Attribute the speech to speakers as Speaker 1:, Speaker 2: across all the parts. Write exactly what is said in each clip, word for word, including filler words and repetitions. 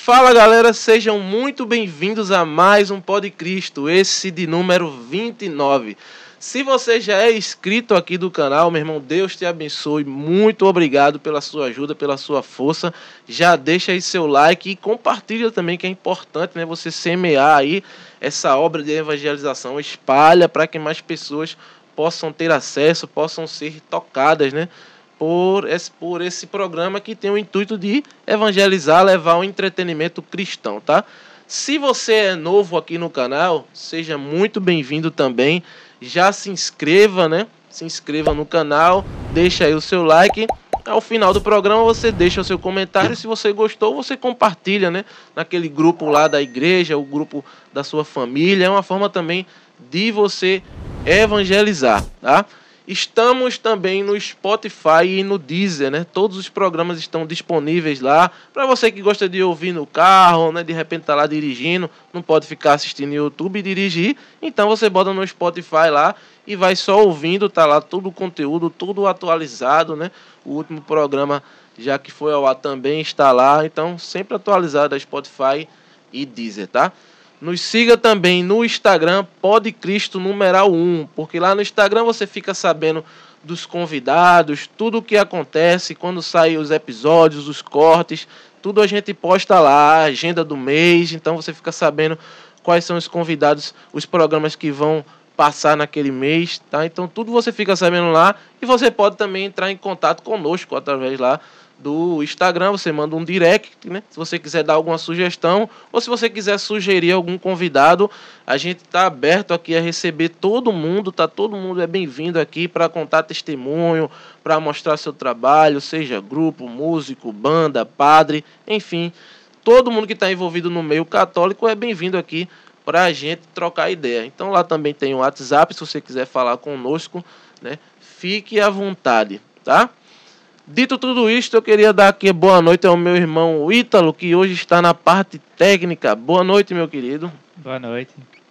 Speaker 1: Fala galera, sejam muito bem-vindos a mais um Pod Cristo, esse de número vinte e nove. Se você já é inscrito aqui do canal, meu irmão, Deus te abençoe, muito obrigado pela sua ajuda, pela sua força. Já deixa aí seu like e compartilha também, que é importante, né? Você semear aí essa obra de evangelização, espalha para que mais pessoas possam ter acesso, possam ser tocadas, né? Por esse, por esse programa que tem o intuito de evangelizar, levar um entretenimento cristão, tá? Se você é novo aqui no canal, seja muito bem-vindo também. Já se inscreva, né? Se inscreva no canal, deixa aí o seu like. Ao final do programa você deixa o seu comentário. Se você gostou, você compartilha, né? Naquele grupo lá da igreja, o grupo da sua família. É uma forma também de você evangelizar, tá? Estamos também no Spotify e no Deezer, né? Todos os programas estão disponíveis lá. Para você que gosta de ouvir no carro, né? De repente tá lá dirigindo, não pode ficar assistindo no YouTube e dirigir. Então você bota no Spotify lá e vai só ouvindo, tá lá todo o conteúdo, tudo atualizado, né? O último programa, já que foi ao ar, também está lá. Então sempre atualizado a Spotify e Deezer, tá? Nos siga também no Instagram, Pod Cristo numeral um, porque lá no Instagram você fica sabendo dos convidados, tudo o que acontece, quando saem os episódios, os cortes, tudo a gente posta lá, a agenda do mês, então você fica sabendo quais são os convidados, os programas que vão passar naquele mês, tá? Então tudo você fica sabendo lá e você pode também entrar em contato conosco através lá do Instagram, você manda um direct, né? Se você quiser dar alguma sugestão ou se você quiser sugerir algum convidado, a gente está aberto aqui a receber todo mundo, tá? Todo mundo é bem-vindo aqui para contar testemunho, para mostrar seu trabalho, seja grupo, músico, banda, padre, enfim, todo mundo que está envolvido no meio católico é bem-vindo aqui para a gente trocar ideia. Então lá também tem o WhatsApp, se você quiser falar conosco, né? Fique à vontade, tá? Dito tudo isto, eu queria dar aqui boa noite ao meu irmão Ítalo, que hoje está na parte técnica. Boa noite, meu querido.
Speaker 2: Boa noite.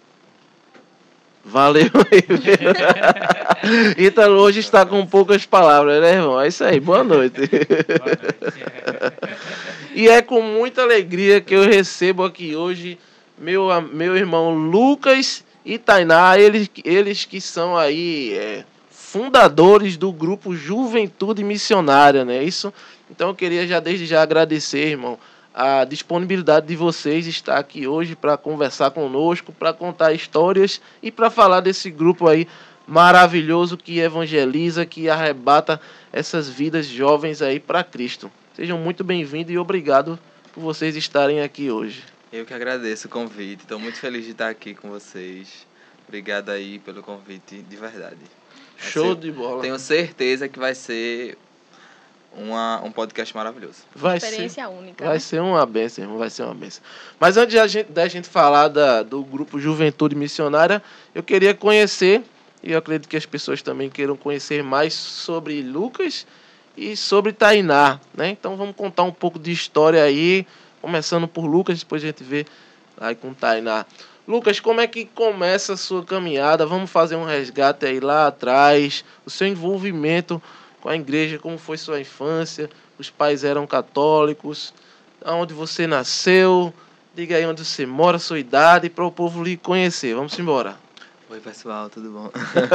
Speaker 1: Valeu aí. Ítalo hoje está com poucas palavras, né, irmão? É isso aí, boa noite.
Speaker 2: Boa noite.
Speaker 1: E é com muita alegria que eu recebo aqui hoje meu, meu irmão Lucas e Tainá, eles, eles que são aí... É, fundadores do grupo Juventude Missionária, né? Isso. Então eu queria já desde já agradecer, irmão, a disponibilidade de vocês estar aqui hoje para conversar conosco, para contar histórias e para falar desse grupo aí maravilhoso que evangeliza, que arrebata essas vidas jovens aí para Cristo. Sejam muito bem-vindos e obrigado por vocês estarem aqui hoje.
Speaker 3: Eu que agradeço o convite. Estou muito feliz de estar aqui com vocês. Obrigado aí pelo convite, de verdade.
Speaker 1: Show de bola.
Speaker 3: Tenho certeza que vai ser uma, um podcast maravilhoso.
Speaker 1: Vai
Speaker 4: experiência
Speaker 1: ser,
Speaker 4: única.
Speaker 1: Vai
Speaker 4: né?
Speaker 1: ser uma benção, irmão. Vai ser uma benção. Mas antes da gente, da gente falar da, do grupo Juventude Missionária, eu queria conhecer, e eu acredito que as pessoas também queiram conhecer mais sobre Lucas e sobre Tainá, né? Então vamos contar um pouco de história aí, começando por Lucas, depois a gente vê aí com Tainá. Lucas, como é que começa a sua caminhada? Vamos fazer um resgate aí lá atrás, o seu envolvimento com a igreja, como foi sua infância, os pais eram católicos, onde você nasceu, diga aí onde você mora, sua idade, para o povo lhe conhecer. Vamos embora.
Speaker 3: Oi, pessoal, tudo bom?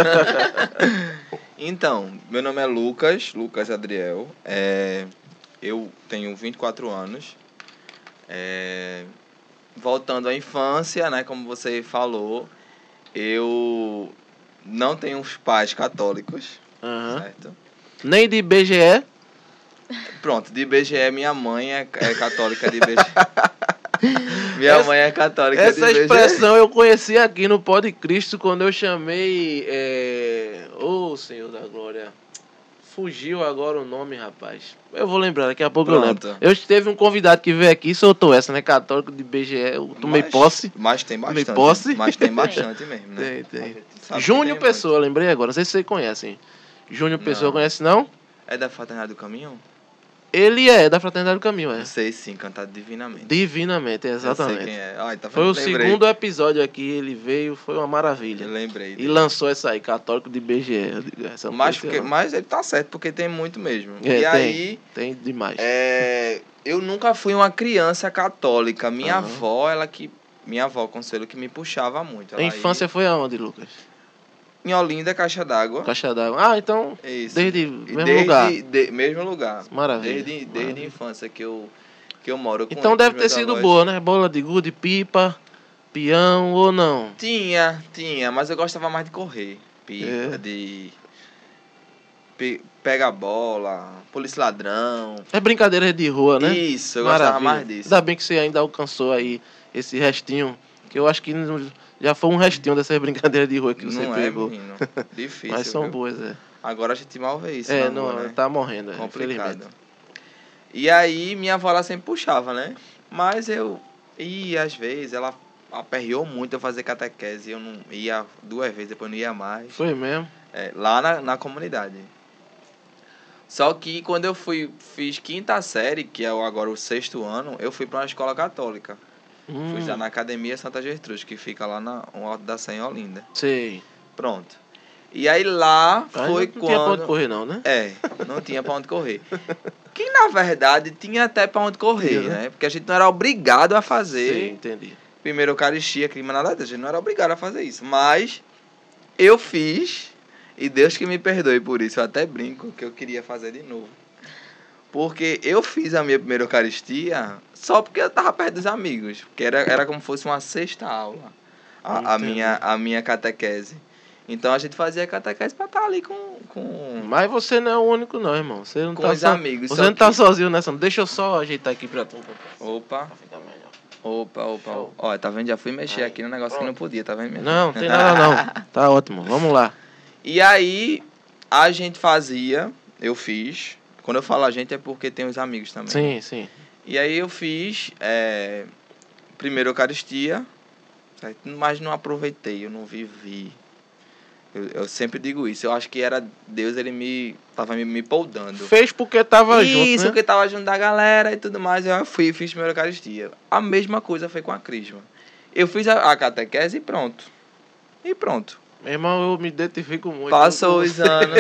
Speaker 3: Então, meu nome é Lucas, Lucas Adriel, é, eu tenho vinte e quatro anos, é... Voltando à infância, né, como você falou, eu não tenho uns pais católicos,
Speaker 1: Uhum.
Speaker 3: certo?
Speaker 1: Nem de I B G E?
Speaker 3: Pronto, de I B G E, minha mãe é, é católica de I B G E. Minha
Speaker 1: Essa,
Speaker 3: mãe é católica
Speaker 1: essa
Speaker 3: de I B G E.
Speaker 1: expressão eu conheci aqui no Pod Cristo quando eu chamei... É... Ô, Senhor da Glória... Fugiu agora o nome, rapaz. Eu vou lembrar, daqui a pouco
Speaker 3: Pronto.
Speaker 1: eu lembro. Eu teve um convidado que veio aqui e soltou essa, né? Católico de I B G E. Eu tomei
Speaker 3: Mas-
Speaker 1: posse.
Speaker 3: Mas tem
Speaker 1: Tomei
Speaker 3: bastante.
Speaker 1: posse.
Speaker 3: Mas tem bastante mesmo, né?
Speaker 1: Tem, tem.
Speaker 3: Sabe que
Speaker 1: Júnior
Speaker 3: tem
Speaker 1: Pessoa, lembrei agora. Não sei se vocês conhecem. Júnior Pessoa,
Speaker 3: Não.
Speaker 1: conhece não?
Speaker 3: É da Fraternidade do Caminho?
Speaker 1: Ele é da Fraternidade do Caminho, é.
Speaker 3: Eu sei sim, cantado divinamente.
Speaker 1: Divinamente,
Speaker 3: Eu
Speaker 1: exatamente.
Speaker 3: sei quem é. Ai, tá
Speaker 1: Foi o
Speaker 3: lembrei.
Speaker 1: segundo episódio aqui, ele veio, foi uma maravilha.
Speaker 3: Eu lembrei.
Speaker 1: E
Speaker 3: dele.
Speaker 1: lançou essa aí, Católico de B G E. Eu digo, essa não
Speaker 3: Mas,
Speaker 1: conhecia,
Speaker 3: porque,
Speaker 1: não.
Speaker 3: mas ele tá certo, porque tem muito mesmo.
Speaker 1: É,
Speaker 3: e
Speaker 1: tem,
Speaker 3: aí,
Speaker 1: tem demais.
Speaker 3: é, eu nunca fui uma criança católica. Minha
Speaker 1: Aham.
Speaker 3: avó, ela que. Minha avó, Conselho, que me puxava muito.
Speaker 1: A
Speaker 3: Ela
Speaker 1: infância
Speaker 3: ia
Speaker 1: foi aonde, Lucas?
Speaker 3: em Olinda, Caixa d'Água.
Speaker 1: Caixa d'Água. Ah, então,
Speaker 3: Isso.
Speaker 1: desde
Speaker 3: E
Speaker 1: o mesmo
Speaker 3: desde,
Speaker 1: lugar.
Speaker 3: de- mesmo lugar.
Speaker 1: Maravilha.
Speaker 3: Desde, desde
Speaker 1: Maravilha.
Speaker 3: a infância que eu, que eu moro com
Speaker 1: Então
Speaker 3: com
Speaker 1: deve
Speaker 3: os
Speaker 1: ter
Speaker 3: meus
Speaker 1: sido
Speaker 3: avós.
Speaker 1: boa, né? Bola de gude, pipa, peão ou não?
Speaker 3: Tinha, tinha, mas eu gostava mais de correr. Pipa,
Speaker 1: É.
Speaker 3: de. pe- Pega a bola, polícia ladrão.
Speaker 1: É brincadeira de rua, né?
Speaker 3: Isso, eu gostava mais disso.
Speaker 1: Ainda bem que você ainda alcançou aí esse restinho, que eu acho que não- já foi um restinho dessas brincadeiras de rua que você
Speaker 3: Não é,
Speaker 1: pegou.
Speaker 3: menino. Difícil.
Speaker 1: Mas são
Speaker 3: viu?
Speaker 1: boas, é.
Speaker 3: Agora a gente mal vê isso.
Speaker 1: É,
Speaker 3: na
Speaker 1: não,
Speaker 3: rua, né?
Speaker 1: tá morrendo, é,
Speaker 3: Complicado.
Speaker 1: infelizmente.
Speaker 3: E aí minha avó ela sempre puxava, né? Mas eu ia às vezes, ela aperreou muito eu fazer catequese. Eu não ia duas vezes, depois não ia mais.
Speaker 1: Foi mesmo?
Speaker 3: É, lá na, na comunidade. Só que quando eu fui, fiz quinta série, que é o- agora o sexto ano, eu fui para uma escola católica.
Speaker 1: Hum,
Speaker 3: Fui já na Academia Santa Gertrude, que fica lá na, no Alto da Sé, em Olinda.
Speaker 1: sei.
Speaker 3: Pronto. E aí lá
Speaker 1: Aí
Speaker 3: foi
Speaker 1: não
Speaker 3: quando...
Speaker 1: tinha pra onde correr não, né?
Speaker 3: É, não tinha pra onde correr. Que na verdade tinha até pra onde correr,
Speaker 1: Tinha, né?
Speaker 3: né? Porque a gente não era obrigado a
Speaker 1: Sim,
Speaker 3: fazer
Speaker 1: entendi.
Speaker 3: primeiro Eucaristia, crime nada disso. A gente não era obrigado a fazer isso. Mas eu fiz, e Deus que me perdoe por isso. Eu até brinco que eu queria fazer de novo. Porque eu fiz a minha primeira Eucaristia só porque eu tava perto dos amigos. Porque era, era como se fosse uma sexta aula, a, a,
Speaker 1: Entendi.
Speaker 3: minha, a minha catequese. Então a gente fazia catequese pra estar ali com, com,
Speaker 1: Mas você não é o único não, irmão. Você não
Speaker 3: com
Speaker 1: tá
Speaker 3: os
Speaker 1: so...
Speaker 3: amigos.
Speaker 1: Você
Speaker 3: só
Speaker 1: não tá
Speaker 3: que-
Speaker 1: sozinho nessa. Não. Deixa eu só ajeitar aqui pra tu.
Speaker 3: Opa,
Speaker 1: Pra ficar melhor.
Speaker 3: opa, opa.
Speaker 1: Show.
Speaker 3: Olha, tá vendo? Já fui mexer
Speaker 1: Aí,
Speaker 3: aqui no negócio que não podia, tá vendo? minha
Speaker 1: Não,
Speaker 3: filha?
Speaker 1: tem nada não. Tá ótimo. Vamos lá.
Speaker 3: E aí, a gente fazia, eu fiz. Quando eu falo a gente é porque tem os amigos também.
Speaker 1: Sim, sim.
Speaker 3: E aí eu fiz é, primeiro Eucaristia, certo? Mas não aproveitei, eu não vivi. Eu, eu sempre digo isso. Eu acho que era Deus, ele me tava me, me poldando.
Speaker 1: Fez porque tava junto,
Speaker 3: Isso,
Speaker 1: né?
Speaker 3: porque tava junto da galera e tudo mais. Eu fui e fiz primeiro Eucaristia. A mesma coisa foi com a Crisma. Eu fiz a, a catequese e pronto. E pronto.
Speaker 1: Meu irmão, eu me identifico muito.
Speaker 3: Passou
Speaker 1: com
Speaker 3: os
Speaker 1: você.
Speaker 3: anos.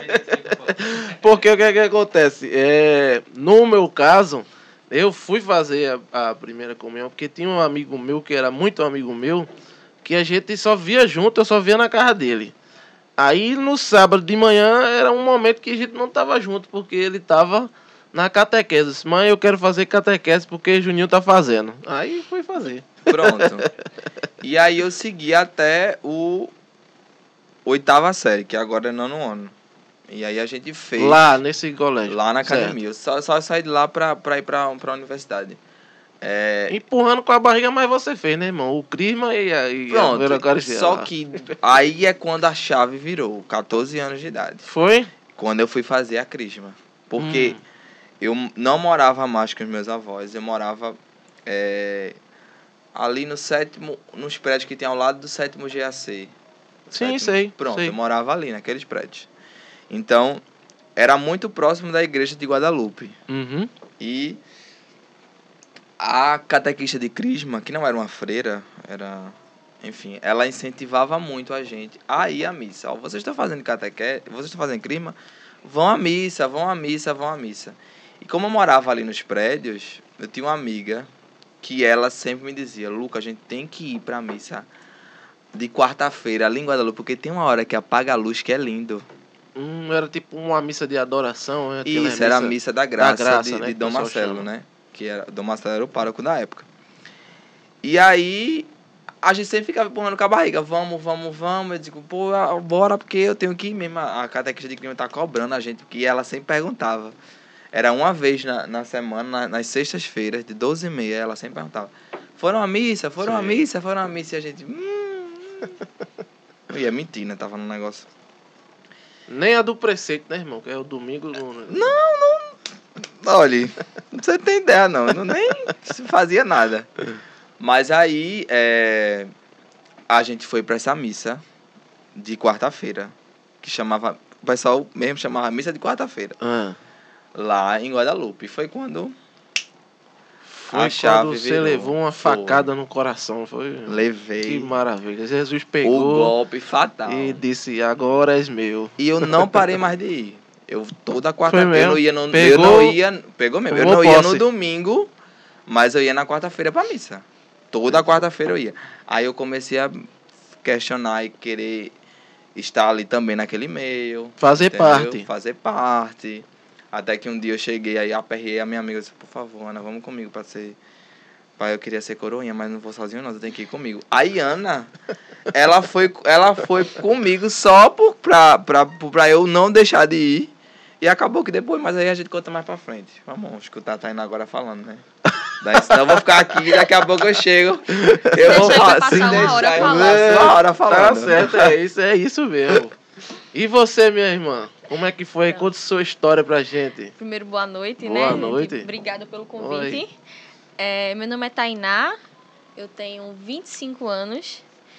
Speaker 1: Porque o que, é que acontece? É, no meu caso, eu fui fazer a, a primeira comunhão porque tinha um amigo meu que era muito amigo meu, que a gente só via junto, eu só via na casa dele. Aí no sábado de manhã era um momento que a gente não tava junto, porque ele tava na catequese. Eu disse, mãe, eu quero fazer catequese porque Juninho tá fazendo. Aí fui fazer.
Speaker 3: Pronto. E aí eu segui até o oitava série, que agora é nono ano. E aí a gente fez
Speaker 1: Lá nesse colégio.
Speaker 3: lá na
Speaker 1: Certo.
Speaker 3: academia. Eu só, só saí de lá pra, pra ir pra, pra universidade. É,
Speaker 1: Empurrando com a barriga, mas você fez, né, irmão? O Crisma e a, e a
Speaker 3: pronto.
Speaker 1: primeira Eucaristia
Speaker 3: Só
Speaker 1: lá.
Speaker 3: que aí é quando a chave virou, catorze anos de idade.
Speaker 1: Foi?
Speaker 3: Quando eu fui fazer a Crisma. Porque
Speaker 1: Hum.
Speaker 3: eu não morava mais com os meus avós, eu morava é, ali no sétimo, nos prédios que tem ao lado do sétimo G A C.
Speaker 1: Sim,
Speaker 3: Sétimo-
Speaker 1: sei.
Speaker 3: Pronto,
Speaker 1: sei.
Speaker 3: eu morava ali, naqueles prédios. Então, era muito próximo da igreja de Guadalupe.
Speaker 1: Uhum.
Speaker 3: E a catequista de Crisma, que não era uma freira, era... Enfim, ela incentivava muito a gente a ir à missa. Ó, vocês estão fazendo catequese, vocês estão fazendo Crisma, vão à missa, vão à missa, vão à missa. E como eu morava ali nos prédios, eu tinha uma amiga que ela sempre me dizia, Luca, a gente tem que ir pra missa de quarta-feira ali em Guadalupe, porque tem uma hora que apaga a luz que é lindo.
Speaker 1: Hum, era tipo uma missa de adoração, né? Aquela
Speaker 3: Isso, era a missa da graça,
Speaker 1: graça,
Speaker 3: de,
Speaker 1: né,
Speaker 3: de
Speaker 1: que o
Speaker 3: Dom
Speaker 1: pessoal
Speaker 3: Marcelo,
Speaker 1: chama.
Speaker 3: né? Que era, Dom Marcelo era o pároco da época. E aí, a gente sempre ficava empurrando com a barriga, vamos, vamos, vamos. Eu digo, pô, bora, porque eu tenho que ir mesmo. A catequista de crime tá cobrando a gente, porque ela sempre perguntava. Era uma vez na, na semana, na, nas sextas-feiras, de doze e meia, ela sempre perguntava, foram à missa, foram à
Speaker 1: Sim.
Speaker 3: missa, foram à missa. E a gente, hum... Eu ia mentir, né? Tava no negócio...
Speaker 1: Nem a do preceito, né, irmão? Que é o domingo. No...
Speaker 3: Olha, você tem ideia, não. não nem se fazia nada. Mas aí, é, a gente foi pra essa missa de quarta-feira, que chamava... O pessoal mesmo chamava missa de quarta-feira.
Speaker 1: Ah,
Speaker 3: lá em Guadalupe. Foi quando
Speaker 1: Foi
Speaker 3: a chave
Speaker 1: quando você
Speaker 3: virou.
Speaker 1: levou uma
Speaker 3: Foi.
Speaker 1: facada no coração. Foi.
Speaker 3: Levei.
Speaker 1: Que maravilha. Jesus
Speaker 3: O
Speaker 1: pegou
Speaker 3: golpe fatal.
Speaker 1: e disse, agora és meu.
Speaker 3: E eu não parei mais de ir. Eu toda quarta-feira
Speaker 1: mesmo?
Speaker 3: eu ia no,
Speaker 1: Pegou-
Speaker 3: eu não ia, pegou mesmo. Eu
Speaker 1: tomou
Speaker 3: não ia
Speaker 1: posse.
Speaker 3: no domingo, mas eu ia na quarta-feira pra missa. Toda quarta-feira eu ia. Aí eu comecei a questionar e querer estar ali também naquele meio.
Speaker 1: Fazer
Speaker 3: entendeu?
Speaker 1: parte.
Speaker 3: Fazer parte. Até que um dia eu cheguei aí, aperrei a minha amiga e disse, por favor, Ana, vamos comigo pra ser... Pai, eu queria ser coroinha, mas não vou sozinho não, você tem que ir comigo. Aí Ana, ela foi, ela foi comigo só por, pra, pra, pra eu não deixar de ir. E acabou que depois, mas aí a gente conta mais pra frente. Vamos escutar a Tainá agora falando, né? Daí, senão eu vou ficar aqui, daqui a pouco eu chego. Eu vou
Speaker 4: Deixa ele
Speaker 3: falar,
Speaker 4: passar
Speaker 3: se
Speaker 4: uma
Speaker 3: deixar,
Speaker 4: hora
Speaker 3: eu
Speaker 4: falando.
Speaker 3: passo uma hora falando.
Speaker 1: Tá certo, é isso, é isso mesmo. E você, minha irmã? Como é que foi?
Speaker 4: Então.
Speaker 1: Conta sua história pra gente.
Speaker 4: Primeiro, boa noite,
Speaker 1: Boa
Speaker 4: né?
Speaker 1: noite.
Speaker 4: Obrigada pelo convite.
Speaker 1: Oi.
Speaker 4: É, meu nome é Tainá, eu tenho vinte e cinco anos.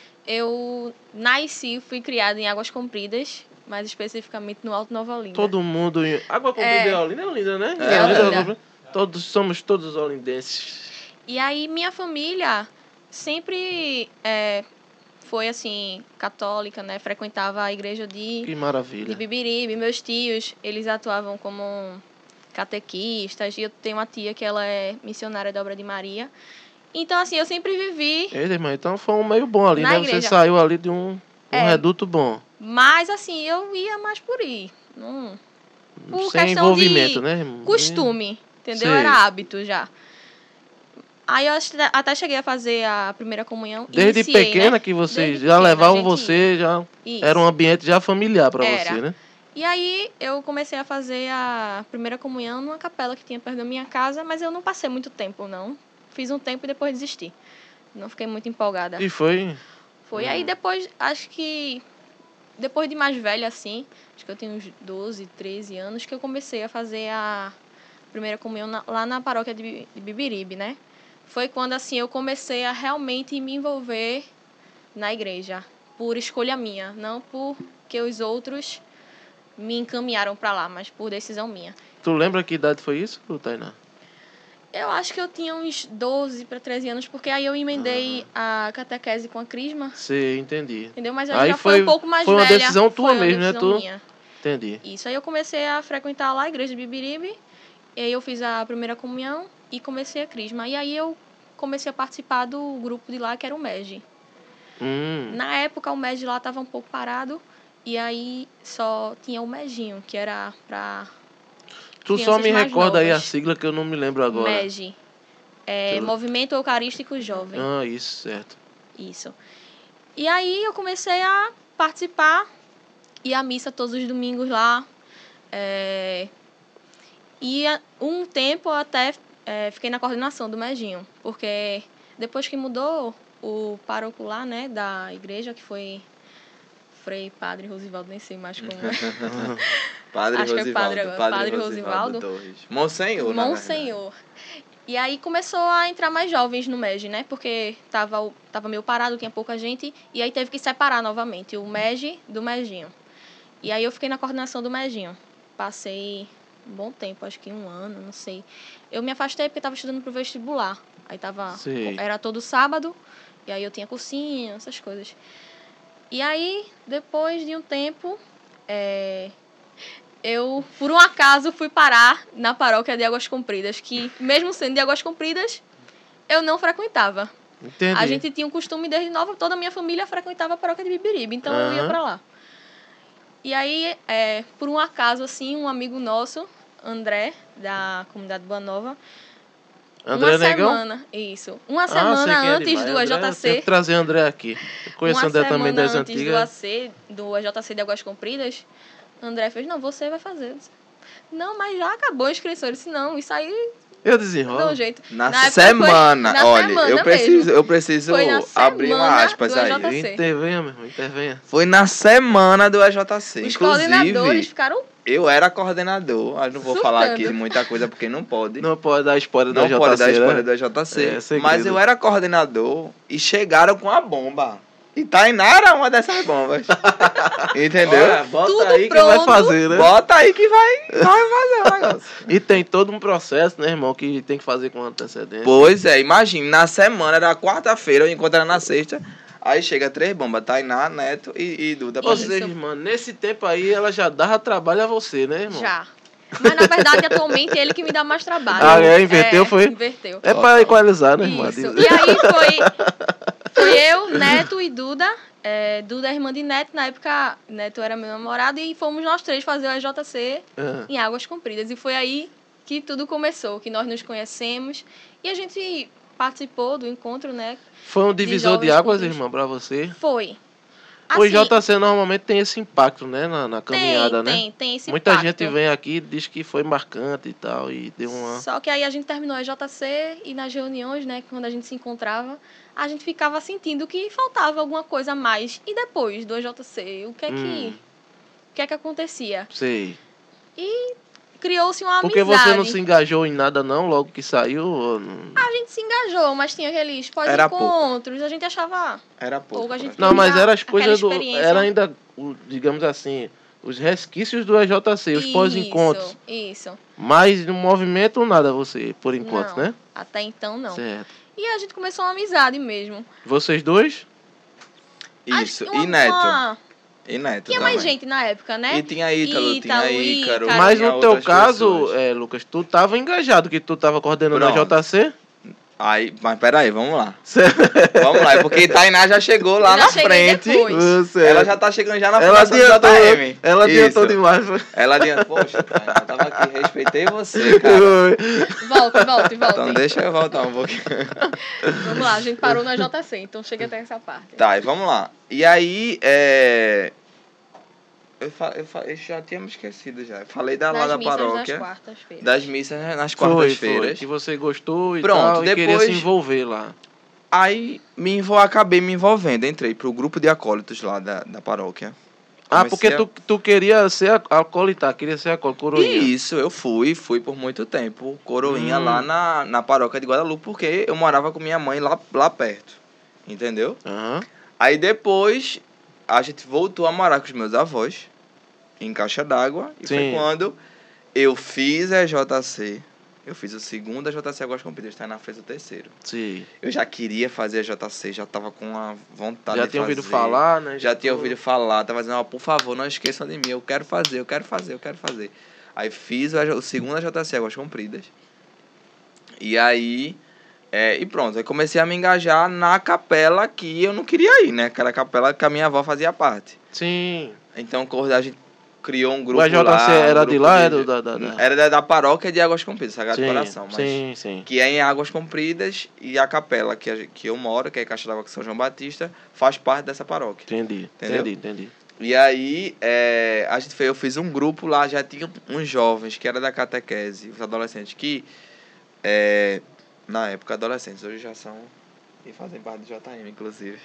Speaker 4: Eu nasci e fui criada em Águas Compridas, mais especificamente no Alto Nova Olinda.
Speaker 1: Todo mundo em... Água Comprida
Speaker 4: É.
Speaker 1: é Olinda, é Olinda, né?
Speaker 3: É,
Speaker 1: Olinda,
Speaker 4: Olinda.
Speaker 1: Olinda. Todos, somos todos olindenses.
Speaker 4: E aí, minha família sempre é, foi, assim, católica, né? Frequentava a igreja de...
Speaker 1: Que
Speaker 4: de
Speaker 1: maravilha.
Speaker 4: Bibiribe. Meus tios, eles atuavam como catequistas. E eu tenho uma tia que ela é missionária da Obra de Maria. Então, assim, eu sempre vivi...
Speaker 1: Eita, irmã, então foi um meio bom ali,
Speaker 4: Na
Speaker 1: né?
Speaker 4: igreja.
Speaker 1: Você saiu ali de um, um
Speaker 4: É.
Speaker 1: reduto bom.
Speaker 4: Mas, assim, eu ia mais por ir. Não... Por
Speaker 1: Sem
Speaker 4: questão
Speaker 1: envolvimento,
Speaker 4: de
Speaker 1: né?
Speaker 4: costume, entendeu?
Speaker 1: Sei.
Speaker 4: Era hábito já. Aí eu acho- até cheguei a fazer a primeira comunhão.
Speaker 1: Desde
Speaker 4: iniciei,
Speaker 1: pequena
Speaker 4: né?
Speaker 1: que vocês
Speaker 4: Desde
Speaker 1: já
Speaker 4: pequena, a
Speaker 1: levavam
Speaker 4: gente
Speaker 1: você, já
Speaker 4: Isso.
Speaker 1: era um ambiente já familiar pra
Speaker 4: Era.
Speaker 1: você, né?
Speaker 4: E aí eu comecei a fazer a primeira comunhão numa capela que tinha perto da minha casa, mas eu não passei muito tempo, não. Fiz um tempo e depois desisti. Não fiquei muito empolgada.
Speaker 1: E foi.
Speaker 4: Foi. Aí depois, acho que... Depois de mais velha, assim, acho que eu tenho uns doze, treze anos, que eu comecei a fazer a primeira comunhão na- lá na paróquia de, Bi- de Bibiribe, né? Foi quando, assim, eu comecei a realmente me envolver na igreja. Por escolha minha, não porque os outros me encaminharam para lá, mas por decisão minha.
Speaker 1: Tu lembra que idade foi isso, Tainá?
Speaker 4: Eu acho que eu tinha uns doze para treze anos, porque aí eu emendei a catequese com a crisma,
Speaker 1: Sei, entendi.
Speaker 4: entendeu? Mas eu
Speaker 1: Aí
Speaker 4: já fui
Speaker 1: foi-
Speaker 4: um pouco mais
Speaker 1: foi uma
Speaker 4: velha.
Speaker 1: decisão tua
Speaker 4: Foi uma
Speaker 1: mesmo, né?
Speaker 4: decisão
Speaker 1: Tu-
Speaker 4: minha.
Speaker 1: Entendi.
Speaker 4: Isso, aí eu comecei a frequentar lá a igreja de Bibiribe, e aí eu fiz a primeira comunhão e comecei a crisma. E aí eu comecei a participar do grupo de lá, que era o M E G.
Speaker 1: Hum,
Speaker 4: Na época, o M E G lá estava um pouco parado, e aí só tinha o MEGinho, que era para
Speaker 1: tu só
Speaker 4: crianças
Speaker 1: me
Speaker 4: mais
Speaker 1: recorda aí a
Speaker 4: novas.
Speaker 1: sigla que eu não me lembro agora.
Speaker 4: M E G. É,
Speaker 1: Tu-
Speaker 4: Movimento Eucarístico Jovem.
Speaker 1: Ah, isso, certo.
Speaker 4: Isso. E aí eu comecei a participar, ir à missa todos os domingos lá. É, e a- um tempo eu até é, fiquei na coordenação do Meginho, porque depois que mudou o pároco lá, né, da igreja, que foi Frei Padre Rosivaldo, nem sei mais como é.
Speaker 3: Padre
Speaker 4: Acho que é
Speaker 3: Rosivaldo.
Speaker 4: Padre agora, Padre Rosivaldo.
Speaker 3: Torres. Monsenhor, na verdade.
Speaker 4: Monsenhor. E aí começou a entrar mais jovens no M E G, né? Porque tava, o- tava meio parado, tinha pouca gente. E aí teve que separar novamente o M E G do Meginho. E aí eu fiquei na coordenação do Meginho. Passei um bom tempo, acho que um ano, não sei. Eu me afastei porque estava estudando pro vestibular. Aí tava...
Speaker 1: Sei.
Speaker 4: Era todo sábado. E aí eu tinha cursinho, essas coisas. E aí, depois de um tempo... é, eu, por um acaso, fui parar na paróquia de Águas Compridas, que, mesmo sendo de Águas Compridas, eu não frequentava.
Speaker 1: Entendi.
Speaker 4: A gente tinha um costume desde nova, toda a minha família frequentava a paróquia de Bibiribe, então eu ia
Speaker 1: Aham.
Speaker 4: pra lá. E aí, é, por um acaso, assim, um amigo nosso, André, da comunidade Boa Nova,
Speaker 1: André
Speaker 4: uma
Speaker 1: Negão?
Speaker 4: semana, isso, uma
Speaker 1: Ah, sei
Speaker 4: semana
Speaker 1: quem é
Speaker 4: antes
Speaker 1: demais.
Speaker 4: do
Speaker 1: André,
Speaker 4: E J
Speaker 1: eu tenho
Speaker 4: C,
Speaker 1: que trazer André aqui. Eu conheço
Speaker 4: uma
Speaker 1: André também
Speaker 4: semana
Speaker 1: das
Speaker 4: antes do
Speaker 1: antigas.
Speaker 4: A C, do E J C de Águas Compridas, André fez, não, você vai fazer. Eu disse, não, mas já acabou a inscrição. Ele disse, não, isso aí
Speaker 1: Eu
Speaker 4: dá
Speaker 1: desenrolo.
Speaker 4: um jeito.
Speaker 3: Na,
Speaker 4: Na época foi-
Speaker 3: semana,
Speaker 4: na
Speaker 3: olha,
Speaker 4: semana
Speaker 3: eu preciso,
Speaker 4: mesmo.
Speaker 3: eu preciso
Speaker 4: Foi na
Speaker 3: abrir uma
Speaker 4: semana
Speaker 3: aspas
Speaker 4: do
Speaker 3: aí.
Speaker 4: E J C.
Speaker 1: Intervenha, meu irmão, intervenha.
Speaker 3: Foi na semana do E J C.
Speaker 4: Os coordenadores
Speaker 3: Inclusive,
Speaker 4: ficaram...
Speaker 3: eu era coordenador. Eu não vou falar
Speaker 4: Surtando.
Speaker 3: aqui muita coisa porque não pode.
Speaker 1: Não pode dar spoiler
Speaker 3: Não
Speaker 1: da J C,
Speaker 3: pode dar
Speaker 1: né?
Speaker 3: spoiler do E J C.
Speaker 1: É, segredo.
Speaker 3: Mas eu era coordenador e chegaram com a bomba. E Tainá era uma dessas bombas. Entendeu?
Speaker 1: Olha, bota
Speaker 4: Tudo
Speaker 1: aí que vai
Speaker 4: pronto.
Speaker 1: fazer, né?
Speaker 3: Bota aí que vai, vai fazer o negócio.
Speaker 1: E tem todo um processo, né, irmão, que tem que fazer com antecedência.
Speaker 3: Pois é, imagine, na semana, era quarta-feira, eu encontro ela na sexta. Aí chega três bombas, Tainá, Neto e, e Duda. pra
Speaker 1: Ou
Speaker 3: gente.
Speaker 1: seja, mano, nesse tempo aí ela já dava trabalho a você, né, irmão?
Speaker 4: Já. Mas na verdade, atualmente, é ele que me dá mais trabalho.
Speaker 1: Ah, é? Inverteu, foi?
Speaker 4: Inverteu.
Speaker 1: É pra equalizar, né, irmão?
Speaker 4: Isso. E aí foi, foi eu, Neto e Duda. É, Duda é irmã de Neto. Na época, Neto era meu namorado. E fomos nós três fazer o E J C
Speaker 1: Ah.
Speaker 4: em Águas Compridas. E foi aí que tudo começou, que nós nos conhecemos. E a gente participou do encontro, né?
Speaker 1: Foi um divisor de,
Speaker 4: jovens
Speaker 1: águas,
Speaker 4: juntos.
Speaker 1: irmão, pra você?
Speaker 4: Foi.
Speaker 1: O
Speaker 4: Assim,
Speaker 1: J C normalmente tem esse impacto, né, na, na
Speaker 4: tem,
Speaker 1: caminhada, né?
Speaker 4: tem, tem esse
Speaker 1: Muita
Speaker 4: impacto.
Speaker 1: gente vem aqui e diz que foi marcante e tal, e deu uma...
Speaker 4: Só que aí a gente terminou a J C e nas reuniões, né, quando a gente se encontrava, a gente ficava sentindo que faltava alguma coisa a mais. E depois do E J C, o que é que,
Speaker 1: Hum.
Speaker 4: o que, é que acontecia?
Speaker 1: Sei.
Speaker 4: E criou-se uma
Speaker 1: Porque
Speaker 4: amizade.
Speaker 1: você não se engajou em nada não, logo que saiu? ou não?
Speaker 4: A gente se engajou, mas tinha aqueles
Speaker 3: Era
Speaker 4: pós-encontros, a gente achava...
Speaker 3: Era pouco.
Speaker 4: Pouco, a gente-
Speaker 1: Não, mas
Speaker 4: Já
Speaker 1: era as
Speaker 4: aquela
Speaker 1: coisas do...
Speaker 4: experiência.
Speaker 1: Era ainda, o- digamos assim, os resquícios do E J C, os
Speaker 4: Isso,
Speaker 1: pós-encontros.
Speaker 4: Isso,
Speaker 1: Mas no movimento nada você, por enquanto,
Speaker 4: não,
Speaker 1: né?
Speaker 4: até então não.
Speaker 1: Certo.
Speaker 4: E a gente começou uma amizade mesmo.
Speaker 1: Vocês dois?
Speaker 3: Isso,
Speaker 4: Acho que uma-
Speaker 3: e Neto.
Speaker 4: uma-
Speaker 3: E Neto
Speaker 4: Tinha
Speaker 3: também.
Speaker 4: mais gente na época, né?
Speaker 3: E tinha Ítalo, tinha
Speaker 4: Ítalo,
Speaker 3: Ícaro.
Speaker 4: Ícaro.
Speaker 1: Mas
Speaker 3: tinha
Speaker 1: no teu
Speaker 3: outras
Speaker 1: caso,
Speaker 3: pessoas.
Speaker 1: é, Lucas, tu tava engajado, que tu tava coordenando a
Speaker 3: Pronto.
Speaker 1: J C?
Speaker 3: Aí, mas peraí, vamos lá.
Speaker 1: Certo.
Speaker 3: Vamos lá, é porque Tainá já chegou lá
Speaker 4: Eu já
Speaker 3: na
Speaker 4: cheguei
Speaker 3: frente.
Speaker 4: depois.
Speaker 1: Você-
Speaker 3: Ela já tá chegando já na
Speaker 1: Ela
Speaker 3: fundação do
Speaker 1: adiantou,
Speaker 3: J M.
Speaker 1: ela adiantou
Speaker 3: Isso.
Speaker 1: demais. foi.
Speaker 3: Ela adiantou. Poxa, Tainá, eu tava aqui, respeitei você, cara.
Speaker 4: Volte, volte, volte.
Speaker 3: Então deixa eu voltar um pouquinho.
Speaker 4: Vamos lá, a gente parou na J C, então chega até essa parte.
Speaker 3: Tá, e vamos lá. E aí, é... Eu, fa... eu, fa... eu já tinha me esquecido já. Eu falei da, lá
Speaker 4: Nas
Speaker 3: da
Speaker 4: missas
Speaker 3: paróquia.
Speaker 4: das quartas-feiras.
Speaker 3: Das missas né, nas
Speaker 1: Foi, foi,
Speaker 3: quartas-feiras.
Speaker 1: que você gostou e
Speaker 3: Pronto,
Speaker 1: tal, e queria
Speaker 3: depois-
Speaker 1: se envolver lá.
Speaker 3: Aí me envol... acabei me envolvendo. Entrei pro grupo de acólitos lá da, da paróquia.
Speaker 1: Ah,
Speaker 3: Comecei
Speaker 1: porque
Speaker 3: a-
Speaker 1: tu, tu queria ser a- acolitar, queria ser a coroinha.
Speaker 3: Isso, eu fui, fui por muito tempo, coroinha
Speaker 1: Hum.
Speaker 3: lá na, na paróquia de Guadalupe, porque eu morava com minha mãe lá, lá perto, entendeu?
Speaker 1: Aham.
Speaker 3: Aí depois a gente voltou a morar com os meus avós, em Caixa d'Água, e foi
Speaker 1: Sim.
Speaker 3: quando eu fiz a J C, eu fiz o segundo a J C Águas Compridas, Tainá fez o terceiro.
Speaker 1: Sim.
Speaker 3: Eu já queria fazer a J C, já tava com a vontade
Speaker 1: Já
Speaker 3: de
Speaker 1: tinha ouvido
Speaker 3: fazer.
Speaker 1: falar, né?
Speaker 3: Já tinha
Speaker 1: tudo.
Speaker 3: ouvido falar, tava dizendo, ó, por favor, não esqueçam de mim, eu quero fazer, eu quero fazer, eu quero fazer. Aí fiz o, o segundo a J C Águas Compridas. E aí, é, e pronto, aí comecei a me engajar na capela que eu não queria ir, né? Aquela capela que a minha avó fazia parte.
Speaker 1: Sim.
Speaker 3: Então, a gente criou um grupo
Speaker 1: O E J C
Speaker 3: lá. um
Speaker 1: era de
Speaker 3: grupo
Speaker 1: lá, era da- da- da-
Speaker 3: Era da, da paróquia de Águas Compridas, Sagrado
Speaker 1: Sim,
Speaker 3: Coração. Mas
Speaker 1: sim, sim.
Speaker 3: que é em Águas Compridas e a capela que, a gen- que eu moro, que é Caixa d'Água São João Batista, faz parte dessa paróquia.
Speaker 1: Entendi,
Speaker 3: Entendeu?
Speaker 1: entendi, entendi.
Speaker 3: E aí, é, a gente fez, eu fiz um grupo lá, já tinha uns jovens que era da catequese, os adolescentes que, é, na época, adolescentes, hoje já são, e fazem parte do J M, inclusive.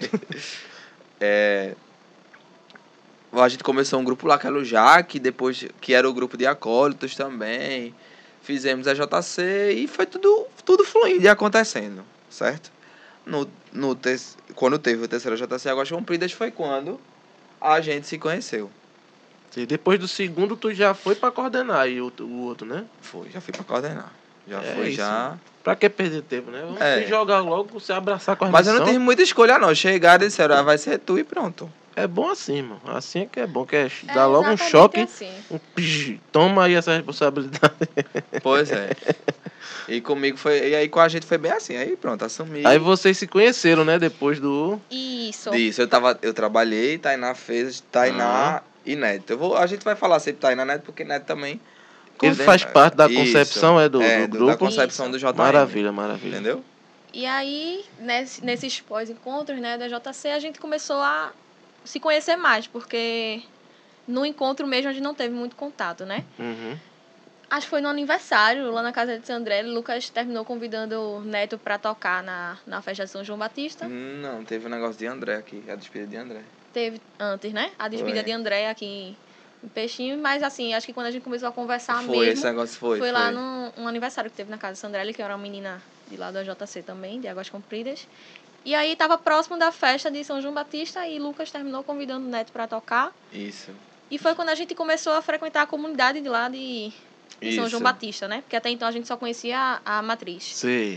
Speaker 3: é, a gente começou um grupo lá, que era o Jaque, depois, que era o grupo de acólitos também, fizemos a J C e foi tudo, tudo fluindo e acontecendo, certo? No, no te, quando teve o terceiro J C Águas Compridas foi quando a gente se conheceu.
Speaker 1: E depois do segundo, tu já foi pra coordenar e o, o outro, né?
Speaker 3: Foi, já fui pra coordenar. Já
Speaker 1: É
Speaker 3: foi,
Speaker 1: isso.
Speaker 3: já.
Speaker 1: Pra que perder tempo, né? Vamos
Speaker 3: É.
Speaker 1: se jogar logo, se abraçar com a
Speaker 3: Mas eu
Speaker 1: missão.
Speaker 3: não tive muita escolha, não. Chegaram e disseram, ah, vai ser tu e pronto.
Speaker 1: É bom assim, mano. Assim é que é bom, que é,
Speaker 4: É
Speaker 1: dá logo um
Speaker 4: exatamente
Speaker 1: choque.
Speaker 4: assim.
Speaker 1: Um psh, toma aí essa responsabilidade.
Speaker 3: Pois é. E comigo foi. E aí com a gente foi bem assim. Aí pronto, assumi.
Speaker 1: Aí vocês se conheceram, né? Depois do.
Speaker 4: Isso.
Speaker 3: Disso, eu, tava, eu trabalhei, Tainá fez, Tainá e Neto. Eu vou, a gente vai falar sempre Tainá e Neto, porque Neto também.
Speaker 1: Ele
Speaker 3: coordena-
Speaker 1: faz parte da
Speaker 3: Isso.
Speaker 1: concepção, é do,
Speaker 3: É,
Speaker 1: do
Speaker 3: do-
Speaker 1: grupo.
Speaker 3: da concepção do J M.
Speaker 1: Maravilha, maravilha.
Speaker 3: Entendeu?
Speaker 4: E aí, nesse, nesses pós-encontros, né, da J C, a gente começou a se conhecer mais, porque no encontro mesmo a gente não teve muito contato, né?
Speaker 1: Uhum.
Speaker 4: Acho que foi no aniversário, lá na casa de Sandré, o Lucas terminou convidando o Neto pra tocar na, na festa de São João Batista.
Speaker 3: Não, teve um negócio de André aqui, a despedida de André.
Speaker 4: Teve antes, né? A despedida
Speaker 3: Foi.
Speaker 4: de André aqui em, em Peixinho, mas assim, acho que quando a gente começou a conversar
Speaker 3: foi,
Speaker 4: mesmo,
Speaker 3: esse negócio foi.
Speaker 4: foi lá num um aniversário que teve na casa de Sandré, que era uma menina de lá da J C também, de Águas Compridas. E aí tava próximo da festa de São João Batista e Lucas terminou convidando o Neto para tocar.
Speaker 3: Isso.
Speaker 4: E foi quando a gente começou a frequentar a comunidade de lá de, de São
Speaker 3: Isso.
Speaker 4: João Batista, né? Porque até então a gente só conhecia a, a matriz.
Speaker 1: Sei.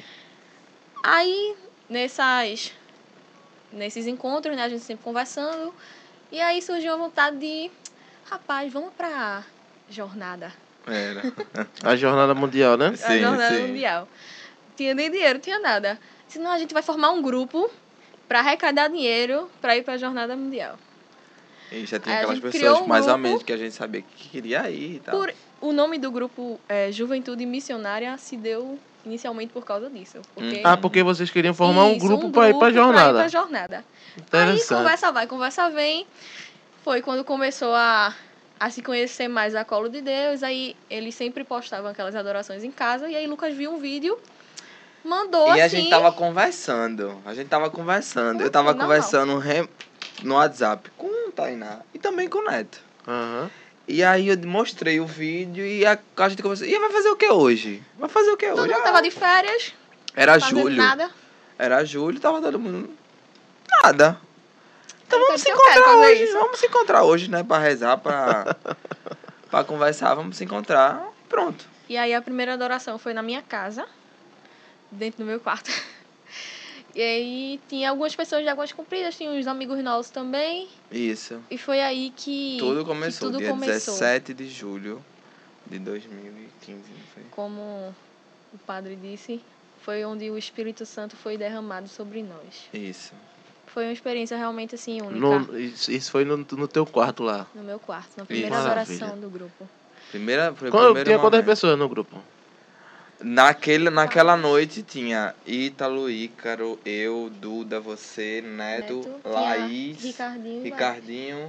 Speaker 4: Aí, nessas, nesses encontros, né, a gente sempre conversando, e aí surgiu a vontade de, rapaz, vamos pra jornada.
Speaker 3: Era.
Speaker 1: A jornada mundial, né?
Speaker 4: a
Speaker 3: Sim,
Speaker 4: jornada
Speaker 3: sim.
Speaker 4: mundial. Tinha nem dinheiro, não tinha nada. Senão a gente vai formar um grupo pra arrecadar dinheiro pra ir pra jornada mundial.
Speaker 3: E já tinha
Speaker 4: Aí a
Speaker 3: aquelas
Speaker 4: gente
Speaker 3: pessoas,
Speaker 4: criou um
Speaker 3: mais ou
Speaker 4: grupo.
Speaker 3: menos, que a gente sabia que queria ir e tal.
Speaker 4: Por, o nome do grupo é, Juventude Missionária se deu inicialmente por causa disso. Porque
Speaker 1: Ah, porque vocês queriam formar um
Speaker 4: Isso,
Speaker 1: grupo pra ir pra jornada.
Speaker 4: Pra ir pra jornada. Aí,
Speaker 1: Interessante.
Speaker 4: conversa vai, conversa vem. Foi quando começou a, a se conhecer mais a Colo de Deus. Aí eles sempre postavam aquelas adorações em casa. E aí Lucas viu um vídeo, mandou
Speaker 3: E
Speaker 4: assim...
Speaker 3: a gente tava conversando. A gente tava conversando. Eu tava
Speaker 4: Normal.
Speaker 3: conversando re- no WhatsApp com o Tainá e também com o Neto.
Speaker 1: Aham.
Speaker 3: E aí eu mostrei o vídeo e a, a gente conversou. E vai fazer o que hoje? Vai fazer o que
Speaker 4: Todo
Speaker 3: hoje?
Speaker 4: mundo
Speaker 3: Ah,
Speaker 4: tava de férias,
Speaker 3: Era
Speaker 4: fazendo
Speaker 3: julho.
Speaker 4: nada.
Speaker 3: Era julho, tava todo mundo. Nada. Então
Speaker 4: Eu
Speaker 3: vamos se
Speaker 4: quero- eu quero
Speaker 3: encontrar
Speaker 4: fazer
Speaker 3: hoje.
Speaker 4: isso.
Speaker 3: Vamos se encontrar hoje, né? Pra rezar, pra, pra conversar. Vamos se encontrar. Pronto.
Speaker 4: E aí a primeira adoração foi na minha casa, dentro do meu quarto. E aí tinha algumas pessoas de Águas Compridas, tinha uns amigos nossos também.
Speaker 3: Isso.
Speaker 4: E foi aí que
Speaker 3: Tudo
Speaker 4: que
Speaker 3: começou.
Speaker 4: tudo
Speaker 3: dia
Speaker 4: começou.
Speaker 3: dezessete de julho de dois mil e quinze, não foi?
Speaker 4: Como o padre disse, foi onde o Espírito Santo foi derramado sobre nós.
Speaker 3: Isso.
Speaker 4: Foi uma experiência realmente assim única
Speaker 1: No-
Speaker 4: no,
Speaker 1: isso, isso foi no, no teu quarto lá.
Speaker 4: meu quarto, na primeira
Speaker 3: Isso.
Speaker 4: adoração
Speaker 1: Maravilha.
Speaker 4: do grupo.
Speaker 3: Primeira, foi o
Speaker 1: Quando,
Speaker 3: primeiro
Speaker 1: tinha quantas
Speaker 3: momento.
Speaker 1: pessoas no grupo?
Speaker 3: Naquele, naquela noite tinha Ítalo, Ícaro, eu, Duda, você, Neto,
Speaker 4: Neto,
Speaker 3: Laís,
Speaker 4: tinha Ricardinho, e
Speaker 3: Ricardinho,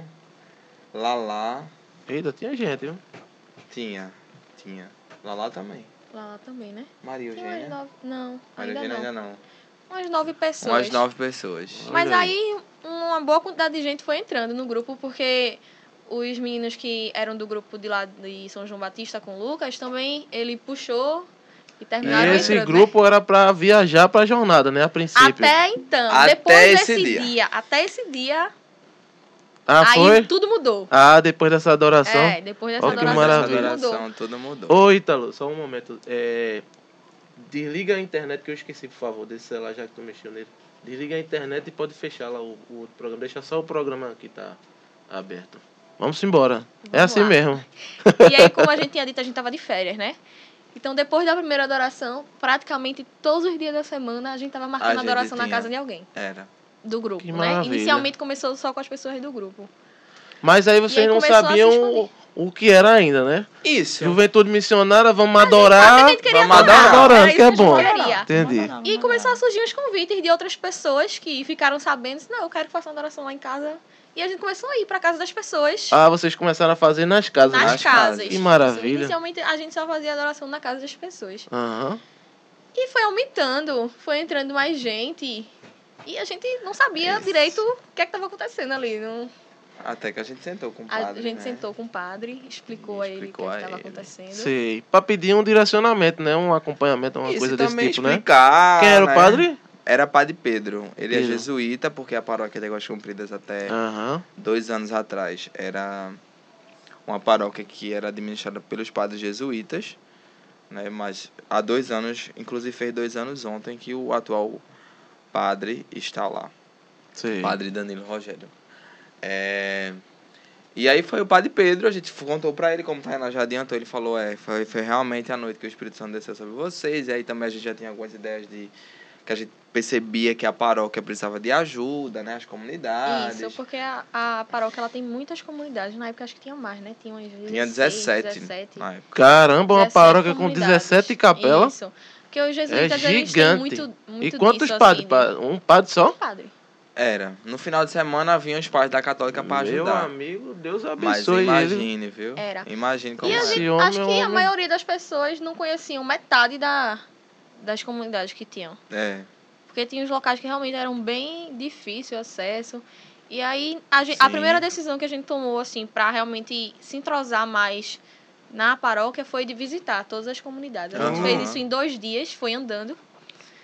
Speaker 3: Lalá.
Speaker 1: Eita, tinha gente, viu?
Speaker 3: Tinha, tinha. Lalá também.
Speaker 4: Lá, lá também, né?
Speaker 3: Maria
Speaker 4: Tinha umas
Speaker 3: Eugênia.
Speaker 4: nove, não,
Speaker 3: Maria
Speaker 4: ainda
Speaker 3: Eugênia
Speaker 4: não.
Speaker 3: ainda não.
Speaker 4: Umas nove pessoas.
Speaker 3: Umas nove pessoas.
Speaker 4: Mas
Speaker 1: Olha aí.
Speaker 4: aí uma boa quantidade de gente foi entrando no grupo, porque os meninos que eram do grupo de lá de São João Batista com o Lucas, também ele puxou e
Speaker 1: E
Speaker 4: terminaram
Speaker 1: esse
Speaker 4: entrando, né?
Speaker 1: grupo era pra viajar pra jornada, né? A princípio.
Speaker 4: Até então,
Speaker 3: Até
Speaker 4: depois
Speaker 3: esse
Speaker 4: desse
Speaker 3: dia.
Speaker 4: dia. até esse dia,
Speaker 1: Ah,
Speaker 4: aí
Speaker 1: foi?
Speaker 4: tudo mudou.
Speaker 1: Ah, depois dessa adoração.
Speaker 4: É, depois dessa
Speaker 1: Ó, que
Speaker 4: adoração
Speaker 3: Essa
Speaker 1: maravilha.
Speaker 4: tudo mudou.
Speaker 3: adoração, tudo mudou.
Speaker 1: Ô, Ítalo, só um momento. É... Desliga a internet que eu esqueci, por favor, desse celular, já que tu mexeu nele. Desliga a internet e pode fechar lá o, o outro programa. Deixa só o programa que tá aberto. Vamos embora. É
Speaker 4: Vamos
Speaker 1: assim
Speaker 4: lá.
Speaker 1: mesmo.
Speaker 4: E aí, como a gente tinha dito, a gente tava de férias, né? Então, depois da primeira adoração, praticamente todos os dias da semana, a gente tava marcando
Speaker 3: A
Speaker 4: a
Speaker 3: gente
Speaker 4: adoração na
Speaker 3: tinha.
Speaker 4: casa de alguém
Speaker 3: Era.
Speaker 4: do grupo,
Speaker 1: Que
Speaker 4: né?
Speaker 1: maravilha.
Speaker 4: Inicialmente começou só com as pessoas do grupo.
Speaker 1: Mas aí
Speaker 4: E
Speaker 1: vocês
Speaker 4: aí
Speaker 1: não
Speaker 4: começou a se
Speaker 1: sabiam o,
Speaker 4: expandir.
Speaker 1: o que era ainda, né?
Speaker 3: Isso.
Speaker 1: Juventude missionária, vamos adorar.
Speaker 4: a gente queria
Speaker 1: Vamos
Speaker 3: adorar.
Speaker 1: adorando,
Speaker 4: Era
Speaker 1: que é
Speaker 4: isso que a
Speaker 1: bom.
Speaker 4: gente queria.
Speaker 1: Entendi.
Speaker 4: E começou a surgir uns convites de outras pessoas que ficaram sabendo, não, eu quero que faça uma adoração lá em casa. E a gente começou a ir pra casa das pessoas,
Speaker 1: Ah, vocês começaram a fazer nas casas.
Speaker 4: nas
Speaker 1: né?
Speaker 3: nas
Speaker 4: casas.
Speaker 3: casas.
Speaker 1: Que maravilha.
Speaker 4: Inicialmente a gente só fazia adoração na casa das pessoas.
Speaker 1: Aham.
Speaker 4: E foi aumentando, foi entrando mais gente. E a gente não sabia
Speaker 3: Isso.
Speaker 4: direito o que é que estava acontecendo ali. Não...
Speaker 3: Até que a gente sentou com o
Speaker 4: A
Speaker 3: padre,
Speaker 4: gente
Speaker 3: né?
Speaker 4: sentou com o padre, explicou
Speaker 3: E
Speaker 4: a ele o que
Speaker 3: explicou a
Speaker 4: estava
Speaker 3: ele.
Speaker 4: acontecendo.
Speaker 1: Sei. Pra pedir um direcionamento, né? Um acompanhamento, uma
Speaker 3: Isso,
Speaker 1: coisa
Speaker 3: e
Speaker 1: desse
Speaker 3: também
Speaker 1: tipo, né?
Speaker 3: explicar,
Speaker 1: Quem era
Speaker 3: né?
Speaker 1: o padre?
Speaker 3: Era Padre Pedro. Ele é
Speaker 1: Pedro.
Speaker 3: jesuíta, porque a paróquia de Águas Compridas até
Speaker 1: Aham.
Speaker 3: dois anos atrás era uma paróquia que era administrada pelos padres jesuítas, né? Mas há dois anos, inclusive fez dois anos ontem, que o atual padre está lá.
Speaker 1: Sei.
Speaker 3: Padre Danilo Rogério. É... E aí foi o Padre Pedro, a gente contou pra ele, como o Tainá já adiantou, ele falou, é, foi, foi realmente a noite que o Espírito Santo desceu sobre vocês, e aí também a gente já tinha algumas ideias de que a gente percebia que a paróquia precisava de ajuda, né, as comunidades.
Speaker 4: Isso, porque a, a paróquia ela tem muitas comunidades. Na época acho que tinha mais, né? Tinha umas dezesseis,
Speaker 3: Tinha dezessete,
Speaker 4: dezessete.
Speaker 3: na época.
Speaker 1: Caramba, uma
Speaker 4: dezessete
Speaker 1: paróquia com
Speaker 4: comunidades.
Speaker 1: dezessete capelas.
Speaker 4: Isso. Porque os
Speaker 1: É
Speaker 4: jesuítas, eles têm
Speaker 1: gigante.
Speaker 4: muito, muito
Speaker 1: E quantos
Speaker 4: disso,
Speaker 1: padres?
Speaker 4: assim,
Speaker 1: Pa- Um padre só?
Speaker 4: Um padre.
Speaker 3: Era. No final de semana vinham os pais da católica pra
Speaker 1: Meu
Speaker 3: ajudar.
Speaker 1: amigo, Deus
Speaker 3: Mas
Speaker 1: abençoe ele.
Speaker 3: imagine, viu?
Speaker 4: Era.
Speaker 3: Imagine como
Speaker 4: E a
Speaker 3: é.
Speaker 1: Esse
Speaker 4: gente,
Speaker 1: homem
Speaker 4: acho
Speaker 1: é um
Speaker 4: que a
Speaker 1: homem.
Speaker 4: maioria das pessoas não conheciam metade da, das comunidades que tinham.
Speaker 3: É.
Speaker 4: Porque tinha uns locais que realmente eram bem difícil o acesso. E aí, a, gente, a
Speaker 3: Sim.
Speaker 4: primeira decisão que a gente tomou, assim, pra realmente se entrosar mais na paróquia foi de visitar todas as comunidades. A gente
Speaker 3: Aham.
Speaker 4: fez isso em dois dias, foi andando.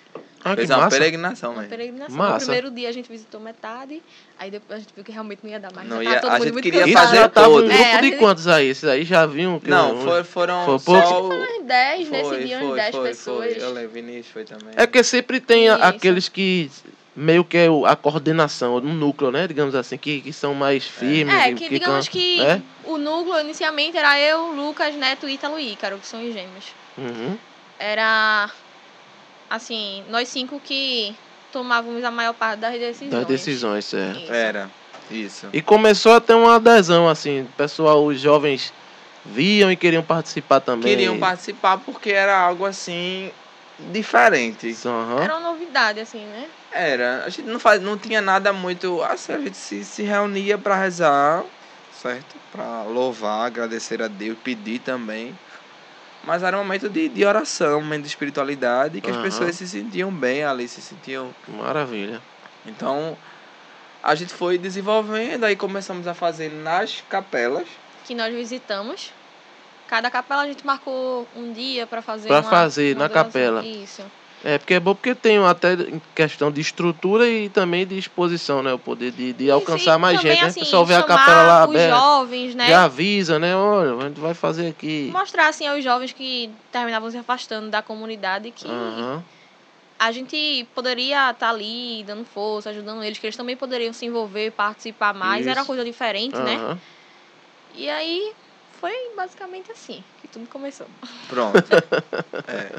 Speaker 1: Ah, que
Speaker 3: Fez uma
Speaker 1: massa.
Speaker 3: peregrinação,
Speaker 4: Uma
Speaker 3: velho.
Speaker 4: peregrinação.
Speaker 1: Massa.
Speaker 4: No primeiro dia a gente visitou metade, aí depois a gente viu que realmente não ia dar mais.
Speaker 3: Não
Speaker 4: já
Speaker 3: ia-
Speaker 4: tava todo
Speaker 3: a
Speaker 4: mundo
Speaker 3: gente
Speaker 4: muito
Speaker 3: queria
Speaker 1: Isso
Speaker 4: cansado.
Speaker 3: fazer
Speaker 1: já tava um
Speaker 3: todos.
Speaker 1: grupo
Speaker 4: É, a
Speaker 1: de
Speaker 4: gente-
Speaker 1: quantos aí? Esses aí já vinham? Que
Speaker 3: Não,
Speaker 1: uns-
Speaker 3: foi, foram
Speaker 1: foi
Speaker 3: só...
Speaker 1: pouco?
Speaker 3: o-
Speaker 4: Uns dez, nesse
Speaker 3: Foi,
Speaker 4: dia,
Speaker 3: foi,
Speaker 4: uns dez
Speaker 3: foi,
Speaker 4: pessoas.
Speaker 3: foi. Eu lembro, Vinícius foi também.
Speaker 1: É porque sempre tem a-
Speaker 4: Isso.
Speaker 1: aqueles que meio que é o- a coordenação, um núcleo, né? Digamos assim, que, que são mais firmes.
Speaker 4: É,
Speaker 1: e
Speaker 4: que digamos
Speaker 1: can-
Speaker 4: que
Speaker 1: né?
Speaker 4: o núcleo inicialmente era eu, Lucas, Neto, Ítalo e Ícaro, que são os gêmeos.
Speaker 1: Uhum.
Speaker 4: Era, assim, nós cinco que tomávamos a maior parte das decisões.
Speaker 1: Das decisões, certo.
Speaker 4: Isso.
Speaker 3: Era, isso.
Speaker 1: E começou a ter uma adesão, assim, pessoal, os jovens viam e queriam participar também.
Speaker 3: Queriam participar porque era algo assim diferente.
Speaker 1: Aham.
Speaker 4: Era uma novidade, assim, né?
Speaker 3: Era, a gente não faz, não tinha nada muito, assim, a gente se, se reunia para rezar, certo? Para louvar, agradecer a Deus, pedir também. Mas era um momento de, de oração, um momento de espiritualidade, que as
Speaker 1: Aham.
Speaker 3: pessoas se sentiam bem ali, se sentiam.
Speaker 1: Maravilha.
Speaker 3: Então, a gente foi desenvolvendo, aí começamos a fazer nas capelas.
Speaker 4: Que nós visitamos. Cada capela a gente marcou um dia pra fazer
Speaker 1: Pra
Speaker 4: uma,
Speaker 1: fazer
Speaker 4: uma
Speaker 1: na
Speaker 4: adoração.
Speaker 1: capela.
Speaker 4: Isso.
Speaker 1: É, porque é bom porque tem até em questão de estrutura e também de exposição, né? O poder de, de alcançar
Speaker 4: Isso, e
Speaker 1: mais
Speaker 4: também,
Speaker 1: gente, né?
Speaker 4: assim,
Speaker 1: O pessoal vê a
Speaker 4: chamar
Speaker 1: capela lá
Speaker 4: os
Speaker 1: aberta,
Speaker 4: jovens, né?
Speaker 1: já avisa, né? Olha, a gente vai fazer aqui.
Speaker 4: Mostrar, assim, aos jovens que terminavam se afastando da comunidade que
Speaker 1: Aham.
Speaker 4: a gente poderia estar ali dando força, ajudando eles, que eles também poderiam se envolver, participar mais. Era
Speaker 1: Isso.
Speaker 4: coisa diferente, né?
Speaker 1: Aham.
Speaker 4: E aí foi basicamente assim que tudo começou.
Speaker 3: Pronto. É.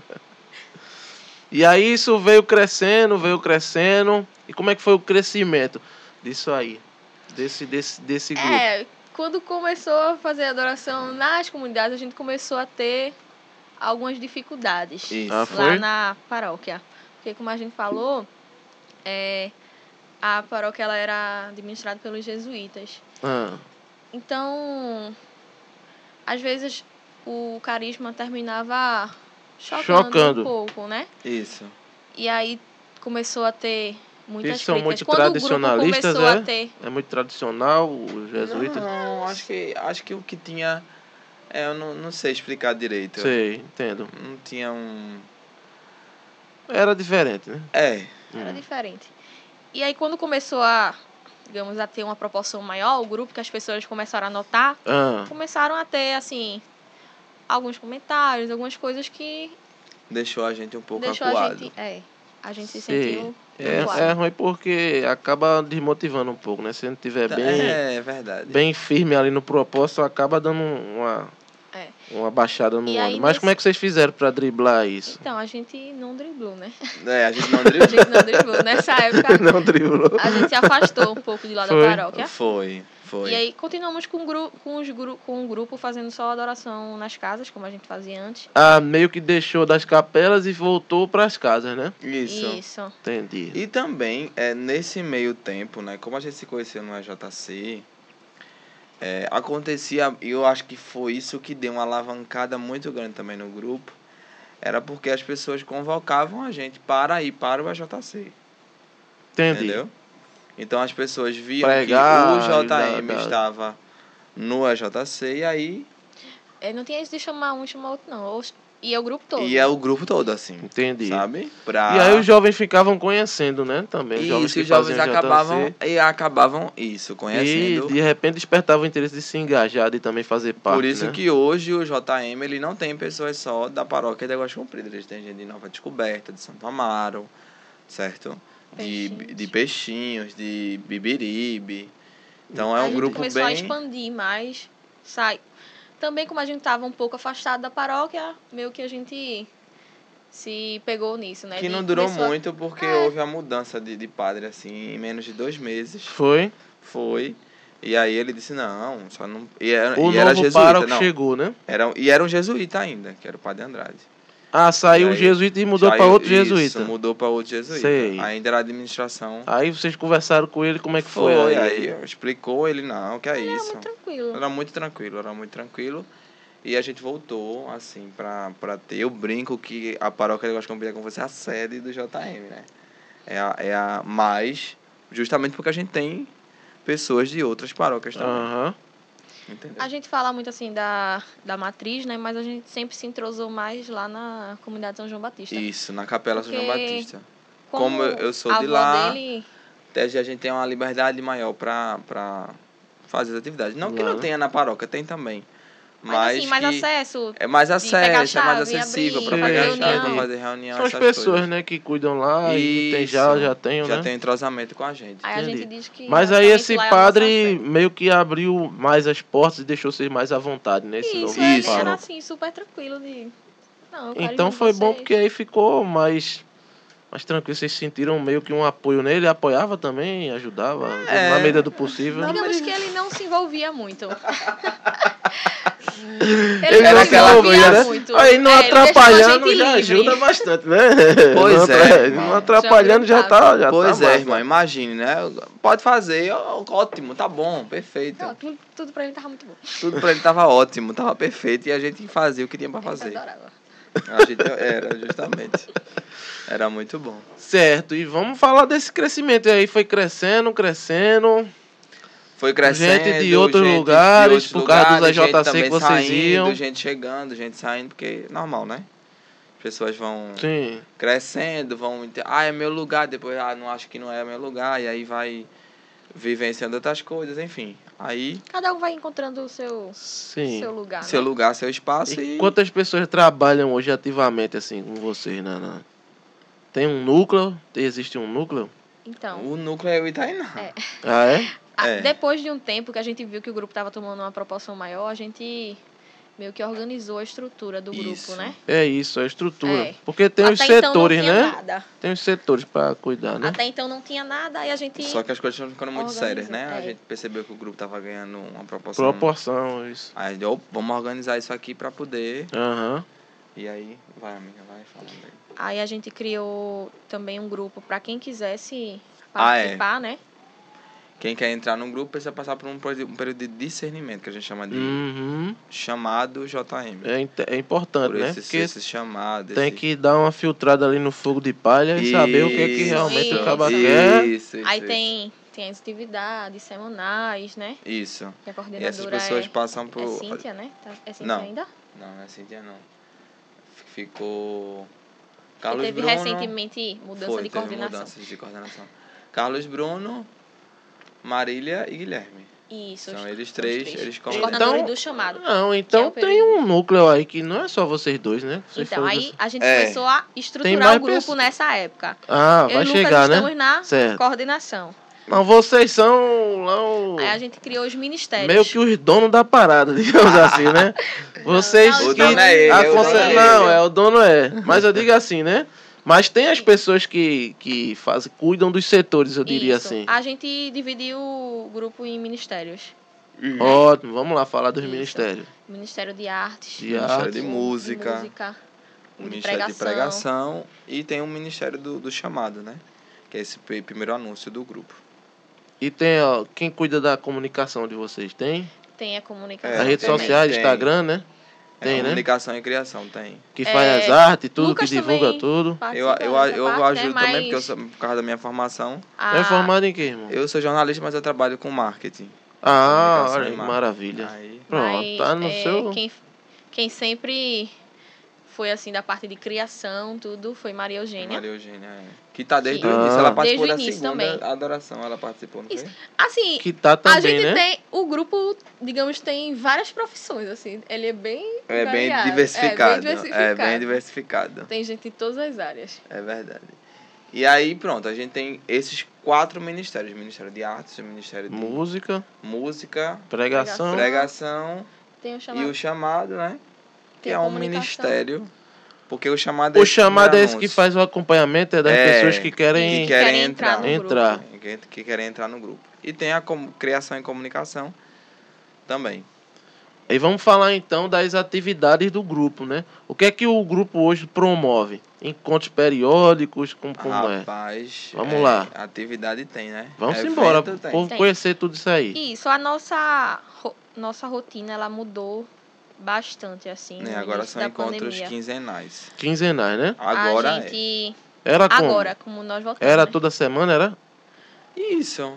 Speaker 1: E aí isso veio crescendo, veio crescendo. E como é que foi o crescimento disso aí? Desse, desse, desse grupo?
Speaker 4: É, quando começou a fazer adoração nas comunidades, a gente começou a ter algumas dificuldades
Speaker 3: Isso.
Speaker 1: Ah,
Speaker 4: lá
Speaker 1: foi?
Speaker 4: na paróquia. Porque, como a gente falou, é, a paróquia ela era administrada pelos jesuítas.
Speaker 1: Ah,
Speaker 4: Então, às vezes, o carisma terminava chocando,
Speaker 1: Chocando.
Speaker 4: um pouco, né?
Speaker 3: Isso.
Speaker 4: E aí começou a ter muitas
Speaker 1: Eles são
Speaker 4: críticas.
Speaker 1: muito
Speaker 4: Quando o grupo
Speaker 1: tradicionalistas,
Speaker 4: começou
Speaker 1: é?
Speaker 4: a ter...
Speaker 1: é muito tradicional, os jesuítas?
Speaker 3: Não, acho que, acho que o que tinha. É, eu não, não sei explicar direito.
Speaker 1: Sei, entendo.
Speaker 3: Não tinha um.
Speaker 1: Era diferente, né?
Speaker 3: É.
Speaker 4: Era
Speaker 1: Hum.
Speaker 4: diferente. E aí, quando começou a, digamos, a ter uma proporção maior, o grupo que as pessoas começaram a notar,
Speaker 1: Ah,
Speaker 4: começaram a ter, assim, alguns comentários, algumas coisas que
Speaker 3: Deixou a gente um pouco
Speaker 4: deixou
Speaker 3: acuado.
Speaker 4: a gente... É, a gente se
Speaker 1: sei.
Speaker 4: sentiu
Speaker 1: É,
Speaker 4: acuado.
Speaker 1: é ruim porque acaba desmotivando um pouco, né? Se não estiver bem,
Speaker 3: É, verdade.
Speaker 1: bem firme ali no propósito, acaba dando uma,
Speaker 4: É.
Speaker 1: uma baixada no
Speaker 4: E
Speaker 1: ânimo.
Speaker 4: aí,
Speaker 1: Mas
Speaker 4: nesse-
Speaker 1: como é que vocês fizeram pra driblar isso?
Speaker 4: Então, a gente não driblou, né?
Speaker 3: É, a gente não
Speaker 4: A
Speaker 3: driblou.
Speaker 4: gente não driblou. Nessa época,
Speaker 1: Não driblou.
Speaker 4: a gente se afastou um pouco de lá
Speaker 1: Foi.
Speaker 4: da paróquia.
Speaker 3: Foi, foi.
Speaker 4: E aí, continuamos com, o gru com, os gru com o grupo fazendo só adoração nas casas, como a gente fazia antes.
Speaker 1: Ah, meio que deixou das capelas e voltou pras casas, né?
Speaker 3: Isso.
Speaker 4: Isso.
Speaker 1: Entendi.
Speaker 3: E também, é, nesse meio tempo, né, como a gente se conheceu no E J C, é, acontecia, e eu acho que foi isso que deu uma alavancada muito grande também no grupo, era porque as pessoas convocavam a gente para ir para o E J C,
Speaker 1: Entendi.
Speaker 3: entendeu? Então as pessoas viam
Speaker 1: Pregar,
Speaker 3: que o J M
Speaker 1: da- da-
Speaker 3: estava no E J C e aí
Speaker 4: É, não tinha isso de chamar um e chamar outro, não. Ou- E é o grupo todo.
Speaker 3: ia o grupo todo, assim,
Speaker 1: Entendi.
Speaker 3: sabe? Pra...
Speaker 1: E aí os jovens ficavam conhendo, né? Também. Os jovens
Speaker 3: Isso,
Speaker 1: que
Speaker 3: os jovens
Speaker 1: faziam
Speaker 3: acabavam,
Speaker 1: J C.
Speaker 3: e acabavam isso,
Speaker 1: E
Speaker 3: conhecendo.
Speaker 1: de repente despertava o interesse de se engajar, de também fazer parte.
Speaker 3: Por isso
Speaker 1: né?
Speaker 3: que hoje o J M ele não tem pessoas só da paróquia de Águas Compridas. Eles têm gente de Nova Descoberta, de Santo Amaro, certo? De,
Speaker 4: Peixinhos.
Speaker 3: de Peixinhos, de Bibiribe. Então é
Speaker 4: a
Speaker 3: um
Speaker 4: gente
Speaker 3: grupo
Speaker 4: começou a
Speaker 3: bem...
Speaker 4: expandir mais. Sai. Também, como a gente estava um pouco afastado da paróquia, meio que a gente se pegou nisso, né?
Speaker 3: Que
Speaker 4: De-
Speaker 3: não durou
Speaker 4: começou a-
Speaker 3: muito porque
Speaker 4: É.
Speaker 3: houve a mudança de, de padre, assim, em menos de dois meses.
Speaker 1: Foi.
Speaker 3: Foi. E aí ele disse, não, só não... E era,
Speaker 1: O
Speaker 3: e era
Speaker 1: novo
Speaker 3: jesuíta,
Speaker 1: pároco
Speaker 3: não.
Speaker 1: chegou, né?
Speaker 3: Era, e era um jesuíta ainda, que era o padre Andrade.
Speaker 1: Ah, saiu
Speaker 3: E
Speaker 1: o
Speaker 3: aí,
Speaker 1: jesuíta e mudou
Speaker 3: Saiu-
Speaker 1: para outro
Speaker 3: isso,
Speaker 1: jesuíta.
Speaker 3: mudou para outro jesuíta.
Speaker 1: Sei.
Speaker 3: Ainda era administração.
Speaker 1: Aí vocês conversaram com ele, como é que foi?
Speaker 3: Foi, aí explicou ele, não, que é
Speaker 4: Ele era
Speaker 3: isso.
Speaker 4: muito tranquilo.
Speaker 3: Era muito tranquilo, era muito tranquilo. E a gente voltou, assim, pra, pra ter. Eu brinco que a paróquia de Águas Compridas é como se fosse a sede do J M, né? É a, é a mais, justamente porque a gente tem pessoas de outras paróquias também.
Speaker 1: Aham.
Speaker 3: Entendeu?
Speaker 4: A gente fala muito assim da, da matriz, né? Mas a gente sempre se entrosou mais lá na comunidade São João Batista.
Speaker 3: Isso, na Capela São João
Speaker 4: Porque-
Speaker 3: Batista. como eu, eu sou
Speaker 4: a
Speaker 3: de
Speaker 4: avó
Speaker 3: lá,
Speaker 4: dele...
Speaker 3: a gente tem uma liberdade maior pra, pra fazer as atividades. Não que
Speaker 1: Lá,
Speaker 3: não
Speaker 1: né?
Speaker 3: tenha na paróquia, tem também.
Speaker 4: Mas,
Speaker 3: Mas,
Speaker 4: assim, mais
Speaker 3: que
Speaker 4: acesso.
Speaker 3: é mais
Speaker 4: de pegar a
Speaker 3: acesso, é mais
Speaker 4: chave,
Speaker 3: acessível
Speaker 4: abrir,
Speaker 3: pra
Speaker 1: pra
Speaker 3: pegar
Speaker 1: fazer
Speaker 3: a chave, pra
Speaker 1: reunião.
Speaker 3: fazer reunião,
Speaker 1: São as
Speaker 3: essas
Speaker 1: pessoas,
Speaker 3: coisas.
Speaker 1: né, que cuidam lá e tem
Speaker 3: Isso,
Speaker 1: já, já tem,
Speaker 3: já
Speaker 1: né?
Speaker 3: tem um entrosamento com a gente.
Speaker 4: Aí a
Speaker 1: Entendi.
Speaker 4: gente diz que...
Speaker 1: Mas aí
Speaker 4: basicamente,
Speaker 1: esse
Speaker 4: lá é a nossa
Speaker 1: padre
Speaker 4: sede.
Speaker 1: meio que abriu mais as portas e deixou vocês mais à vontade, né? Esse
Speaker 4: Isso,
Speaker 1: novo
Speaker 4: ele
Speaker 3: Isso.
Speaker 4: era
Speaker 1: paróquio.
Speaker 4: assim, super tranquilo de... Não, eu quero ir
Speaker 1: Então
Speaker 4: com
Speaker 1: foi bom
Speaker 4: vocês.
Speaker 1: porque aí ficou mais, mais tranquilo. Vocês sentiram meio que um apoio nele. Ele apoiava também, ajudava,
Speaker 3: É.
Speaker 1: na medida do possível.
Speaker 4: Digamos que ele não se envolvia muito.
Speaker 1: Ele
Speaker 4: não
Speaker 1: não
Speaker 4: se
Speaker 1: se
Speaker 3: aquela
Speaker 1: envolvia,
Speaker 3: coisa,
Speaker 1: né?
Speaker 4: muito.
Speaker 1: Aí não
Speaker 4: É, ele deixava a
Speaker 1: atrapalhando
Speaker 4: gente
Speaker 1: já
Speaker 4: livre.
Speaker 1: ajuda bastante, né?
Speaker 3: Pois
Speaker 1: não atra-
Speaker 3: é.
Speaker 1: Não
Speaker 4: É,
Speaker 1: atrapalhando já tá, já
Speaker 3: Pois
Speaker 1: tá
Speaker 3: é,
Speaker 1: massa.
Speaker 3: irmão, imagine, né? Pode fazer, ó, ótimo, tá bom, perfeito.
Speaker 4: Não, tudo, tudo pra ele tava muito bom.
Speaker 3: Tudo pra ele tava ótimo, tava perfeito e a gente fazia o que tinha pra
Speaker 4: Ele
Speaker 3: fazer.
Speaker 4: adorava.
Speaker 3: A gente era, justamente. Era muito bom.
Speaker 1: Certo, e vamos falar desse crescimento. E aí foi crescendo, crescendo.
Speaker 3: Foi crescendo,
Speaker 1: Gente de outros
Speaker 3: gente
Speaker 1: lugares,
Speaker 3: de outros
Speaker 1: por causa dos
Speaker 3: lugares,
Speaker 1: A J C
Speaker 3: gente também
Speaker 1: que vocês
Speaker 3: saindo,
Speaker 1: iam.
Speaker 3: gente chegando, gente saindo, porque é normal, né? As pessoas vão
Speaker 1: Sim.
Speaker 3: crescendo, vão... ente- Ah, é meu lugar, depois, ah, não acho que não é meu lugar, e aí vai vivenciando outras coisas, enfim. Aí,
Speaker 4: Cada um vai encontrando o seu,
Speaker 1: Sim.
Speaker 4: seu lugar,
Speaker 3: seu
Speaker 4: né?
Speaker 3: lugar, seu espaço
Speaker 1: E
Speaker 3: e...
Speaker 1: quantas pessoas trabalham hoje ativamente assim com vocês, Nana? Tem um núcleo? Existe um núcleo?
Speaker 4: Então,
Speaker 3: O núcleo é o Itainá.
Speaker 4: É.
Speaker 1: Ah, é?
Speaker 4: a-
Speaker 3: é.
Speaker 4: depois de um tempo que a gente viu que o grupo estava tomando uma proporção maior, a gente meio que organizou a estrutura do
Speaker 3: Isso.
Speaker 4: grupo, né?
Speaker 1: É isso, a estrutura.
Speaker 4: É.
Speaker 1: Porque tem os
Speaker 4: Até então não
Speaker 1: setores,
Speaker 4: tinha
Speaker 1: né?
Speaker 4: nada.
Speaker 1: Tem os setores pra cuidar, né?
Speaker 4: Até então não tinha nada, aí a gente...
Speaker 3: Só que as coisas estão ficando muito
Speaker 4: Organiza,
Speaker 3: sérias, né? A
Speaker 4: é.
Speaker 3: gente percebeu que o grupo tava ganhando uma proporção...
Speaker 1: Proporção, isso.
Speaker 3: Aí, ó, vamos organizar isso aqui pra poder...
Speaker 1: Aham.
Speaker 3: E aí, vai, amiga, vai falando aí.
Speaker 4: Aí a gente criou também um grupo para quem quisesse
Speaker 3: Ah, é.
Speaker 4: participar, né?
Speaker 3: Quem quer entrar num grupo precisa passar por um, período- um período de discernimento, que a gente chama de
Speaker 1: Uhum.
Speaker 3: chamado J M.
Speaker 1: É, inte- é importante,
Speaker 3: por
Speaker 1: né?
Speaker 3: esse,
Speaker 1: Porque
Speaker 3: esse chamado.
Speaker 1: tem
Speaker 3: esse...
Speaker 1: que dar uma filtrada ali no fogo de palha e saber o que é que
Speaker 3: Isso,
Speaker 1: realmente o
Speaker 4: Isso.
Speaker 1: caba
Speaker 3: isso,
Speaker 1: quer.
Speaker 3: Isso,
Speaker 4: Aí
Speaker 3: isso.
Speaker 4: tem, tem as atividades semanais, né?
Speaker 3: Isso.
Speaker 4: Que a
Speaker 3: E
Speaker 4: coordenadora
Speaker 3: essas pessoas
Speaker 4: é,
Speaker 3: passam por...
Speaker 4: é Cíntia, né? Tá- É Cíntia
Speaker 3: Não.
Speaker 4: ainda?
Speaker 3: Não, não é Cíntia, não. Ficou...
Speaker 4: Que
Speaker 3: Carlos
Speaker 4: teve
Speaker 3: Bruno...
Speaker 4: recentemente mudança
Speaker 3: Foi,
Speaker 4: de
Speaker 3: teve
Speaker 4: coordenação.
Speaker 3: mudanças de coordenação. Carlos Bruno, Marília e Guilherme.
Speaker 4: Isso.
Speaker 3: São
Speaker 4: os-
Speaker 3: eles
Speaker 4: os
Speaker 3: três, eles
Speaker 4: Os
Speaker 3: coordenam.
Speaker 4: coordenadores
Speaker 1: Então-
Speaker 4: do chamado.
Speaker 1: Não, então
Speaker 4: Que é o
Speaker 1: tem
Speaker 4: período
Speaker 1: um núcleo aí que não é só vocês dois, né? Vocês
Speaker 4: Então,
Speaker 1: foram
Speaker 4: aí a gente
Speaker 3: É.
Speaker 4: começou a
Speaker 1: Tem
Speaker 4: estruturar
Speaker 1: mais
Speaker 4: o grupo
Speaker 1: pessoas.
Speaker 4: nessa época.
Speaker 1: Ah,
Speaker 4: Eu
Speaker 1: vai
Speaker 4: e Lucas
Speaker 1: chegar, né?
Speaker 4: estamos na
Speaker 1: Certo.
Speaker 4: coordenação.
Speaker 1: Não, vocês são lá o...
Speaker 4: Aí a gente criou os ministérios.
Speaker 1: meio que os donos da parada, digamos assim, né? Vocês
Speaker 4: não,
Speaker 3: O
Speaker 1: que
Speaker 3: dono é ele,
Speaker 1: aconse-
Speaker 3: o dono é
Speaker 1: não,
Speaker 3: ele.
Speaker 1: é o dono é. Mas eu digo assim, né? Mas tem as pessoas que que fazem, cuidam dos setores, eu diria
Speaker 4: Isso.
Speaker 1: assim.
Speaker 4: A gente dividiu o grupo em ministérios.
Speaker 1: Ótimo, vamos lá falar dos
Speaker 4: Isso.
Speaker 1: ministérios.
Speaker 4: Ministério de Artes.
Speaker 1: De
Speaker 3: Ministério
Speaker 1: arte.
Speaker 3: de
Speaker 4: o-
Speaker 3: música.
Speaker 4: De música.
Speaker 3: O
Speaker 4: o
Speaker 3: Ministério de Pregação e tem o Ministério do, do Chamado, né? Que é esse pri- primeiro anúncio do grupo.
Speaker 1: E tem, ó, quem cuida da comunicação de vocês? Tem?
Speaker 4: Tem a comunicação.
Speaker 3: É,
Speaker 1: As redes
Speaker 3: tem,
Speaker 1: sociais,
Speaker 3: tem.
Speaker 1: Instagram, né?
Speaker 3: É,
Speaker 1: Tem, né?
Speaker 3: comunicação e criação, tem.
Speaker 1: Que
Speaker 4: É,
Speaker 1: faz as artes, tudo,
Speaker 4: Lucas
Speaker 1: que divulga
Speaker 4: também
Speaker 1: tudo.
Speaker 3: Eu,
Speaker 4: participa
Speaker 3: eu,
Speaker 4: dessa
Speaker 3: eu
Speaker 4: parte,
Speaker 3: ajudo
Speaker 4: né?
Speaker 3: também, porque eu
Speaker 4: Mas
Speaker 3: sou, por causa da minha formação.
Speaker 4: a-
Speaker 1: É formado em quê, irmão?
Speaker 3: Eu sou jornalista, mas eu trabalho com marketing.
Speaker 1: Ah,
Speaker 3: comunicação
Speaker 1: olha
Speaker 3: e
Speaker 1: aí,
Speaker 3: marketing.
Speaker 1: maravilha.
Speaker 3: Aí,
Speaker 1: Pronto,
Speaker 4: mas,
Speaker 1: tá no
Speaker 4: é,
Speaker 1: seu...
Speaker 4: Quem, quem sempre foi assim da parte de criação, tudo, foi Maria Eugênia.
Speaker 3: Maria Eugênia, é. Que tá desde
Speaker 1: Que-
Speaker 3: o início.
Speaker 1: Ah.
Speaker 3: Ela participou
Speaker 4: Desde o
Speaker 3: da
Speaker 4: início
Speaker 3: segunda
Speaker 4: também.
Speaker 3: adoração. Ela participou, não foi?
Speaker 4: Isso. Assim,
Speaker 1: Que tá
Speaker 4: a
Speaker 1: também,
Speaker 4: gente
Speaker 1: né?
Speaker 4: tem. O grupo, digamos, tem várias profissões, assim. Ele é bem.
Speaker 3: É bem
Speaker 4: variado.
Speaker 3: diversificado.
Speaker 4: É bem diversificado.
Speaker 3: É bem diversificado.
Speaker 4: Tem gente em todas as áreas.
Speaker 3: É verdade. E aí, pronto, a gente tem esses quatro ministérios. O Ministério de Artes, o Ministério de
Speaker 1: Música,
Speaker 3: Música,
Speaker 1: pregação.
Speaker 3: Pregação
Speaker 4: Tem o chamado.
Speaker 3: e o chamado, né? Que
Speaker 4: Tem
Speaker 3: é
Speaker 4: a
Speaker 3: um
Speaker 4: comunicação.
Speaker 3: ministério. Porque o chamado
Speaker 1: O
Speaker 3: esse
Speaker 1: chamado é
Speaker 3: primeiro
Speaker 1: esse que
Speaker 3: anúncio.
Speaker 1: faz o acompanhamento é das
Speaker 3: É,
Speaker 1: pessoas que querem...
Speaker 3: que querem
Speaker 4: querem
Speaker 3: entrar.
Speaker 4: no
Speaker 1: Entrar.
Speaker 4: grupo.
Speaker 3: Que, que querem entrar no grupo. E tem a com- criação e comunicação também.
Speaker 1: E vamos falar então das atividades do grupo, né? O que é que o grupo hoje promove? Encontros periódicos, como, como é?
Speaker 3: Rapaz,
Speaker 1: Vamos
Speaker 3: é,
Speaker 1: lá.
Speaker 3: atividade tem, né?
Speaker 1: Vamos
Speaker 3: Evento
Speaker 1: embora,
Speaker 3: tem.
Speaker 1: o povo
Speaker 4: Tem.
Speaker 1: conhecer tudo isso aí.
Speaker 4: Isso, a nossa, ro- nossa rotina, ela mudou bastante, assim,
Speaker 3: Né,
Speaker 4: no
Speaker 3: agora
Speaker 4: início
Speaker 3: são
Speaker 4: da
Speaker 3: encontros
Speaker 4: pandemia.
Speaker 3: quinzenais.
Speaker 1: Quinzenais, né?
Speaker 3: Agora
Speaker 4: a gente,
Speaker 1: Era como?
Speaker 4: agora, como nós voltamos,
Speaker 1: Era
Speaker 4: né?
Speaker 1: toda semana, era?
Speaker 3: é. Isso.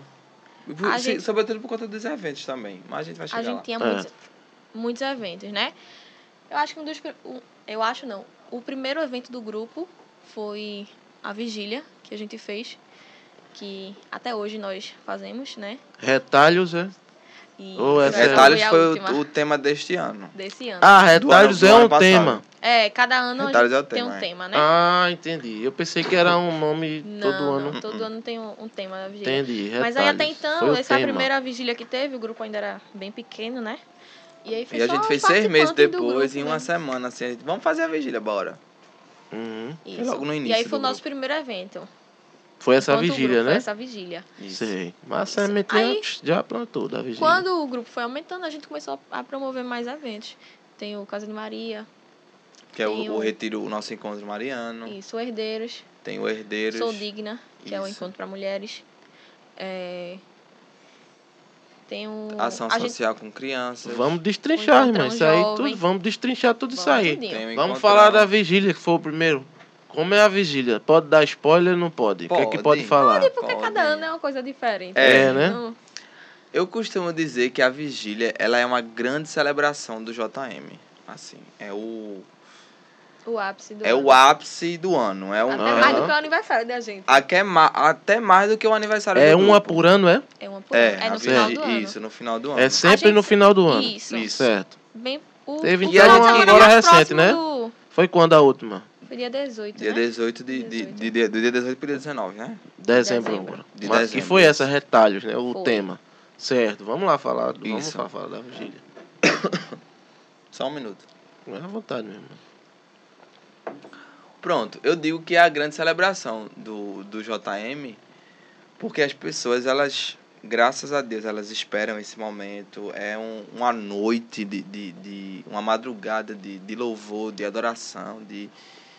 Speaker 4: A
Speaker 3: Se-
Speaker 4: gente-
Speaker 3: Sobretudo por conta dos eventos também. Mas a gente vai chegar
Speaker 4: A gente
Speaker 3: lá.
Speaker 4: tinha
Speaker 1: É.
Speaker 4: muitos, muitos eventos, né? Eu acho que um dos... pri- um- Eu acho não. O primeiro evento do grupo foi a vigília que a gente fez, que até hoje nós fazemos, né?
Speaker 1: Retalhos, é?
Speaker 4: E
Speaker 1: Ou essa é-
Speaker 3: Retalhos
Speaker 4: a
Speaker 3: foi
Speaker 4: última
Speaker 3: o, o tema deste ano.
Speaker 4: desse ano.
Speaker 1: Ah, retalhos
Speaker 3: do
Speaker 1: é
Speaker 3: ano
Speaker 1: um
Speaker 3: passado.
Speaker 1: tema.
Speaker 4: É, cada ano a
Speaker 3: Retalhos
Speaker 4: gente
Speaker 3: é o
Speaker 4: tem
Speaker 3: tema,
Speaker 4: um
Speaker 3: é.
Speaker 4: tema, né?
Speaker 1: Ah, entendi. Eu pensei que era um nome
Speaker 4: não,
Speaker 1: todo
Speaker 4: não,
Speaker 1: ano.
Speaker 4: todo ano tem um, um tema da vigília.
Speaker 1: Entendi. Retalhos.
Speaker 4: Mas aí até
Speaker 1: Foi
Speaker 4: então,
Speaker 1: o
Speaker 4: essa é a
Speaker 1: tema.
Speaker 4: primeira vigília que teve, o grupo ainda era bem pequeno, né? E aí foi
Speaker 3: E a
Speaker 4: só
Speaker 3: gente
Speaker 4: os
Speaker 3: fez seis meses
Speaker 4: participantes do
Speaker 3: depois,
Speaker 4: grupo
Speaker 3: em uma
Speaker 4: mesmo.
Speaker 3: semana, assim, a gente, vamos fazer a vigília, bora.
Speaker 1: Uhum.
Speaker 4: Isso.
Speaker 3: logo no
Speaker 4: E
Speaker 3: início
Speaker 4: aí
Speaker 3: do
Speaker 4: foi o nosso
Speaker 3: grupo.
Speaker 4: primeiro evento.
Speaker 1: Foi essa
Speaker 4: Enquanto o
Speaker 1: vigília,
Speaker 4: grupo,
Speaker 1: né?
Speaker 4: Foi essa vigília.
Speaker 3: Isso.
Speaker 1: Sei. Mas a
Speaker 4: Isso.
Speaker 1: sementinha
Speaker 4: Aí,
Speaker 1: psh, já plantou da vigília.
Speaker 4: Quando o grupo foi aumentando, a gente começou a a promover mais eventos. Tem o Casa de Maria,
Speaker 3: Que é
Speaker 4: Tem
Speaker 3: o, o
Speaker 4: o-
Speaker 3: retiro, o nosso encontro mariano.
Speaker 4: isso, o Herdeiros,
Speaker 3: Tem o Herdeiros.
Speaker 4: Sou Digna, que é o
Speaker 3: Isso.
Speaker 4: encontro para mulheres. É, Tem o...
Speaker 3: Ação
Speaker 4: a gente-
Speaker 3: social com crianças.
Speaker 1: Vamos destrinchar,
Speaker 4: O
Speaker 1: irmão.
Speaker 4: Encontrão
Speaker 1: Isso aí
Speaker 4: Jovem.
Speaker 1: tudo. Vamos destrinchar tudo isso
Speaker 4: Vamos
Speaker 1: aí.
Speaker 4: tudinho.
Speaker 3: Tem o
Speaker 1: Vamos
Speaker 3: encontrão.
Speaker 1: falar da vigília, que foi o primeiro. Como é a vigília? Pode dar spoiler ou não pode? O que é que
Speaker 3: Pode.
Speaker 1: pode falar?
Speaker 4: Porque
Speaker 3: Pode.
Speaker 4: cada ano é uma coisa diferente.
Speaker 3: É,
Speaker 4: assim,
Speaker 1: né?
Speaker 4: não-
Speaker 3: Eu costumo dizer que a vigília, ela é uma grande celebração do J M. Assim, é o,
Speaker 4: O ápice do
Speaker 3: é
Speaker 4: ano.
Speaker 3: o ápice do ano. É um,
Speaker 4: Até
Speaker 1: Ah.
Speaker 4: mais do que o aniversário da gente.
Speaker 3: até, ma- até mais do que o aniversário
Speaker 1: É
Speaker 3: do
Speaker 1: uma
Speaker 3: grupo.
Speaker 1: por ano, é?
Speaker 4: É uma por
Speaker 3: É,
Speaker 4: ano. É
Speaker 3: a
Speaker 4: no final
Speaker 3: vigi-
Speaker 4: do ano.
Speaker 3: Isso, no final do ano.
Speaker 1: É sempre
Speaker 4: gente-
Speaker 1: no final do ano.
Speaker 4: Isso.
Speaker 3: Isso.
Speaker 1: Certo.
Speaker 4: Bem, o,
Speaker 1: Teve
Speaker 4: o
Speaker 3: então
Speaker 4: final de
Speaker 3: uma
Speaker 4: semana
Speaker 3: agora
Speaker 4: mais
Speaker 1: recente,
Speaker 4: próximo
Speaker 1: né?
Speaker 4: do-
Speaker 1: Foi quando a última?
Speaker 4: Foi dia dezoito,
Speaker 3: Dia
Speaker 4: né?
Speaker 3: dezoito de, de,
Speaker 4: dezoito.
Speaker 3: de, de- do dia dezoito pro dia dezenove, né?
Speaker 1: Dezembro.
Speaker 4: Dezembro.
Speaker 1: agora.
Speaker 3: De
Speaker 1: Mas que
Speaker 3: dezembro,
Speaker 1: foi
Speaker 3: isso.
Speaker 1: essa, retalhos, né? O
Speaker 4: Foi.
Speaker 1: tema. Certo. Vamos lá falar. Vamos
Speaker 3: Isso.
Speaker 1: lá falar da vigília.
Speaker 3: Só um minuto.
Speaker 1: É à vontade mesmo.
Speaker 3: Pronto, eu digo que é a grande celebração do, do J M, porque as pessoas, elas, graças a Deus, elas esperam esse momento. É um, uma noite, de, de, de uma madrugada de, de louvor, de adoração, de,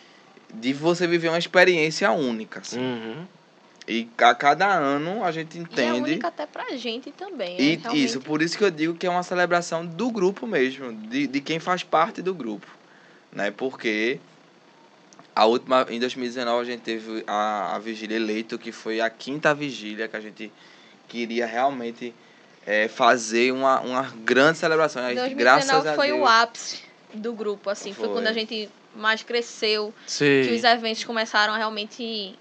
Speaker 3: de você viver uma experiência única. Assim.
Speaker 1: Uhum.
Speaker 3: E a cada ano a gente
Speaker 4: E é
Speaker 3: entende.
Speaker 4: única até pra gente também.
Speaker 3: E
Speaker 4: é realmente-
Speaker 3: isso, por isso que eu digo que é uma celebração do grupo mesmo, de, de quem faz parte do grupo, né? Porque a última, em dois mil e dezenove, a gente teve a, a vigília eleito, que foi a quinta vigília que a gente queria realmente é, fazer uma, uma grande celebração. A gente,
Speaker 4: dois mil e
Speaker 3: graças
Speaker 4: dezenove
Speaker 3: a
Speaker 4: foi
Speaker 3: Deus,
Speaker 4: o ápice do grupo, assim. Foi,
Speaker 3: Foi.
Speaker 4: quando a gente mais cresceu,
Speaker 1: Sim.
Speaker 4: que os eventos começaram a realmente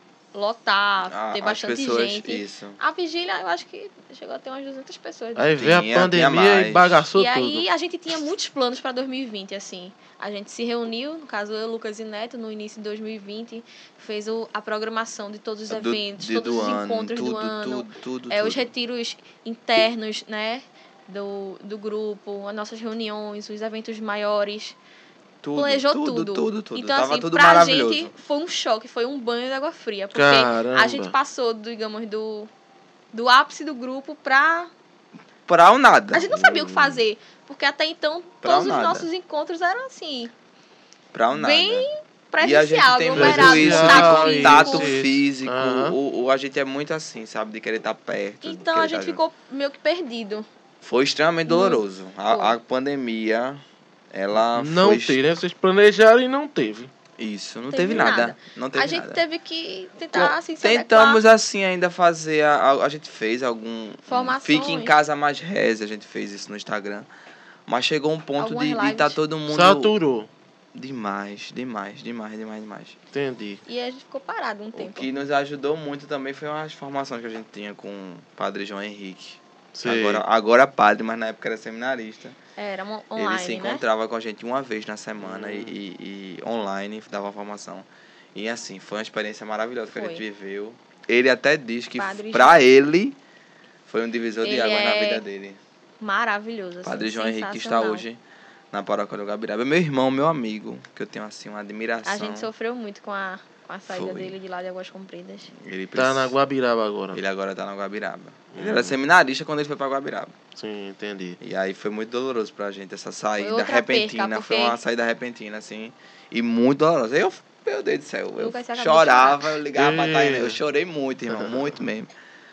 Speaker 4: lotar,
Speaker 3: a-
Speaker 4: ter
Speaker 3: as
Speaker 4: bastante
Speaker 3: pessoas,
Speaker 4: gente.
Speaker 3: isso.
Speaker 4: A vigília, eu acho que chegou a ter umas duzentas pessoas.
Speaker 1: Aí veio a
Speaker 3: Tinha- tinha
Speaker 1: pandemia
Speaker 3: mais.
Speaker 1: e bagaçou
Speaker 4: E
Speaker 1: tudo.
Speaker 4: aí a gente tinha muitos planos para dois mil e vinte, assim. A gente se reuniu, no caso eu, Lucas e Neto, no início de dois mil e vinte, fez o, a programação de todos os
Speaker 3: Do-
Speaker 4: eventos,
Speaker 3: de-
Speaker 4: todos
Speaker 3: do
Speaker 4: os
Speaker 3: ano,
Speaker 4: encontros
Speaker 3: tudo,
Speaker 4: do ano,
Speaker 3: Tudo, tudo,
Speaker 4: é, os
Speaker 3: tudo.
Speaker 4: retiros internos, né, do, do grupo, as nossas reuniões, os eventos maiores.
Speaker 3: Tudo,
Speaker 4: Planejou
Speaker 3: tudo,
Speaker 4: tudo.
Speaker 3: tudo, tudo.
Speaker 4: Então,
Speaker 3: Tava
Speaker 4: assim,
Speaker 3: tudo
Speaker 4: pra
Speaker 3: maravilhoso.
Speaker 4: gente foi um choque, foi um banho de água fria. Porque
Speaker 1: Caramba.
Speaker 4: a gente passou, digamos, do, do ápice do grupo pra...
Speaker 3: Pra o nada.
Speaker 4: A gente não sabia o que fazer. Porque até então,
Speaker 3: Pra
Speaker 4: todos os
Speaker 3: nada.
Speaker 4: nossos encontros eram assim,
Speaker 3: Pra o nada.
Speaker 4: bem
Speaker 3: E a gente
Speaker 4: presencial,
Speaker 3: tem muito
Speaker 4: aglomerado,
Speaker 3: isso
Speaker 1: contato
Speaker 3: de
Speaker 1: físico.
Speaker 3: contato
Speaker 1: Isso, isso.
Speaker 3: físico.
Speaker 1: Aham.
Speaker 3: O, o- a gente é muito assim, sabe? De querer estar perto. de
Speaker 4: Então
Speaker 3: querer
Speaker 4: a gente
Speaker 3: tá junto.
Speaker 4: ficou meio que perdido.
Speaker 3: Foi extremamente
Speaker 4: Muito.
Speaker 3: doloroso. A, a pandemia, ela
Speaker 1: Não
Speaker 3: foi...
Speaker 1: teve, né? Vocês planejaram e não teve.
Speaker 3: Isso, não
Speaker 4: Teve
Speaker 3: teve, nada.
Speaker 4: nada.
Speaker 3: Não teve
Speaker 4: A gente
Speaker 3: nada.
Speaker 4: teve que tentar,
Speaker 3: Com-
Speaker 4: assim, se
Speaker 3: Tentamos
Speaker 4: adequar.
Speaker 3: assim ainda fazer a, a, a gente fez algum
Speaker 4: Formações.
Speaker 3: Fique em casa mais reze, a gente fez isso no Instagram. Mas chegou um ponto
Speaker 4: Algumas
Speaker 3: de estar
Speaker 4: lives.
Speaker 3: todo mundo
Speaker 1: Saturou.
Speaker 3: demais, demais, demais, demais, demais.
Speaker 1: Entendi.
Speaker 4: E a gente ficou parado um
Speaker 3: O
Speaker 4: tempo.
Speaker 3: que nos ajudou muito também foi as formações que a gente tinha com o Padre João Henrique.
Speaker 1: Sei.
Speaker 3: Agora, agora padre, mas na época era seminarista.
Speaker 4: É, Era mo- online,
Speaker 3: Ele se
Speaker 4: né?
Speaker 3: encontrava com a gente uma vez na semana
Speaker 1: Hum.
Speaker 3: e, e- e online dava formação. E assim, foi uma experiência maravilhosa que a
Speaker 4: Foi.
Speaker 3: gente viveu. Ele até diz que
Speaker 4: Padre
Speaker 3: pra ele foi um divisor de
Speaker 4: Ele
Speaker 3: águas na
Speaker 4: é
Speaker 3: vida dele.
Speaker 4: Maravilhoso, assim,
Speaker 3: Padre João Henrique que está
Speaker 4: sensacional.
Speaker 3: hoje na paróquia do Gabiraba. É meu irmão, meu amigo, que eu tenho assim uma admiração.
Speaker 4: A gente sofreu muito com a, com a saída
Speaker 3: Foi.
Speaker 4: dele de lá de Águas Compridas.
Speaker 3: Ele,
Speaker 1: Tá
Speaker 3: precisa-
Speaker 1: na Guabiraba agora.
Speaker 3: ele agora tá na Guabiraba. Ele
Speaker 1: Hum.
Speaker 3: era seminarista quando ele foi pra Guabiraba.
Speaker 1: Sim, entendi.
Speaker 3: E aí foi muito doloroso pra gente essa saída
Speaker 4: outra
Speaker 3: repentina.
Speaker 4: perca,
Speaker 3: Foi
Speaker 4: porque-
Speaker 3: uma saída repentina, assim. E muito dolorosa. Eu, meu Deus do céu, eu
Speaker 4: Lucas se acabou de
Speaker 3: chorava, eu ligava pra
Speaker 1: Ei.
Speaker 3: Tainá. Eu chorei muito, irmão, muito mesmo.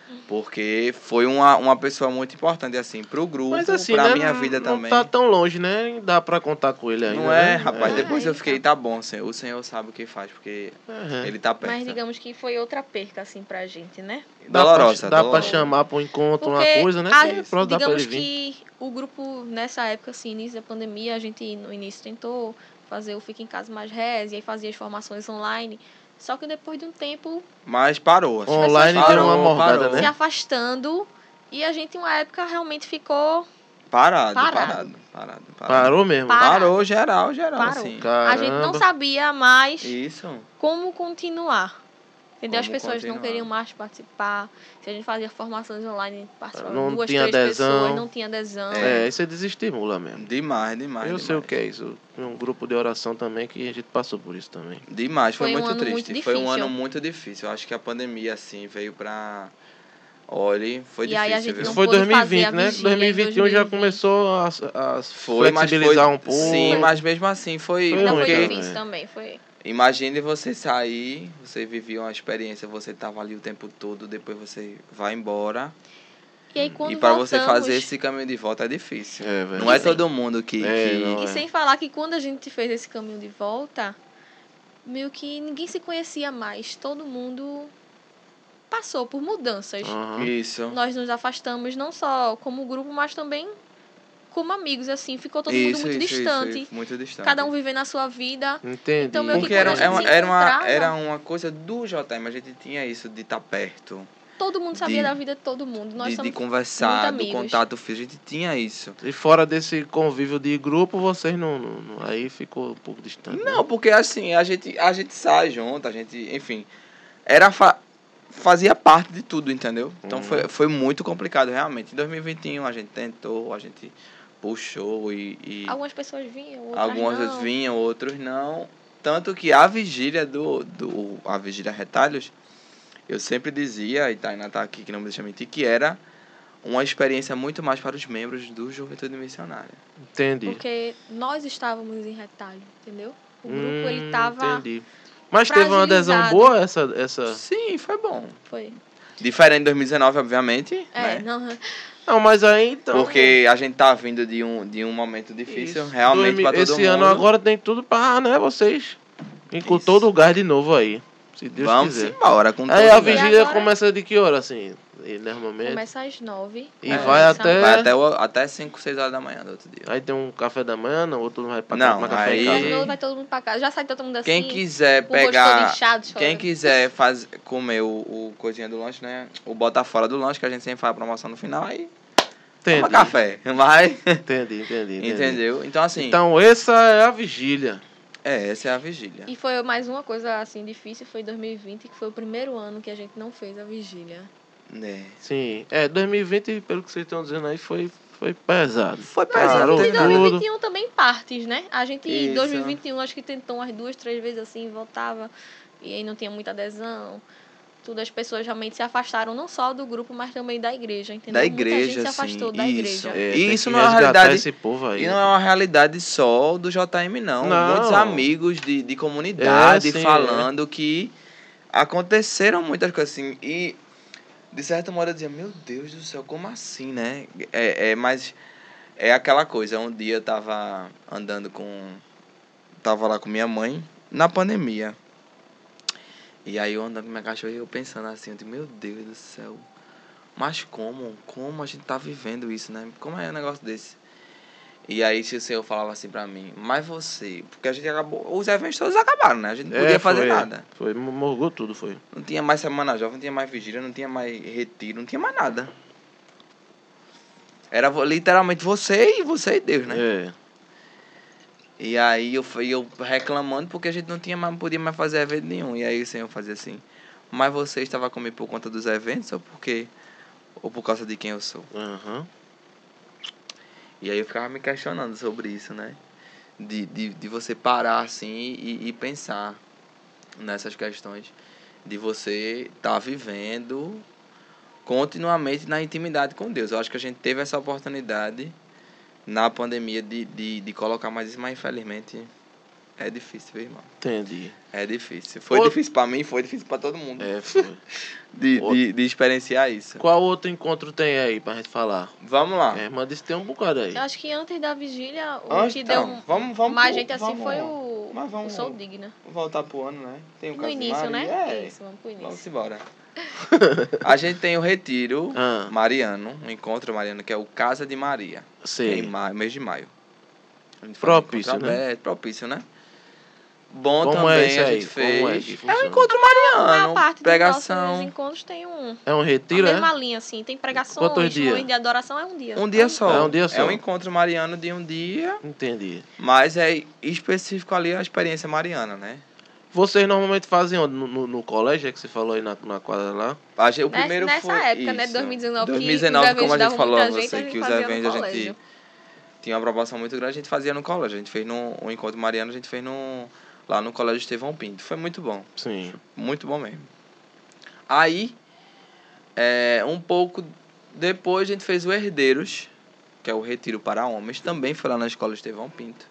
Speaker 3: Porque foi uma, uma pessoa muito importante, assim, pro grupo,
Speaker 1: Mas assim,
Speaker 3: pra
Speaker 1: né,
Speaker 3: minha
Speaker 1: não-
Speaker 3: vida
Speaker 1: não
Speaker 3: também.
Speaker 1: tá tão longe, né? Dá pra contar com ele ainda.
Speaker 3: Não é,
Speaker 1: né?
Speaker 3: rapaz.
Speaker 4: É.
Speaker 3: Depois eu
Speaker 4: Aí
Speaker 3: fiquei, tá bom, Senhor. O Senhor sabe o que faz, porque
Speaker 1: É.
Speaker 3: ele tá perto.
Speaker 4: Mas digamos que foi outra perca, assim, pra gente, né?
Speaker 1: Dá
Speaker 3: Dolorosa,
Speaker 1: pra, dá pra
Speaker 3: dolorosa.
Speaker 1: chamar pra um encontro
Speaker 4: Porque
Speaker 1: uma coisa, né?
Speaker 4: a-
Speaker 1: Que pronto, dá pra ele
Speaker 4: digamos
Speaker 1: vir.
Speaker 4: que o grupo, nessa época, assim, início da pandemia, a gente no início tentou fazer o Fica em Casa Mais Reze, e aí fazia as formações online. Só que depois de um tempo
Speaker 3: Mas parou. Assim.
Speaker 1: Online
Speaker 4: pessoas
Speaker 1: deu uma
Speaker 3: parou,
Speaker 1: mordada,
Speaker 3: parou.
Speaker 4: se
Speaker 1: né?
Speaker 4: afastando e a gente, uma época, realmente ficou...
Speaker 3: Parado,
Speaker 4: Parado.
Speaker 3: parado, parado, parado.
Speaker 1: Parou mesmo.
Speaker 4: Parado.
Speaker 3: Parou geral, geral,
Speaker 4: Parou.
Speaker 3: assim.
Speaker 4: A gente não
Speaker 1: Caramba.
Speaker 4: sabia mais
Speaker 3: Isso.
Speaker 4: como continuar. Entendeu? As
Speaker 3: Como
Speaker 4: pessoas não
Speaker 3: continuar.
Speaker 4: queriam mais participar. Se a gente fazia formações online, participavam
Speaker 1: Não
Speaker 4: duas,
Speaker 1: tinha
Speaker 4: três
Speaker 1: adesão.
Speaker 4: pessoas, não tinha adesão.
Speaker 1: É, isso desestimula mesmo.
Speaker 3: Demais, demais,
Speaker 1: Eu
Speaker 3: demais.
Speaker 1: sei o que é isso. Tem um grupo de oração também que a gente passou por isso também.
Speaker 3: Demais, foi,
Speaker 4: Foi um
Speaker 3: muito
Speaker 4: ano
Speaker 3: triste.
Speaker 4: muito
Speaker 3: Foi um
Speaker 4: difícil.
Speaker 3: ano muito difícil. Eu acho que a pandemia, assim, veio pra... Olha, foi
Speaker 4: E
Speaker 3: difícil,
Speaker 4: aí a gente
Speaker 3: viu?
Speaker 1: Isso
Speaker 4: não
Speaker 1: foi
Speaker 4: pôde
Speaker 1: dois mil e
Speaker 4: fazer
Speaker 1: vinte,
Speaker 4: a
Speaker 1: né?
Speaker 4: vigília
Speaker 1: dois mil e
Speaker 4: em
Speaker 1: vinte e um já
Speaker 4: dois mil e vinte.
Speaker 1: começou a, a
Speaker 3: Foi, mas
Speaker 1: flexibilizar
Speaker 3: foi...
Speaker 1: um pouco.
Speaker 3: Sim, mas mesmo assim foi...
Speaker 1: Foi
Speaker 4: Ainda
Speaker 1: ruim
Speaker 4: foi
Speaker 3: porque...
Speaker 1: também.
Speaker 4: difícil também. Foi...
Speaker 3: Imagine você sair, você vivia uma experiência, você tava ali o tempo todo, depois você vai embora.
Speaker 4: E aí quando
Speaker 3: E para
Speaker 4: voltamos...
Speaker 3: você fazer esse caminho de volta é difícil.
Speaker 1: É, velho.
Speaker 3: Não é
Speaker 4: Sim.
Speaker 3: todo mundo que...
Speaker 1: É,
Speaker 3: que...
Speaker 1: não
Speaker 4: E
Speaker 1: é.
Speaker 4: sem falar que quando a gente fez esse caminho de volta, meio que ninguém se conhecia mais. Todo mundo passou por mudanças.
Speaker 1: Aham.
Speaker 3: Isso.
Speaker 4: Nós nos afastamos não só como grupo, mas também como amigos, assim. Ficou todo mundo
Speaker 3: isso,
Speaker 4: muito
Speaker 3: isso,
Speaker 4: distante.
Speaker 3: Isso, muito distante.
Speaker 4: Cada um vivendo a sua vida.
Speaker 1: Entendi.
Speaker 4: Então, meio que
Speaker 3: Porque
Speaker 4: quando
Speaker 3: era,
Speaker 4: a gente
Speaker 3: era, uma,
Speaker 4: se
Speaker 3: era, uma,
Speaker 4: encontrava-
Speaker 3: era uma coisa do J M, a gente tinha isso de estar perto,
Speaker 4: Todo mundo sabia
Speaker 3: De-
Speaker 4: da vida de todo mundo. Nós
Speaker 3: de, de
Speaker 4: somos
Speaker 3: conversar,
Speaker 4: muito
Speaker 3: do
Speaker 4: amigos.
Speaker 3: contato físico, a gente tinha isso.
Speaker 1: E fora desse convívio de grupo, vocês não, não- não- aí ficou um pouco distante. né?
Speaker 3: Não, porque assim, a gente, a gente sai junto, a gente, enfim, era fa- fazia parte de tudo, entendeu? Então
Speaker 1: Uhum.
Speaker 3: foi, foi muito complicado, realmente. Em dois mil e vinte e um a gente tentou, a gente puxou e... e
Speaker 4: Algumas pessoas vinham, outras
Speaker 3: algumas
Speaker 4: não.
Speaker 3: vezes vinham, outros não. Tanto que a vigília do, do a vigília Retalhos, eu sempre dizia, e Tainá tá aqui que não me deixa mentir, que era uma experiência muito mais para os membros do Juventude Missionária.
Speaker 1: Entendi.
Speaker 4: Porque nós estávamos em retalho, entendeu? O grupo,
Speaker 1: Hum,
Speaker 4: ele tava...
Speaker 1: Entendi. Mas teve uma adesão
Speaker 4: fragilizado.
Speaker 1: boa essa. essa...
Speaker 3: Sim, foi bom.
Speaker 4: Foi.
Speaker 3: Diferente de dois mil e dezenove, obviamente,
Speaker 4: É,
Speaker 3: né?
Speaker 4: não...
Speaker 1: Não, mas aí então.
Speaker 3: Porque a gente tá vindo de um, de um momento difícil,
Speaker 1: Isso.
Speaker 3: realmente,
Speaker 1: Dois mil-
Speaker 3: para todo
Speaker 1: Esse
Speaker 3: mundo.
Speaker 1: ano agora tem tudo pra, né, vocês. E com
Speaker 3: Isso.
Speaker 1: todo o gás de novo aí. Se Deus
Speaker 3: Vamos
Speaker 1: quiser.
Speaker 3: embora com
Speaker 1: Aí
Speaker 3: todo
Speaker 1: a
Speaker 3: o gás.
Speaker 1: vigília
Speaker 4: agora-
Speaker 1: começa de que hora, assim? E, normalmente.
Speaker 4: Começa às nove.
Speaker 1: E
Speaker 3: É,
Speaker 1: vai
Speaker 4: começa-
Speaker 1: até.
Speaker 3: Vai até, o- até cinco, seis horas da manhã do outro dia.
Speaker 1: Aí tem um café da manhã, não, outro vai pra
Speaker 3: Não,
Speaker 1: tomar café
Speaker 3: aí-
Speaker 1: em
Speaker 4: Às
Speaker 1: casa.
Speaker 4: nove vai todo mundo pra casa. Já sai todo mundo assim.
Speaker 3: Quem quiser
Speaker 4: com o rosto todo
Speaker 3: pegar...
Speaker 4: inchado, chorando.
Speaker 3: Quem quiser faz, comer o, o coisinha do lanche, né? O bota fora do lanche, que a gente sempre faz a promoção no final, aí
Speaker 1: Entendi.
Speaker 3: toma café. Vai.
Speaker 1: Entendi, entendi, entendi.
Speaker 3: Entendeu? Então, assim,
Speaker 1: Então, essa é a vigília.
Speaker 3: é, essa é a vigília.
Speaker 4: E foi mais uma coisa, assim, difícil. Foi dois mil e vinte, que foi o primeiro ano que a gente não fez a vigília.
Speaker 3: É.
Speaker 1: Sim. É, dois mil e vinte, pelo que vocês estão dizendo aí, foi, foi pesado.
Speaker 3: Foi
Speaker 1: Parou
Speaker 4: E
Speaker 3: pesado.
Speaker 4: dois mil e
Speaker 1: tudo.
Speaker 4: vinte e um também partes, né? A gente em
Speaker 3: Isso.
Speaker 4: dois mil e vinte e um acho que tentou umas duas, três vezes assim, voltava. E aí não tinha muita adesão. Tudo, as pessoas realmente se afastaram não só do grupo, mas também da igreja, entendeu?
Speaker 3: Da
Speaker 4: Muita
Speaker 3: igreja,
Speaker 4: gente se afastou
Speaker 3: sim,
Speaker 4: da
Speaker 3: isso.
Speaker 4: igreja.
Speaker 1: É,
Speaker 3: E
Speaker 1: tem
Speaker 3: isso
Speaker 1: que
Speaker 3: não é uma
Speaker 1: resgatar
Speaker 3: realidade-
Speaker 1: esse povo aí.
Speaker 3: E não é uma realidade só do J M, não.
Speaker 1: Não.
Speaker 3: Muitos amigos de, de comunidade
Speaker 1: É, sim,
Speaker 3: falando que aconteceram muitas coisas assim. E, de certa modo, eu dizia, meu Deus do céu, como assim, né? É, é, mas é aquela coisa. Um dia eu tava andando com... Tava lá com minha mãe, na pandemia. E aí eu andando com minha cachorra e eu pensando assim, eu digo, meu Deus do céu. Mas como? Como a gente tá vivendo isso, né? Como é um negócio desse? E aí se o Senhor falava assim pra mim, mas você... Porque a gente acabou... Os eventos todos acabaram, né? A gente não podia
Speaker 1: É,
Speaker 3: fazer
Speaker 1: foi,
Speaker 3: nada.
Speaker 1: Foi, morgou tudo, foi.
Speaker 3: Não tinha mais Semana Jovem, não tinha mais vigília, não tinha mais retiro, não tinha mais nada. Era vo- literalmente você e você e Deus, né?
Speaker 1: É.
Speaker 3: E aí eu fui eu reclamando porque a gente não tinha mais, não podia mais fazer evento nenhum. E aí o Senhor fazia assim, mas você estava comigo por conta dos eventos ou porque ou por causa de quem eu sou?
Speaker 1: Aham.
Speaker 3: E aí eu ficava me questionando sobre isso, né? De, de, de você parar assim e, e pensar nessas questões. De você estar vivendo continuamente na intimidade com Deus. Eu acho que a gente teve essa oportunidade na pandemia de, de, de colocar mais isso, mas infelizmente é difícil, viu, irmão?
Speaker 1: Entendi.
Speaker 3: É difícil. Foi
Speaker 1: Outro-
Speaker 3: difícil pra mim, foi difícil pra todo mundo.
Speaker 1: É, foi.
Speaker 3: De,
Speaker 1: Outro-
Speaker 3: de, de experienciar isso.
Speaker 1: Qual outro encontro tem aí pra gente falar?
Speaker 3: Vamos lá.
Speaker 1: É, mas disse que tem um bocado aí.
Speaker 4: Eu acho que antes da vigília, o
Speaker 3: Antes,
Speaker 4: que
Speaker 3: então,
Speaker 4: deu
Speaker 3: vamos- vamos
Speaker 4: mais
Speaker 3: pro-
Speaker 4: gente assim
Speaker 3: vamos-
Speaker 4: foi o,
Speaker 3: mas vamos-
Speaker 4: o Sou Digna.
Speaker 3: Vou voltar pro ano, né? Tem o
Speaker 4: No
Speaker 3: caso de
Speaker 4: início,
Speaker 3: Maria,
Speaker 4: né?
Speaker 3: É.
Speaker 4: Isso, vamos pro início.
Speaker 3: Vamos embora. A gente tem o Retiro
Speaker 1: Ah.
Speaker 3: Mariano, o Encontro Mariano, que é o Casa de Maria.
Speaker 1: Sei.
Speaker 3: Em maio, mês de maio. A gente faz um
Speaker 1: Propício,
Speaker 3: encontro
Speaker 1: né?
Speaker 3: aberto, propício, né? bom
Speaker 1: Como
Speaker 3: também
Speaker 1: é isso
Speaker 3: a
Speaker 1: aí?
Speaker 3: gente
Speaker 1: Como é
Speaker 3: fez.
Speaker 1: que
Speaker 3: É, um
Speaker 1: funciona?
Speaker 3: encontro
Speaker 4: A maior
Speaker 3: mariano,
Speaker 4: parte dos
Speaker 3: pregação.
Speaker 4: nossos encontros tem um,
Speaker 1: É um retiro,
Speaker 4: a
Speaker 1: é?
Speaker 4: mesma linha, assim. Tem
Speaker 1: Quantos
Speaker 4: pregações,
Speaker 1: dias?
Speaker 4: momentos de adoração é um dia.
Speaker 3: Um dia
Speaker 4: É
Speaker 3: só.
Speaker 1: É um dia só.
Speaker 3: É um encontro mariano de um dia,
Speaker 1: Entendi.
Speaker 3: mas é específico ali a experiência mariana, né?
Speaker 1: Vocês normalmente fazem onde? No, no, no colégio, é que você falou aí na, na quadra lá?
Speaker 3: A gente- o
Speaker 4: Nessa-
Speaker 3: primeiro
Speaker 4: nessa
Speaker 3: foi
Speaker 4: época, né, de
Speaker 3: isso.
Speaker 4: dois mil e dezenove, que
Speaker 3: dois mil e dezenove,
Speaker 4: os eventos
Speaker 3: como a gente
Speaker 4: davam
Speaker 3: falou a
Speaker 4: muita gente,
Speaker 3: você,
Speaker 4: a gente
Speaker 3: que os
Speaker 4: fazia no
Speaker 3: eventos a gente
Speaker 4: colégio.
Speaker 3: tinha uma proporção muito grande, a gente fazia no colégio. A gente fez no o encontro mariano, a gente fez no, lá no Colégio Estevão Pinto. Foi muito bom.
Speaker 1: Sim.
Speaker 3: Muito bom mesmo. Aí, é, um pouco depois, a gente fez o Herdeiros, que é o Retiro para Homens. Também foi lá na Escola Estevão Pinto.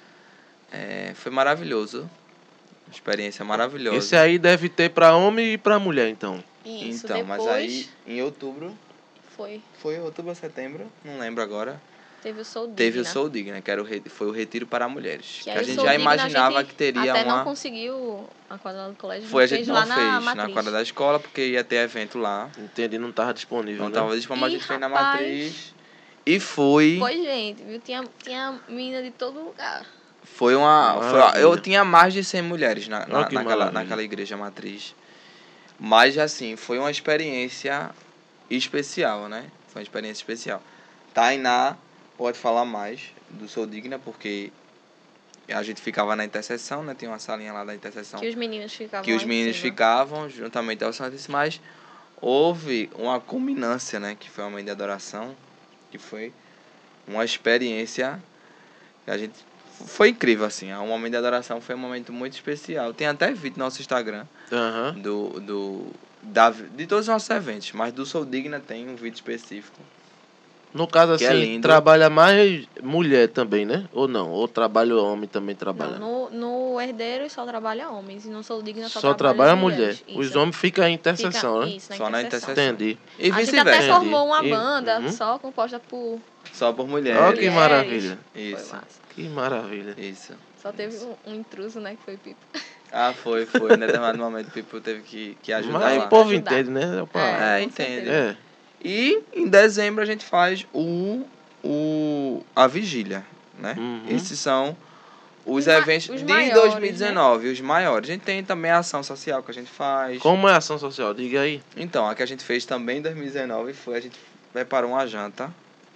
Speaker 3: É, foi maravilhoso. Experiência maravilhosa.
Speaker 1: Esse aí deve ter pra homem e pra mulher, então.
Speaker 4: Isso,
Speaker 3: Então,
Speaker 4: depois
Speaker 3: mas aí, em outubro,
Speaker 4: foi.
Speaker 3: foi outubro ou setembro, não lembro agora,
Speaker 4: Teve o Sou Digna.
Speaker 3: teve o Sou Digna, que era o, re- foi o Retiro para Mulheres. Que,
Speaker 4: aí
Speaker 3: a
Speaker 4: o
Speaker 3: gente
Speaker 4: Sou
Speaker 3: já
Speaker 4: Digna, a
Speaker 3: imaginava
Speaker 4: gente
Speaker 3: que teria
Speaker 4: até
Speaker 3: uma...
Speaker 4: não conseguiu a quadra do colégio.
Speaker 3: Foi, a
Speaker 4: fez
Speaker 3: gente não
Speaker 4: lá
Speaker 3: fez
Speaker 4: na,
Speaker 3: na,
Speaker 4: matriz.
Speaker 3: quadra da escola, porque ia ter evento lá.
Speaker 1: Entendi, não tava disponível,
Speaker 3: Não
Speaker 1: né?
Speaker 3: tava disponível, mas a
Speaker 4: Ih,
Speaker 3: gente fez na
Speaker 4: rapaz.
Speaker 3: matriz. E foi...
Speaker 4: Foi, gente, viu? Tinha, tinha menina de todo lugar.
Speaker 3: Foi uma... Foi,
Speaker 1: Maravilha.
Speaker 3: eu tinha mais de cem mulheres na, na,
Speaker 1: Olha que
Speaker 3: naquela,
Speaker 1: maravilha.
Speaker 3: naquela igreja matriz. Mas, assim, foi uma experiência especial, né? Foi uma experiência especial. Tainá pode falar mais do Sou Digna, porque a gente ficava na intercessão, né? Tinha uma salinha lá da intercessão.
Speaker 4: Que os meninos ficavam
Speaker 3: que os
Speaker 4: lá em
Speaker 3: meninos
Speaker 4: cima.
Speaker 3: ficavam juntamente ao Santíssimo, mas houve uma culminância, né? Que foi a mãe de adoração, que foi uma experiência que a gente... Foi incrível, assim. O momento de adoração foi um momento muito especial. Tem até vídeo no nosso Instagram
Speaker 1: Aham.
Speaker 3: do, do, da, de todos os nossos eventos, mas do Sou Digna tem um vídeo específico.
Speaker 1: No caso,
Speaker 3: Que
Speaker 1: assim,
Speaker 3: é lindo.
Speaker 1: trabalha mais mulher também, né? Ou não? Ou trabalha homem também trabalha?
Speaker 4: Não, no, no Herdeiro só trabalha homens. E no Sou Digna só,
Speaker 1: Só
Speaker 4: trabalha,
Speaker 1: trabalha mulher.
Speaker 4: mulheres.
Speaker 1: Os
Speaker 4: Isso.
Speaker 1: homens ficam em intercessão,
Speaker 4: Fica,
Speaker 1: né?
Speaker 4: Isso, na
Speaker 3: Só na
Speaker 4: intercessão.
Speaker 3: intercessão.
Speaker 1: Entendi.
Speaker 3: E
Speaker 4: A gente até
Speaker 3: vice-versa.
Speaker 4: formou uma
Speaker 1: E-
Speaker 4: banda
Speaker 1: Uhum.
Speaker 4: só composta por
Speaker 3: Só por mulheres.
Speaker 1: Olha que
Speaker 4: mulheres.
Speaker 1: maravilha.
Speaker 4: Foi
Speaker 3: Isso,
Speaker 4: massa.
Speaker 1: Que maravilha.
Speaker 3: isso.
Speaker 4: Só teve um, um intruso, né? Que foi o Pipo.
Speaker 3: Ah, foi, foi. Em determinado momento o Pipo teve que, que ajudar
Speaker 1: Mas
Speaker 3: lá.
Speaker 1: o povo
Speaker 4: Ajudar.
Speaker 1: entende, né? Opa.
Speaker 3: É,
Speaker 4: com
Speaker 3: entende.
Speaker 4: certeza.
Speaker 1: É.
Speaker 3: E em dezembro a gente faz o, o, a vigília, né?
Speaker 1: Uhum.
Speaker 3: Esses são os,
Speaker 4: Os ma-
Speaker 3: eventos
Speaker 4: os
Speaker 3: de
Speaker 4: maiores,
Speaker 3: dois mil e dezenove, os maiores. A gente tem também a ação social que a gente faz.
Speaker 1: Como é a ação social? Diga aí.
Speaker 3: Então, a que a gente fez também em dois mil e dezenove foi a gente preparou uma janta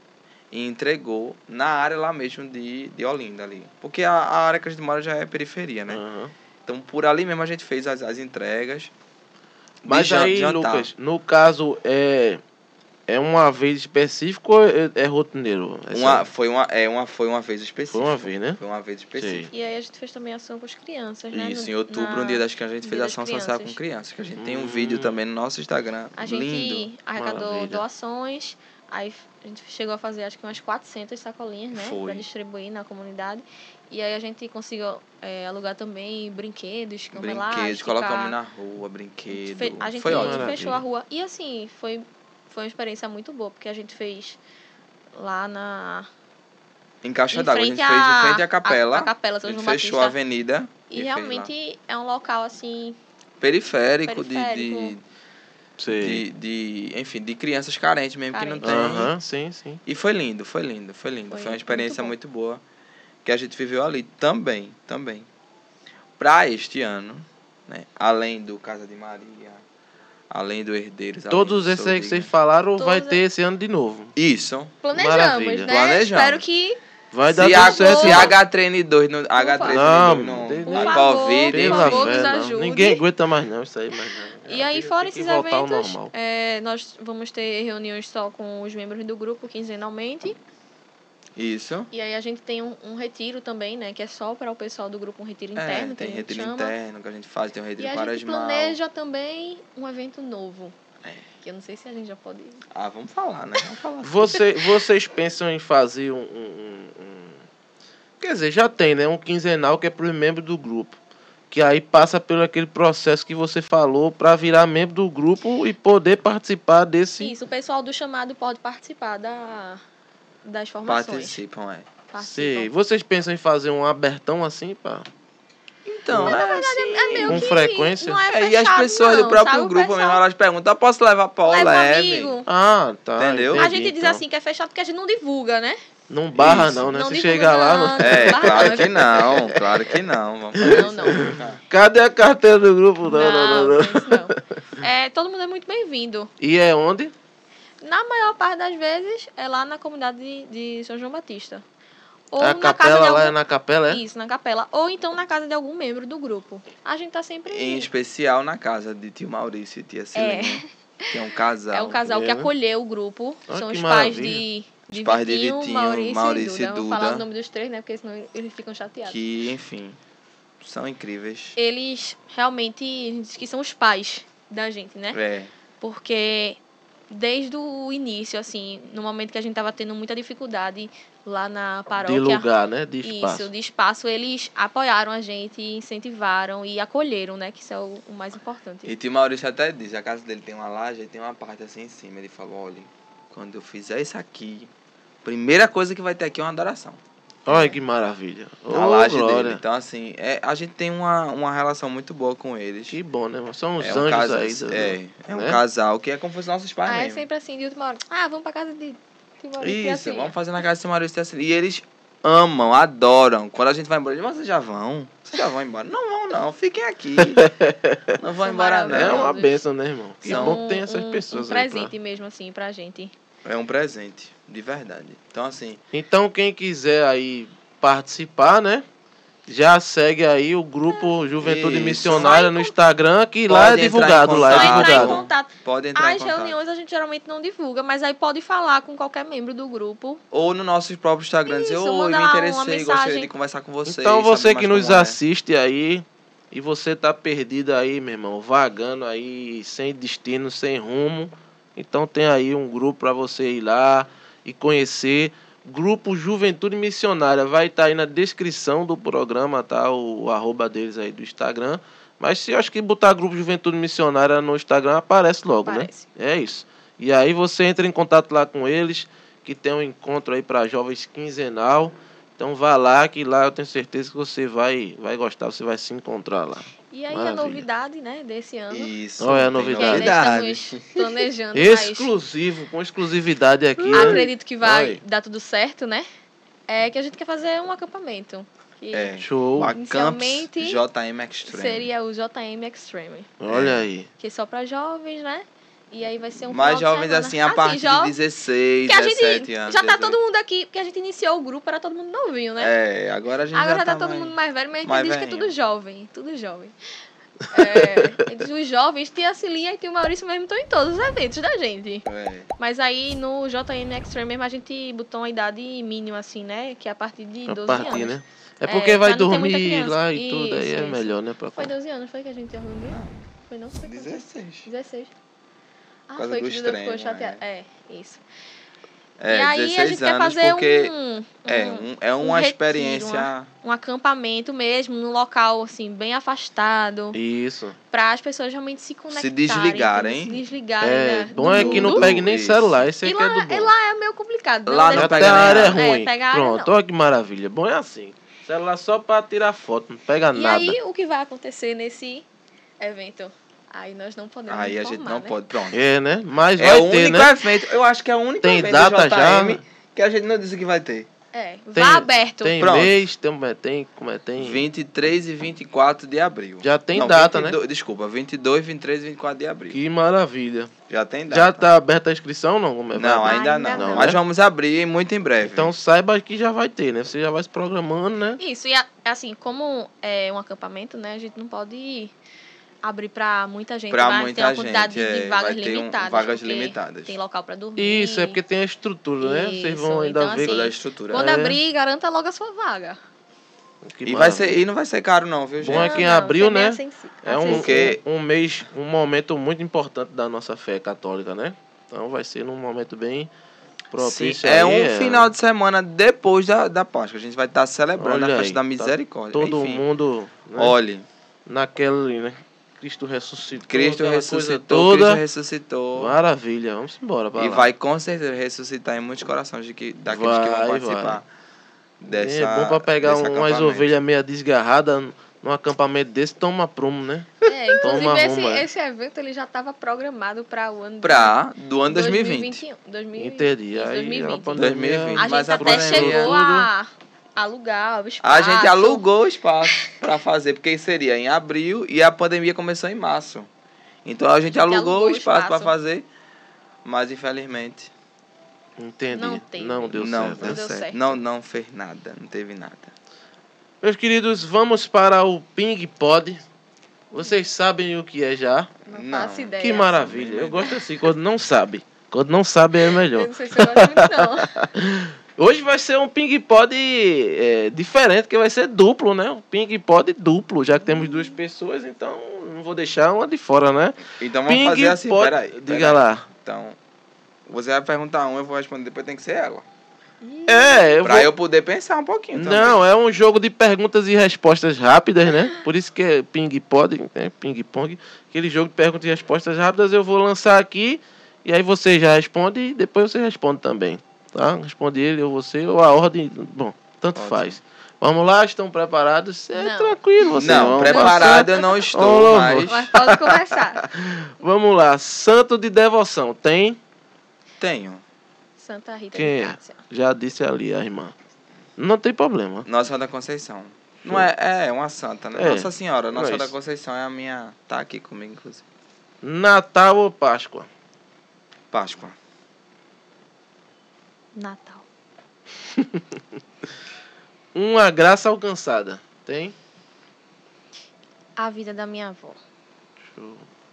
Speaker 3: e entregou na área lá mesmo de, de Olinda ali. Porque a, a área que a gente mora já é periferia, né?
Speaker 1: Aham.
Speaker 3: Então, por ali mesmo a gente fez as, as entregas. de
Speaker 1: Mas
Speaker 3: jan-
Speaker 1: aí,
Speaker 3: jantar.
Speaker 1: Lucas, no caso, é, é uma vez específico ou é, é rotineiro? Essa-
Speaker 3: Uma, foi, uma, é, uma, foi uma vez específica.
Speaker 1: Foi uma vez, né?
Speaker 3: Foi uma vez específica.
Speaker 4: E aí a gente fez também ação com as crianças, né?
Speaker 3: Isso,
Speaker 4: No-
Speaker 3: em outubro,
Speaker 4: na-
Speaker 3: no Dia das Crianças, a gente
Speaker 4: Dia
Speaker 3: fez
Speaker 4: das
Speaker 3: ação social com
Speaker 4: Crianças.
Speaker 3: crianças. Que a gente tem um
Speaker 1: Hum.
Speaker 3: vídeo também no nosso Instagram.
Speaker 4: A gente
Speaker 3: Lindo.
Speaker 4: arrecadou
Speaker 1: Maravilha.
Speaker 4: doações, aí a gente chegou a fazer acho que umas quatrocentas sacolinhas, né?
Speaker 3: Foi.
Speaker 4: Pra distribuir na comunidade. E aí a gente conseguiu é, alugar também brinquedos, cama
Speaker 3: Brinquedos,
Speaker 4: elástica.
Speaker 3: colocamos na rua,
Speaker 4: A gente
Speaker 3: brinquedo.
Speaker 4: fe- A gente
Speaker 3: Foi ótimo.
Speaker 1: Maravilha.
Speaker 4: fechou a rua. E assim, foi, foi uma experiência muito boa, porque a gente fez lá na...
Speaker 3: Em Caixa
Speaker 4: em
Speaker 3: d'Água, a gente
Speaker 4: frente
Speaker 3: fez
Speaker 4: à-
Speaker 3: em frente à capela.
Speaker 4: A, a capela
Speaker 3: A
Speaker 4: São
Speaker 3: gente
Speaker 4: João
Speaker 3: fechou a
Speaker 4: Batista.
Speaker 3: avenida.
Speaker 4: E
Speaker 3: fez lá.
Speaker 4: realmente é um local assim...
Speaker 3: Periférico, de,
Speaker 4: Periférico.
Speaker 3: de,
Speaker 1: Sei.
Speaker 3: de, de, enfim, de crianças carentes mesmo que não
Speaker 4: Carentes.
Speaker 3: tem.
Speaker 1: Aham, sim, sim.
Speaker 3: E foi lindo, foi lindo, foi lindo.
Speaker 4: Foi
Speaker 3: Foi, uma experiência
Speaker 4: muito
Speaker 3: muito, boa que a gente viveu ali também, também. Pra este ano, né, além do Casa de Maria, além do Herdeiros... além
Speaker 1: Todos
Speaker 3: do
Speaker 1: esses
Speaker 3: Sou
Speaker 1: aí que vocês
Speaker 3: Digna.
Speaker 1: falaram vai
Speaker 4: Todos
Speaker 1: ter esse ano de novo.
Speaker 3: Isso.
Speaker 4: Planejamos,
Speaker 1: Maravilha.
Speaker 4: né?
Speaker 3: Planejamos.
Speaker 4: Espero que...
Speaker 1: Vai dar
Speaker 3: Se,
Speaker 1: tudo
Speaker 3: a,
Speaker 1: certo.
Speaker 3: se
Speaker 1: não.
Speaker 3: H três N dois, no, H três N dois
Speaker 1: Não,
Speaker 3: não,
Speaker 1: por
Speaker 3: a
Speaker 4: favor,
Speaker 3: Covid,
Speaker 4: por
Speaker 1: Pela
Speaker 4: favor,
Speaker 3: enfim.
Speaker 4: nos
Speaker 1: fé, não.
Speaker 4: ajude.
Speaker 1: Ninguém aguenta mais não isso aí, mas não.
Speaker 4: E aí,
Speaker 1: Tem
Speaker 4: fora
Speaker 1: que
Speaker 4: esses
Speaker 1: voltar ao
Speaker 4: eventos,
Speaker 1: normal.
Speaker 4: é, nós vamos ter reuniões só com os membros do grupo quinzenalmente.
Speaker 3: Isso.
Speaker 4: E aí a gente tem um, um retiro também, né? Que é só para o pessoal do grupo, um retiro
Speaker 3: É,
Speaker 4: interno, que
Speaker 3: tem
Speaker 4: a gente
Speaker 3: retiro
Speaker 4: chama.
Speaker 3: interno que a gente faz, tem um
Speaker 4: E
Speaker 3: retiro
Speaker 4: a
Speaker 3: para
Speaker 4: gente planeja também um evento novo. Que eu não sei se a gente já pode...
Speaker 3: Ah, vamos falar, né? Vamos falar.
Speaker 1: Você, vocês pensam em fazer um, um- um- um- Quer dizer, já tem, né? Um quinzenal que é para os membros do grupo. Que aí passa pelo aquele processo que você falou para virar membro do grupo e poder participar desse...
Speaker 4: Isso, o pessoal do chamado pode participar da, das formações.
Speaker 3: Participam, é.
Speaker 1: Sei.
Speaker 4: Participam.
Speaker 1: Vocês pensam em fazer um abertão assim, pá?
Speaker 3: Então,
Speaker 1: É,
Speaker 3: é, assim,
Speaker 4: É meio
Speaker 1: Com
Speaker 4: que
Speaker 1: frequência?
Speaker 4: Não é,
Speaker 3: é, e as
Speaker 4: fechado,
Speaker 3: pessoas
Speaker 4: não,
Speaker 3: do próprio
Speaker 4: sabe? O
Speaker 3: grupo
Speaker 4: pessoal
Speaker 3: mesmo, elas perguntam, "Eu posso levar pó
Speaker 4: leva
Speaker 3: leve?"
Speaker 4: amigo.
Speaker 1: Ah, tá.
Speaker 3: Entendeu?
Speaker 1: entendi,
Speaker 4: A gente diz
Speaker 1: então.
Speaker 4: assim que é fechado porque a gente não divulga, né?
Speaker 1: Não barra
Speaker 3: Isso.
Speaker 1: não, né?
Speaker 4: Não
Speaker 1: Se
Speaker 4: divulga,
Speaker 1: chegar lá...
Speaker 4: não.
Speaker 1: Não...
Speaker 3: É,
Speaker 4: Barra
Speaker 3: claro
Speaker 4: não.
Speaker 3: que não, claro que não. Vamos fazer
Speaker 4: Não,
Speaker 3: isso.
Speaker 4: não.
Speaker 1: Cadê a carteira do grupo? Não, não, não. não.
Speaker 4: não, isso não. É, todo mundo é muito bem-vindo.
Speaker 1: E é onde?
Speaker 4: Na maior parte das vezes, é lá na comunidade de, de São João Batista. Ou
Speaker 1: A
Speaker 4: na
Speaker 1: capela
Speaker 4: casa de
Speaker 1: lá
Speaker 4: algum...
Speaker 1: é na capela, é?
Speaker 4: Isso, na capela. Ou então na casa de algum membro do grupo. A gente tá sempre...
Speaker 3: Em especial na casa de tio Maurício e tia Celina, que é um casal.
Speaker 4: É um casal
Speaker 1: É,
Speaker 4: que
Speaker 1: né?
Speaker 4: acolheu o grupo.
Speaker 1: Ah,
Speaker 4: São
Speaker 1: que
Speaker 4: os pais
Speaker 1: maravilha.
Speaker 4: de, de
Speaker 3: Os pais de
Speaker 4: Vitinho,
Speaker 3: Vitinho,
Speaker 4: Maurício,
Speaker 3: Maurício
Speaker 4: e
Speaker 3: e
Speaker 4: Duda. Vou
Speaker 3: Duda.
Speaker 4: falar o nome dos três, né? Porque senão eles ficam chateados.
Speaker 3: Que, enfim, são incríveis.
Speaker 4: Eles realmente diz que são os pais da gente, né?
Speaker 3: É.
Speaker 4: Porque desde o início, assim, no momento que a gente tava tendo muita dificuldade lá na paróquia...
Speaker 1: De lugar, né? De espaço.
Speaker 4: Isso, de espaço, eles apoiaram a gente, incentivaram e acolheram, né? Que isso é o, o mais importante.
Speaker 3: E tio Maurício até diz, a casa dele tem uma laje e tem uma parte assim em cima. Ele falou, olha, quando eu fizer isso aqui, primeira coisa que vai ter aqui é uma adoração.
Speaker 1: Olha que maravilha.
Speaker 3: Na
Speaker 1: Ô,
Speaker 3: laje
Speaker 1: glória.
Speaker 3: dele. Então, assim, é, a gente tem uma, uma relação muito boa com eles.
Speaker 1: Que bom, né? São uns
Speaker 3: é um
Speaker 1: anjos
Speaker 3: casal,
Speaker 1: aí. do-
Speaker 3: é, é um
Speaker 1: né?
Speaker 3: casal que é como se fossem nossos pais
Speaker 4: Ah, é
Speaker 3: mesmo.
Speaker 4: sempre assim, de última hora. Ah, vamos pra casa de Tio Maurício e
Speaker 3: Isso,
Speaker 4: assim.
Speaker 3: vamos fazer na casa de tio Maurício e tia Celina. E eles amam, adoram. Quando a gente vai embora, eles dizem, vocês já vão? Vocês já vão embora? Não vão, não. Fiquem aqui. Não vão
Speaker 4: São
Speaker 3: embora, não.
Speaker 1: É uma
Speaker 4: maravilhosos.
Speaker 1: bênção, né, irmão? Que
Speaker 3: São
Speaker 1: bom que tem essas
Speaker 4: um,
Speaker 1: pessoas
Speaker 4: um
Speaker 1: aí.
Speaker 4: presente
Speaker 1: pra-
Speaker 4: mesmo, assim, pra gente.
Speaker 3: É um presente, de verdade. Então, assim,
Speaker 1: Então, quem quiser aí participar, né? Já segue aí o grupo Juventude
Speaker 3: Isso.
Speaker 1: Missionária no Instagram, que lá é
Speaker 3: Pode entrar em
Speaker 1: divulgado, lá é
Speaker 3: contato.
Speaker 4: Só entrar em
Speaker 1: divulgado.
Speaker 4: contato.
Speaker 3: pode entrar em
Speaker 4: As
Speaker 3: contato.
Speaker 4: reuniões a gente geralmente não divulga, mas aí pode falar com qualquer membro do grupo.
Speaker 3: Ou no nosso próprio Instagram, dizer,
Speaker 4: Isso,
Speaker 3: oi,
Speaker 4: manda
Speaker 3: me
Speaker 4: lá uma
Speaker 3: interessei, gostaria
Speaker 4: mensagem.
Speaker 3: de conversar com vocês.
Speaker 1: Então você
Speaker 3: saber
Speaker 1: que
Speaker 3: mais
Speaker 1: nos
Speaker 3: como é.
Speaker 1: assiste aí e você tá perdido aí, meu irmão, vagando aí, sem destino, sem rumo. Então tem aí um grupo para você ir lá e conhecer. Grupo Juventude Missionária. Vai estar aí na descrição do programa, tá? O, o arroba deles aí do Instagram. Mas se eu acho que botar Grupo Juventude Missionária no Instagram, aparece logo,
Speaker 4: Aparece.
Speaker 1: né? É isso. E aí você entra em contato lá com eles, que tem um encontro aí para jovens quinzenal. Então vá lá, que lá eu tenho certeza que você vai, vai gostar, você vai se encontrar lá.
Speaker 4: E aí
Speaker 1: Maravilha.
Speaker 4: a novidade, né, desse ano.
Speaker 3: Isso.
Speaker 1: Olha a
Speaker 3: tem
Speaker 1: novidade.
Speaker 4: Que ainda
Speaker 3: novidade.
Speaker 4: estamos planejando, mas
Speaker 1: Exclusivo, com exclusividade aqui. né?
Speaker 4: acredito que vai
Speaker 1: Oi.
Speaker 4: dar tudo certo, né? É que a gente quer fazer um acampamento. Que
Speaker 3: É.
Speaker 1: Show.
Speaker 3: O Camps
Speaker 4: Inicialmente,
Speaker 3: J M Extreme.
Speaker 4: seria o J M Extreme.
Speaker 1: Olha aí.
Speaker 4: Que é só para jovens, né? E aí vai ser um
Speaker 3: Mais
Speaker 4: final de
Speaker 3: jovens
Speaker 4: semana.
Speaker 3: assim, a partir
Speaker 4: jo-
Speaker 3: de dezesseis,
Speaker 4: que a
Speaker 3: dezessete
Speaker 4: gente
Speaker 3: anos.
Speaker 4: já tá
Speaker 3: dezoito.
Speaker 4: todo mundo aqui, porque a gente iniciou o grupo, era todo mundo novinho, né?
Speaker 3: É, agora a gente
Speaker 4: Agora
Speaker 3: já
Speaker 4: tá,
Speaker 3: tá
Speaker 4: todo
Speaker 3: mais-
Speaker 4: mundo mais velho, mas a gente
Speaker 3: mais
Speaker 4: diz que é
Speaker 3: velhinho.
Speaker 4: tudo jovem, tudo jovem. É, entre os jovens, tia Cilinha e tia Maurício mesmo estão em todos os eventos da gente.
Speaker 3: É.
Speaker 4: Mas aí no J M Extreme mesmo a gente botou uma idade mínima, assim, né? Que é a partir de
Speaker 1: A
Speaker 4: doze
Speaker 1: partir,
Speaker 4: anos.
Speaker 1: né? É
Speaker 4: É,
Speaker 1: porque
Speaker 4: pra
Speaker 1: vai
Speaker 4: não ter muita
Speaker 1: dormir
Speaker 4: criança.
Speaker 1: lá e tudo, aí
Speaker 4: Isso,
Speaker 1: é
Speaker 4: isso.
Speaker 1: melhor, né? Pra...
Speaker 4: Foi doze anos, foi que a gente reuniu? Foi não? Foi quanto?
Speaker 3: dezesseis.
Speaker 4: dezesseis. Ah,
Speaker 3: causa
Speaker 4: foi
Speaker 3: do
Speaker 4: que o Duda ficou
Speaker 3: extremo,
Speaker 4: chateado. É, isso.
Speaker 3: É,
Speaker 4: e aí a
Speaker 3: dezesseis
Speaker 4: gente quer
Speaker 3: anos,
Speaker 4: fazer
Speaker 3: porque
Speaker 4: um,
Speaker 3: é,
Speaker 4: um,
Speaker 3: um, é
Speaker 4: um
Speaker 3: uma
Speaker 4: retiro,
Speaker 3: experiência...
Speaker 4: um acampamento mesmo, num local, assim, bem afastado.
Speaker 1: Isso.
Speaker 4: Para as pessoas realmente se conectarem.
Speaker 3: desligarem.
Speaker 4: entendeu? Se desligarem.
Speaker 1: É,
Speaker 4: da-
Speaker 1: bom
Speaker 4: do
Speaker 1: é que não
Speaker 4: mundo.
Speaker 1: pegue nem
Speaker 3: Isso.
Speaker 1: celular, esse
Speaker 4: E
Speaker 1: aqui é
Speaker 4: lá,
Speaker 1: do bom.
Speaker 4: e lá é meio complicado.
Speaker 3: Lá não
Speaker 4: deve-
Speaker 1: Até
Speaker 3: pega
Speaker 1: a
Speaker 3: nem
Speaker 1: área é
Speaker 3: nada.
Speaker 1: ruim.
Speaker 4: É, pega a área
Speaker 1: Pronto,
Speaker 4: não.
Speaker 1: olha que maravilha. Bom é assim. Celular só pra tirar foto, não pega
Speaker 4: E
Speaker 1: nada.
Speaker 4: aí, o que vai acontecer nesse evento? Aí nós não podemos
Speaker 3: Aí a gente
Speaker 4: informar,
Speaker 3: não
Speaker 4: né?
Speaker 3: pode, pronto.
Speaker 1: É, né? Mas
Speaker 3: É
Speaker 1: vai
Speaker 3: o
Speaker 1: ter,
Speaker 3: único
Speaker 1: né?
Speaker 3: evento, eu acho que é o único
Speaker 1: Tem
Speaker 3: evento
Speaker 1: data
Speaker 3: do J M
Speaker 1: já?
Speaker 3: que a gente não disse que vai ter.
Speaker 4: É,
Speaker 1: Tem-
Speaker 4: vá aberto.
Speaker 1: Tem
Speaker 3: Pronto.
Speaker 1: mês, tem, tem, como é, tem...
Speaker 3: vinte e três e vinte e quatro de abril.
Speaker 1: Já tem
Speaker 3: Não,
Speaker 1: data,
Speaker 3: vinte e dois,
Speaker 1: né?
Speaker 3: Desculpa, vinte e dois, vinte e três e vinte e quatro de abril.
Speaker 1: Que maravilha.
Speaker 3: Já tem data.
Speaker 1: Já tá aberta a inscrição não? Como é?
Speaker 3: Não,
Speaker 1: Vai-
Speaker 3: ainda,
Speaker 4: Ainda
Speaker 3: não.
Speaker 4: não.
Speaker 3: Mas
Speaker 1: né?
Speaker 3: vamos abrir muito em breve.
Speaker 1: Então saiba que já vai ter, né? Você já vai se programando, né?
Speaker 4: Isso, e a- assim, como é um acampamento, né, a gente não pode abrir pra muita gente.
Speaker 3: Pra
Speaker 4: vai
Speaker 3: muita
Speaker 4: ter uma quantidade
Speaker 3: gente,
Speaker 4: de
Speaker 3: é,
Speaker 4: vagas
Speaker 3: vai ter um-
Speaker 4: limitadas.
Speaker 3: vagas
Speaker 4: porque
Speaker 3: limitadas.
Speaker 4: Tem local pra dormir.
Speaker 1: Isso, é porque tem a estrutura, né? Vocês vão
Speaker 4: Isso,
Speaker 1: ainda
Speaker 4: então,
Speaker 1: ver.
Speaker 4: assim,
Speaker 3: Toda a estrutura.
Speaker 4: Quando
Speaker 1: É.
Speaker 4: abrir, garanta logo a sua vaga.
Speaker 1: Que
Speaker 3: E, vai
Speaker 1: maravilha.
Speaker 3: ser, e não vai ser caro não, viu, gente?
Speaker 1: Bom é que em abril,
Speaker 4: ser bem
Speaker 1: né?
Speaker 4: acessi-
Speaker 1: É um,
Speaker 3: Porque-
Speaker 1: um, um mês, um momento muito importante da nossa fé católica, né? Então vai ser num momento bem
Speaker 3: Sim,
Speaker 1: propício.
Speaker 3: é
Speaker 1: aí,
Speaker 3: um final de semana depois da, da Páscoa. A gente vai estar celebrando
Speaker 1: Olha
Speaker 3: a
Speaker 1: aí,
Speaker 3: festa da
Speaker 1: tá
Speaker 3: misericórdia.
Speaker 1: todo
Speaker 3: Enfim,
Speaker 1: mundo né?
Speaker 3: olhe,
Speaker 1: naquele, né? Cristo ressuscitou.
Speaker 3: Cristo
Speaker 1: aquela coisa
Speaker 3: ressuscitou,
Speaker 1: toda.
Speaker 3: Cristo ressuscitou.
Speaker 1: Maravilha, vamos embora pra
Speaker 3: E
Speaker 1: lá.
Speaker 3: vai com certeza ressuscitar em muitos corações de que, daqueles que vão
Speaker 1: Vai,
Speaker 3: participar
Speaker 1: vai.
Speaker 3: dessa.
Speaker 1: É bom pra pegar
Speaker 3: desse
Speaker 1: umas
Speaker 3: acampamento.
Speaker 1: ovelhas meio desgarradas num acampamento desse, toma prumo, né?
Speaker 4: É, inclusive
Speaker 1: Toma
Speaker 4: esse,
Speaker 1: rumo, é.
Speaker 4: esse evento ele já estava programado para o ano
Speaker 3: Pra, do ano dois mil e vinte.
Speaker 4: dois mil e vinte e um. dois mil e vinte.
Speaker 1: Entendi.
Speaker 4: Isso,
Speaker 1: Aí
Speaker 4: dois mil e
Speaker 1: a
Speaker 4: vinte.
Speaker 1: pandemia
Speaker 3: dois mil e vinte.
Speaker 4: A
Speaker 3: Mas
Speaker 4: gente
Speaker 3: a
Speaker 4: até
Speaker 3: pandemia-
Speaker 4: chegou a alugar o espaço.
Speaker 3: A gente alugou o espaço pra fazer, porque seria em abril e a pandemia começou em março. Então a gente, alugou, o espaço pra fazer, mas infelizmente
Speaker 1: Entendi.
Speaker 4: Não teve.
Speaker 1: Não deu
Speaker 3: não,
Speaker 1: certo.
Speaker 3: deu
Speaker 1: né?
Speaker 4: deu
Speaker 3: certo.
Speaker 4: certo.
Speaker 3: Não, não fez nada, não teve nada.
Speaker 1: Meus queridos, vamos para o Ping Pod. Vocês sabem o que é já?
Speaker 4: Não,
Speaker 3: Não.
Speaker 4: faço ideia.
Speaker 1: Que maravilha. Eu gosto assim, quando não sabe. Quando não sabe é
Speaker 4: Eu
Speaker 1: melhor.
Speaker 4: não sei se eu gosto muito, não.
Speaker 1: Hoje vai ser um Ping Pod é, diferente, que vai ser duplo, né? Um Ping Pod duplo, já que temos duas pessoas, então não vou deixar uma de fora, né?
Speaker 3: Então vamos
Speaker 1: Ping
Speaker 3: fazer assim,
Speaker 1: pod-
Speaker 3: peraí.
Speaker 1: Diga
Speaker 3: peraí.
Speaker 1: lá.
Speaker 3: Então, você vai perguntar um, eu vou responder, depois tem que ser ela.
Speaker 1: É, eu
Speaker 3: Pra
Speaker 1: vou...
Speaker 3: eu poder pensar um pouquinho também.
Speaker 1: Não, é um jogo de perguntas e respostas rápidas, né? Por isso que é Ping Pod, né? Ping Pong. Aquele jogo de perguntas e respostas rápidas eu vou lançar aqui, e aí você já responde e depois você responde também. Tá? Responde ele ou você, ou a ordem. Bom, tanto
Speaker 3: Ótimo.
Speaker 1: faz. Vamos lá, estão preparados? É
Speaker 4: Não.
Speaker 1: tranquilo, vocês
Speaker 3: Não,
Speaker 1: vão
Speaker 3: preparado
Speaker 1: passar.
Speaker 3: eu não estou,
Speaker 1: Ô,
Speaker 3: mas
Speaker 4: Mas pode começar.
Speaker 1: Vamos lá, santo de devoção. Tem?
Speaker 3: tenho.
Speaker 4: Santa Rita
Speaker 1: Quem
Speaker 4: de
Speaker 1: é?
Speaker 4: Cássia.
Speaker 1: Já disse ali a irmã. Não tem problema.
Speaker 3: Nossa Senhora da Conceição. Não é, é uma santa, né?
Speaker 1: É.
Speaker 3: Nossa Senhora, Nossa Senhora
Speaker 1: Mas-
Speaker 3: da Conceição é a minha. Tá aqui comigo, inclusive.
Speaker 1: Natal ou Páscoa?
Speaker 3: Páscoa.
Speaker 4: Natal.
Speaker 1: Uma graça alcançada. Tem?
Speaker 4: A vida da minha avó.
Speaker 1: Show.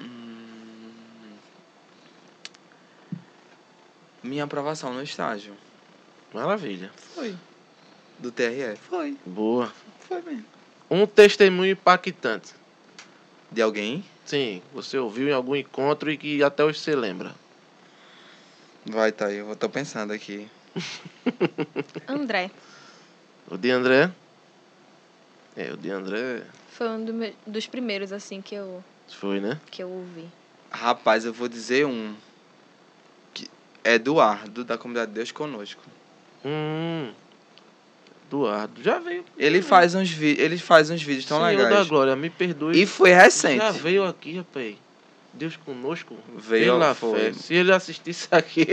Speaker 3: Minha aprovação no estágio.
Speaker 1: Maravilha.
Speaker 3: Foi. Do T R E? Foi.
Speaker 1: Boa.
Speaker 3: Foi mesmo.
Speaker 1: Um testemunho impactante.
Speaker 3: De alguém?
Speaker 1: Sim, você ouviu em algum encontro e que até hoje você lembra.
Speaker 3: Vai, tá aí. Eu tô pensando aqui.
Speaker 4: André.
Speaker 1: O de André? É, o de André
Speaker 4: Foi um do me- dos primeiros, assim, que eu,
Speaker 1: foi, né?
Speaker 4: que eu ouvi.
Speaker 3: Rapaz, eu vou dizer um. Que é Eduardo, da comunidade Deus Conosco.
Speaker 1: Hum. Eduardo. Já veio.
Speaker 3: Ele faz uns, vi ele faz uns vídeos tão
Speaker 1: Senhor da
Speaker 3: legais.
Speaker 1: Glória, me perdoe.
Speaker 3: E foi recente.
Speaker 1: Já veio aqui, rapaz. Deus conosco.
Speaker 3: Veio,
Speaker 1: pela
Speaker 3: foi.
Speaker 1: fé. Se ele assistisse aqui.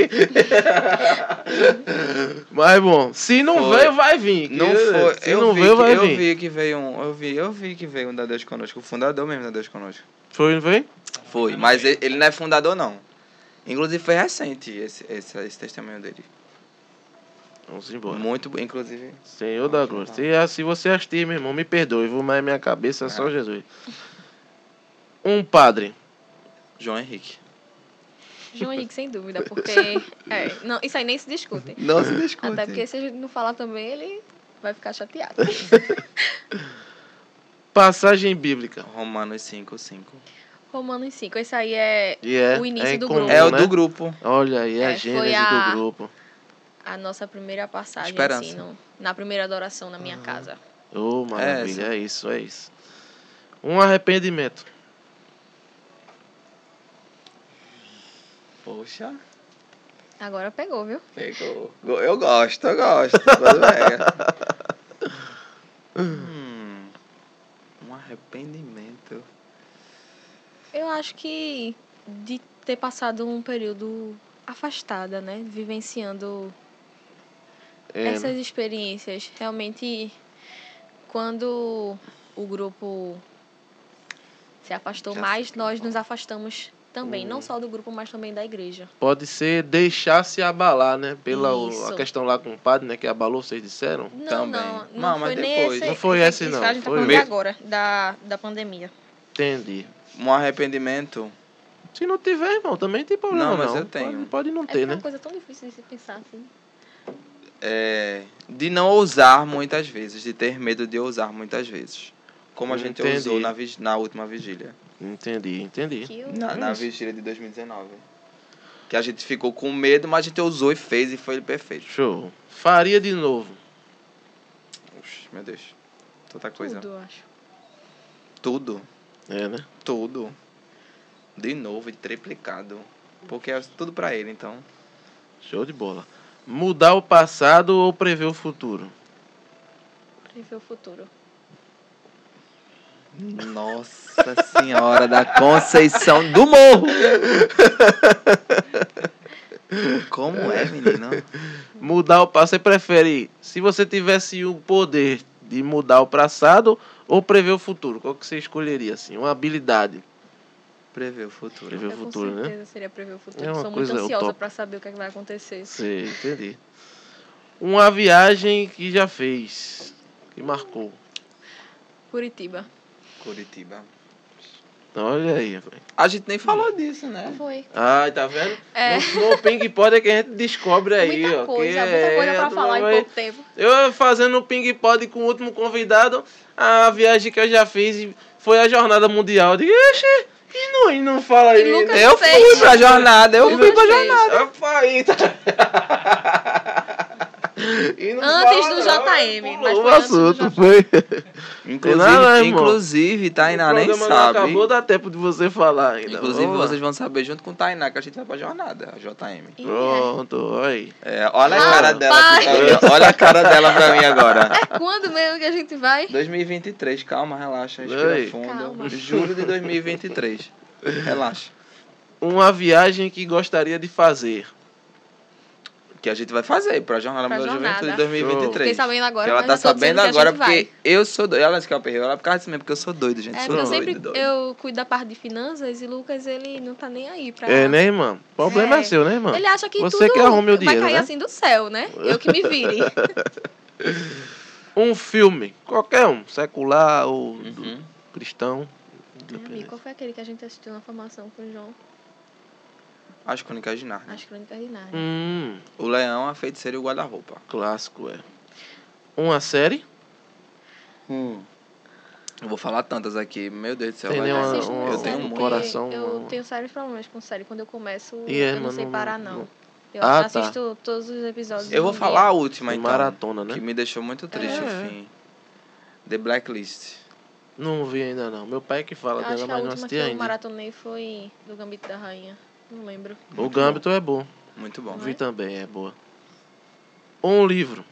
Speaker 1: Mas bom, se não
Speaker 3: Foi.
Speaker 1: veio, vai vir. que-
Speaker 3: Não foi.
Speaker 1: Se
Speaker 3: eu
Speaker 1: não
Speaker 3: vi
Speaker 1: veio,
Speaker 3: que,
Speaker 1: vai
Speaker 3: eu
Speaker 1: vir.
Speaker 3: vi que veio um. Eu vi, eu vi que veio um da Deus Conosco. O fundador mesmo da Deus Conosco.
Speaker 1: Foi, não foi?
Speaker 3: Foi. Mas ele, ele não é fundador, não. Inclusive foi recente esse, esse, esse testemunho dele.
Speaker 1: Vamos embora.
Speaker 3: Muito, bo- inclusive.
Speaker 1: Senhor da Glória. Se, se você assistir, meu irmão, me perdoe, viu? Mas minha cabeça é só
Speaker 3: Ah.
Speaker 1: Jesus. Um padre.
Speaker 3: João Henrique.
Speaker 4: João Henrique, sem dúvida, porque... É, não, isso aí nem se discute.
Speaker 3: Não se discute.
Speaker 4: Até porque se a gente não falar também, ele vai ficar chateado.
Speaker 1: Passagem bíblica.
Speaker 3: Romanos cinco, cinco.
Speaker 4: Romanos cinco, esse aí é
Speaker 1: E é,
Speaker 4: o início
Speaker 1: é em
Speaker 4: do
Speaker 1: comum,
Speaker 4: grupo.
Speaker 3: É o
Speaker 1: né?
Speaker 3: do grupo.
Speaker 1: Olha aí, a
Speaker 4: É, foi
Speaker 1: gênese
Speaker 4: a-
Speaker 1: do grupo.
Speaker 4: a nossa primeira passagem,
Speaker 3: Esperança.
Speaker 4: assim, no- na primeira adoração na minha casa.
Speaker 1: Oh, maravilha,
Speaker 3: essa.
Speaker 1: é isso, é isso. Um arrependimento.
Speaker 3: Poxa,
Speaker 4: Agora pegou, viu?
Speaker 3: pegou. Go- Eu gosto, eu gosto. Quando pega. hum, um arrependimento.
Speaker 4: Eu acho que de ter passado um período afastada, né? Vivenciando
Speaker 1: É,
Speaker 4: essas
Speaker 1: né?
Speaker 4: experiências. Realmente, quando o grupo se afastou
Speaker 3: Já
Speaker 4: mais,
Speaker 3: sei.
Speaker 4: nós nos afastamos também.
Speaker 1: Hum.
Speaker 4: Não só do grupo, mas também da igreja.
Speaker 1: Pode ser deixar se abalar, né? Pela o-
Speaker 4: Isso.
Speaker 1: a questão lá com o padre, né? Que abalou, vocês disseram.
Speaker 4: Não,
Speaker 3: Também.
Speaker 4: não. Não,
Speaker 3: Não, mas
Speaker 4: foi nem
Speaker 3: depois.
Speaker 4: esse.
Speaker 1: Não foi
Speaker 4: esse,
Speaker 1: esse, não.
Speaker 4: que a gente tá
Speaker 1: Foi
Speaker 4: falando
Speaker 3: mesmo.
Speaker 4: agora, da, da pandemia.
Speaker 1: Entendi.
Speaker 3: Um arrependimento.
Speaker 1: Se não tiver, irmão, também tem problema
Speaker 3: Não,
Speaker 1: não.
Speaker 3: mas eu tenho.
Speaker 1: Pode, pode não
Speaker 4: É
Speaker 1: ter,
Speaker 4: porque é
Speaker 1: né?
Speaker 4: uma coisa tão difícil de se pensar assim.
Speaker 3: É, de não ousar muitas vezes, de ter medo de ousar muitas vezes. Como a gente
Speaker 1: Entendi.
Speaker 3: ousou na, vig- na última vigília.
Speaker 1: Entendi, entendi.
Speaker 4: Que eu-
Speaker 3: Na, na
Speaker 1: Isso.
Speaker 3: vigília de dois mil e dezenove. Que a gente ficou com medo, mas a gente ousou e fez e foi perfeito.
Speaker 1: Show. Faria de novo.
Speaker 3: Oxe, meu Deus. Tanta coisa.
Speaker 4: Tudo, eu acho.
Speaker 3: Tudo.
Speaker 1: É, né?
Speaker 3: Tudo. De novo e triplicado. Porque é tudo pra ele, então.
Speaker 1: Show de bola. Mudar o passado ou prever o futuro?
Speaker 4: Prever o futuro.
Speaker 3: Nossa Senhora da Conceição do Morro. Como é, menino?
Speaker 1: Mudar o passado, você prefere, se você tivesse o poder de mudar o passado ou prever o futuro, qual que você escolheria, assim, uma habilidade?
Speaker 3: Prever o futuro.
Speaker 1: Prever o
Speaker 4: Eu
Speaker 1: futuro,
Speaker 4: com
Speaker 1: né?
Speaker 4: certeza seria prever o futuro.
Speaker 1: É uma
Speaker 4: Sou muito
Speaker 1: coisa
Speaker 4: ansiosa
Speaker 1: utópica.
Speaker 4: pra saber o que, é que vai acontecer.
Speaker 1: Sei, entendi. Uma viagem que já fez, que marcou.
Speaker 4: Curitiba.
Speaker 3: Curitiba.
Speaker 1: Olha aí, velho.
Speaker 3: A gente nem falou disso, né?
Speaker 4: Foi.
Speaker 1: Ai, tá vendo?
Speaker 4: É.
Speaker 1: No, no Ping Pod é que a gente descobre aí,
Speaker 4: Muita
Speaker 1: ó.
Speaker 4: coisa,
Speaker 1: que
Speaker 4: muita coisa
Speaker 1: é,
Speaker 4: pra falar em
Speaker 1: vai-
Speaker 4: pouco tempo.
Speaker 1: Eu fazendo o Ping Pod com o último convidado, a viagem que eu já fiz foi a jornada mundial. Eu digo, ixi, e não, e não fala aí.
Speaker 4: E Lucas
Speaker 1: né?
Speaker 3: Eu
Speaker 4: fez.
Speaker 3: fui pra jornada, eu
Speaker 4: Lucas
Speaker 3: fui pra
Speaker 4: fez.
Speaker 3: jornada.
Speaker 1: Opa, aí, tá. E não
Speaker 4: Antes
Speaker 1: fala
Speaker 4: do
Speaker 1: não,
Speaker 4: J M, mas
Speaker 1: pulou
Speaker 4: foi
Speaker 1: o
Speaker 4: antes do
Speaker 1: assunto,
Speaker 4: J M.
Speaker 1: foi.
Speaker 3: Inclusive,
Speaker 1: Não, não, irmão.
Speaker 3: inclusive Tainá
Speaker 1: O
Speaker 3: nem
Speaker 1: programa não
Speaker 3: sabe.
Speaker 1: acabou, dá tempo de você falar ainda.
Speaker 3: Inclusive,
Speaker 1: Vamos lá.
Speaker 3: vocês vão saber junto com Tainá que a gente vai pra jornada, a J M.
Speaker 4: Ih, é.
Speaker 1: Pronto, olha aí.
Speaker 3: É, olha a
Speaker 4: Ah,
Speaker 3: cara dela aqui pra
Speaker 4: pai.
Speaker 3: mim. Olha a cara dela pra mim agora.
Speaker 4: É quando mesmo que a gente vai?
Speaker 3: dois mil e vinte e três, calma, relaxa, respira
Speaker 1: Ei.
Speaker 3: fundo.
Speaker 4: Calma.
Speaker 3: Julho de dois mil e vinte e três. Relaxa.
Speaker 1: Uma viagem que gostaria de fazer.
Speaker 3: Que a gente vai fazer pra Jornada
Speaker 4: Pra
Speaker 3: Mundial da
Speaker 4: jornada.
Speaker 3: Juventude de dois mil e vinte e três.
Speaker 4: Fiquei sabendo agora,
Speaker 3: Que ela
Speaker 4: mas
Speaker 3: tá
Speaker 4: eu tô dizendo
Speaker 3: sabendo
Speaker 4: que a
Speaker 3: agora
Speaker 4: gente
Speaker 3: porque
Speaker 4: vai.
Speaker 3: eu sou doido. Ela disse que é o perreiro, ela por causa disso mesmo, porque eu sou doido, gente.
Speaker 4: É,
Speaker 3: sou
Speaker 4: porque eu
Speaker 3: doido,
Speaker 4: sempre
Speaker 3: doido.
Speaker 4: eu cuido da parte de finanças e Lucas, ele não tá nem aí pra...
Speaker 1: É, né, irmão? O problema é,
Speaker 4: É.
Speaker 1: seu, né, irmão?
Speaker 4: Ele acha que
Speaker 1: Você
Speaker 4: tudo
Speaker 1: que arrume o
Speaker 4: vai
Speaker 1: dinheiro,
Speaker 4: cair
Speaker 1: né?
Speaker 4: assim do céu, né? Eu que me vire.
Speaker 1: Um filme, qualquer um, secular ou do
Speaker 3: Uhum.
Speaker 1: cristão.
Speaker 4: Meu amigo, qual foi aquele que a gente assistiu na formação com o João?
Speaker 3: As Crônicas de Nárnia.
Speaker 4: As Crônicas de Nárnia.
Speaker 1: Hum,
Speaker 3: O Leão, a Feiticeira e o Guarda-Roupa.
Speaker 1: clássico, é. Uma série?
Speaker 3: Hum. Eu vou falar tantas aqui, meu Deus do céu.
Speaker 1: Tem
Speaker 3: vai
Speaker 1: nenhuma-
Speaker 3: dar-
Speaker 4: Assisto
Speaker 1: uma-
Speaker 3: eu
Speaker 4: muito
Speaker 3: tenho
Speaker 4: série
Speaker 1: um
Speaker 3: muito.
Speaker 4: porque
Speaker 1: coração,
Speaker 4: Eu
Speaker 1: uma-
Speaker 4: tenho sérios problemas com série. Quando eu começo,
Speaker 1: E é,
Speaker 4: eu não
Speaker 1: mano,
Speaker 4: sei
Speaker 1: não-
Speaker 4: parar, não.
Speaker 1: não-
Speaker 4: Eu
Speaker 1: Ah, tá.
Speaker 4: assisto todos os episódios.
Speaker 3: Eu vou
Speaker 4: num
Speaker 3: falar a
Speaker 4: dia.
Speaker 3: última,
Speaker 1: Tem
Speaker 3: então.
Speaker 1: maratona, né?
Speaker 3: Que me deixou muito triste
Speaker 1: É.
Speaker 3: o fim. The Blacklist.
Speaker 1: Não vi ainda não. Meu pai que fala
Speaker 4: Eu acho
Speaker 1: dela,
Speaker 4: que a
Speaker 1: mas não
Speaker 4: última
Speaker 1: assisti
Speaker 4: que eu
Speaker 1: ainda.
Speaker 4: maratonei foi do Gambito da Rainha. Não lembro.
Speaker 1: O
Speaker 3: Muito
Speaker 1: Gambito é bom.
Speaker 3: Muito bom.
Speaker 1: Vi também, é boa. Um livro.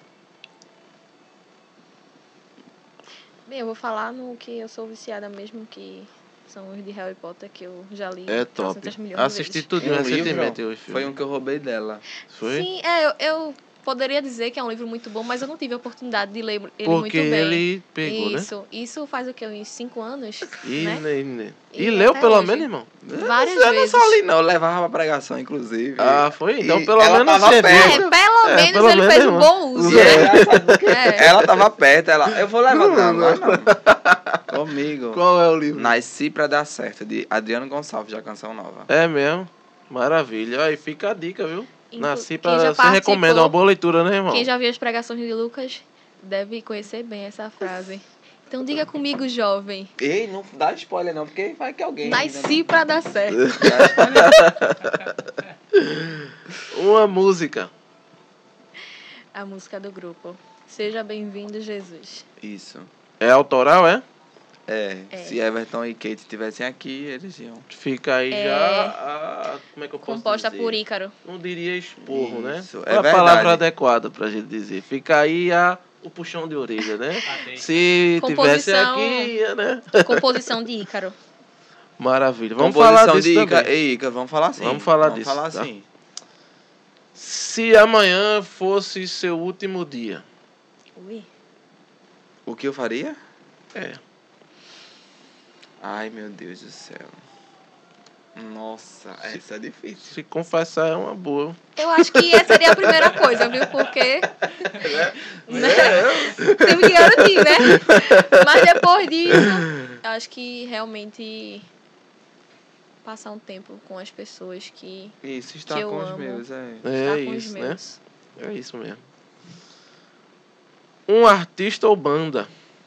Speaker 4: Bem, eu vou falar no que eu sou viciada mesmo, que são os de Harry Potter, que eu já li
Speaker 1: É top.
Speaker 4: trocentas milhões de
Speaker 1: Assisti
Speaker 4: vezes.
Speaker 1: tudo
Speaker 3: Um
Speaker 1: recentemente.
Speaker 3: livro
Speaker 1: o filme.
Speaker 3: foi um que eu roubei dela.
Speaker 1: Foi?
Speaker 4: Sim, é, eu, eu poderia dizer que é um livro muito bom, mas eu não tive a oportunidade de ler ele
Speaker 1: Porque
Speaker 4: muito bem.
Speaker 1: ele pegou, né?
Speaker 4: Isso, isso faz o que? Uns cinco anos,
Speaker 1: E,
Speaker 4: né?
Speaker 1: ne- ne- e
Speaker 4: E
Speaker 1: leu
Speaker 4: até
Speaker 1: pelo
Speaker 4: hoje.
Speaker 1: menos, irmão?
Speaker 4: Várias
Speaker 3: eu não
Speaker 4: vezes.
Speaker 3: só li, não. Eu levava pra pregação, inclusive.
Speaker 1: Ah, foi? Então
Speaker 3: E
Speaker 1: pelo
Speaker 3: ela
Speaker 1: menos
Speaker 3: tava
Speaker 1: você
Speaker 3: perto.
Speaker 1: viu.
Speaker 4: É, pelo
Speaker 1: É,
Speaker 4: menos
Speaker 1: pelo
Speaker 4: ele
Speaker 1: menos,
Speaker 4: fez um
Speaker 1: irmão.
Speaker 4: bom uso,
Speaker 1: É.
Speaker 4: né? É.
Speaker 3: Ela tava perto, ela. Eu vou levar, não, não, não. Comigo.
Speaker 1: Qual é o livro?
Speaker 3: Nasci pra dar certo, de Adriano Gonçalves, da Canção Nova.
Speaker 1: É mesmo? Maravilha. Aí fica a dica, viu?
Speaker 4: Inclu-
Speaker 1: Nasci
Speaker 4: quem
Speaker 1: pra...
Speaker 4: já
Speaker 1: Você recomenda
Speaker 4: participou-
Speaker 1: uma boa leitura, né, irmão?
Speaker 4: Quem já viu as pregações de Lucas deve conhecer bem essa frase. Então diga comigo, jovem.
Speaker 3: Ei, não dá spoiler não, porque vai que alguém...
Speaker 4: Nasci pra dar certo.
Speaker 1: Uma música.
Speaker 4: A música do grupo. Seja bem-vindo, Jesus.
Speaker 3: Isso.
Speaker 1: É autoral, é?
Speaker 3: É,
Speaker 4: É.
Speaker 3: se Everton e Kate estivessem aqui, eles iam.
Speaker 1: Fica aí
Speaker 4: É.
Speaker 1: já a... Como é que eu posso
Speaker 4: Composta
Speaker 1: dizer?
Speaker 4: por Ícaro.
Speaker 1: Não diria esporro, né?
Speaker 3: Isso,
Speaker 1: Qual
Speaker 3: é
Speaker 1: a
Speaker 3: verdade.
Speaker 1: palavra adequada pra gente dizer. Fica aí a... o puxão de orelha, né? Se tivesse
Speaker 4: Composição.
Speaker 1: aqui, ia, né?
Speaker 4: Composição de Ícaro.
Speaker 1: Maravilha. Vamos
Speaker 3: Composição
Speaker 1: falar disso
Speaker 3: de Ica...
Speaker 1: também.
Speaker 3: Ei, Ica, vamos falar assim.
Speaker 1: Vamos falar
Speaker 3: vamos
Speaker 1: disso,
Speaker 3: falar
Speaker 1: tá?
Speaker 3: assim.
Speaker 1: Se amanhã fosse seu último dia.
Speaker 4: Ui.
Speaker 3: O que eu faria?
Speaker 1: É.
Speaker 3: Ai, meu Deus do céu. Nossa, essa é difícil.
Speaker 1: Se confessar é uma boa.
Speaker 4: Eu acho que essa seria a primeira coisa, viu? Porque. Né? Temos que garantir, né? Mas depois disso, eu acho que realmente passar um tempo com as pessoas que
Speaker 3: Isso, estar
Speaker 4: Que eu
Speaker 3: com os
Speaker 4: amo.
Speaker 3: meus, é.
Speaker 4: estão
Speaker 1: É
Speaker 4: com
Speaker 1: isso,
Speaker 4: os
Speaker 1: né?
Speaker 4: meus.
Speaker 1: É isso mesmo. Um artista ou banda?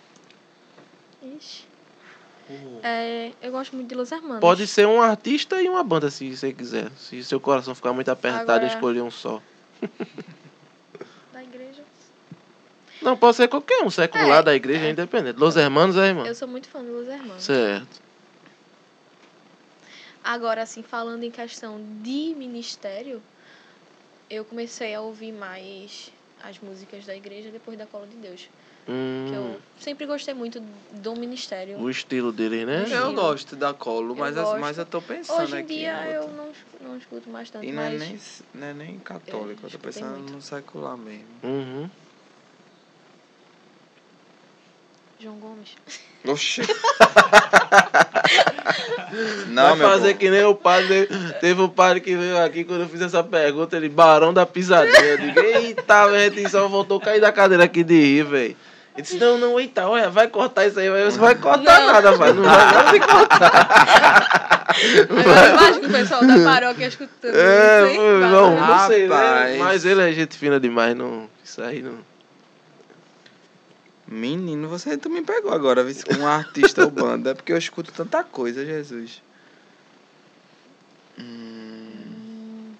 Speaker 4: Ixi. É, eu gosto muito de Los Hermanos.
Speaker 1: Pode ser um artista e uma banda, se você quiser. Se seu coração ficar muito apertado
Speaker 4: Agora-
Speaker 1: e escolher um só.
Speaker 4: Da igreja.
Speaker 1: Não, pode ser qualquer um. Secular
Speaker 4: É,
Speaker 1: da igreja é
Speaker 4: é.
Speaker 1: independente. Los Hermanos é, irmão?
Speaker 4: Eu sou muito fã de Los Hermanos.
Speaker 1: Certo.
Speaker 4: Agora, assim, falando em questão de ministério, eu comecei a ouvir mais as músicas da igreja depois da Cola de Deus.
Speaker 1: Hum,
Speaker 4: Que eu sempre gostei muito do ministério.
Speaker 1: o estilo dele, né?
Speaker 4: Estilo.
Speaker 3: Eu gosto da Colo,
Speaker 4: Eu
Speaker 3: mas,
Speaker 4: gosto.
Speaker 3: mas eu tô pensando
Speaker 4: Hoje em
Speaker 3: aqui.
Speaker 4: dia
Speaker 3: em
Speaker 4: eu
Speaker 3: outro.
Speaker 4: não, não escuto mais tanto,
Speaker 3: E não é,
Speaker 4: mas
Speaker 3: nem, não é nem católico, eu tô
Speaker 4: escutei
Speaker 3: pensando
Speaker 4: muito.
Speaker 3: no secular mesmo.
Speaker 1: Uhum.
Speaker 4: João Gomes.
Speaker 3: Oxi.
Speaker 1: Vai
Speaker 3: Não, meu
Speaker 1: fazer
Speaker 3: povo.
Speaker 1: que nem o padre. Teve um padre que veio aqui quando eu fiz essa pergunta, ele, Barão da Pisadinha. Eu digo, eita, velho, a gente só voltou a cair da cadeira aqui de rir, velho. Ele disse, não, não, eita, olha, vai cortar isso aí. Eu disse, vai cortar
Speaker 4: Não.
Speaker 1: nada, vai, não vai nada de cortar.
Speaker 4: Agora eu imagino o pessoal da paróquia escutando
Speaker 1: É,
Speaker 4: isso, hein?
Speaker 1: não, não sei, né?
Speaker 3: Rapaz.
Speaker 1: Mas ele é gente fina demais, não. Isso aí não.
Speaker 3: Menino, você tu me pegou agora, viu? Com um artista ou banda. É porque eu escuto tanta coisa, Jesus. Hum,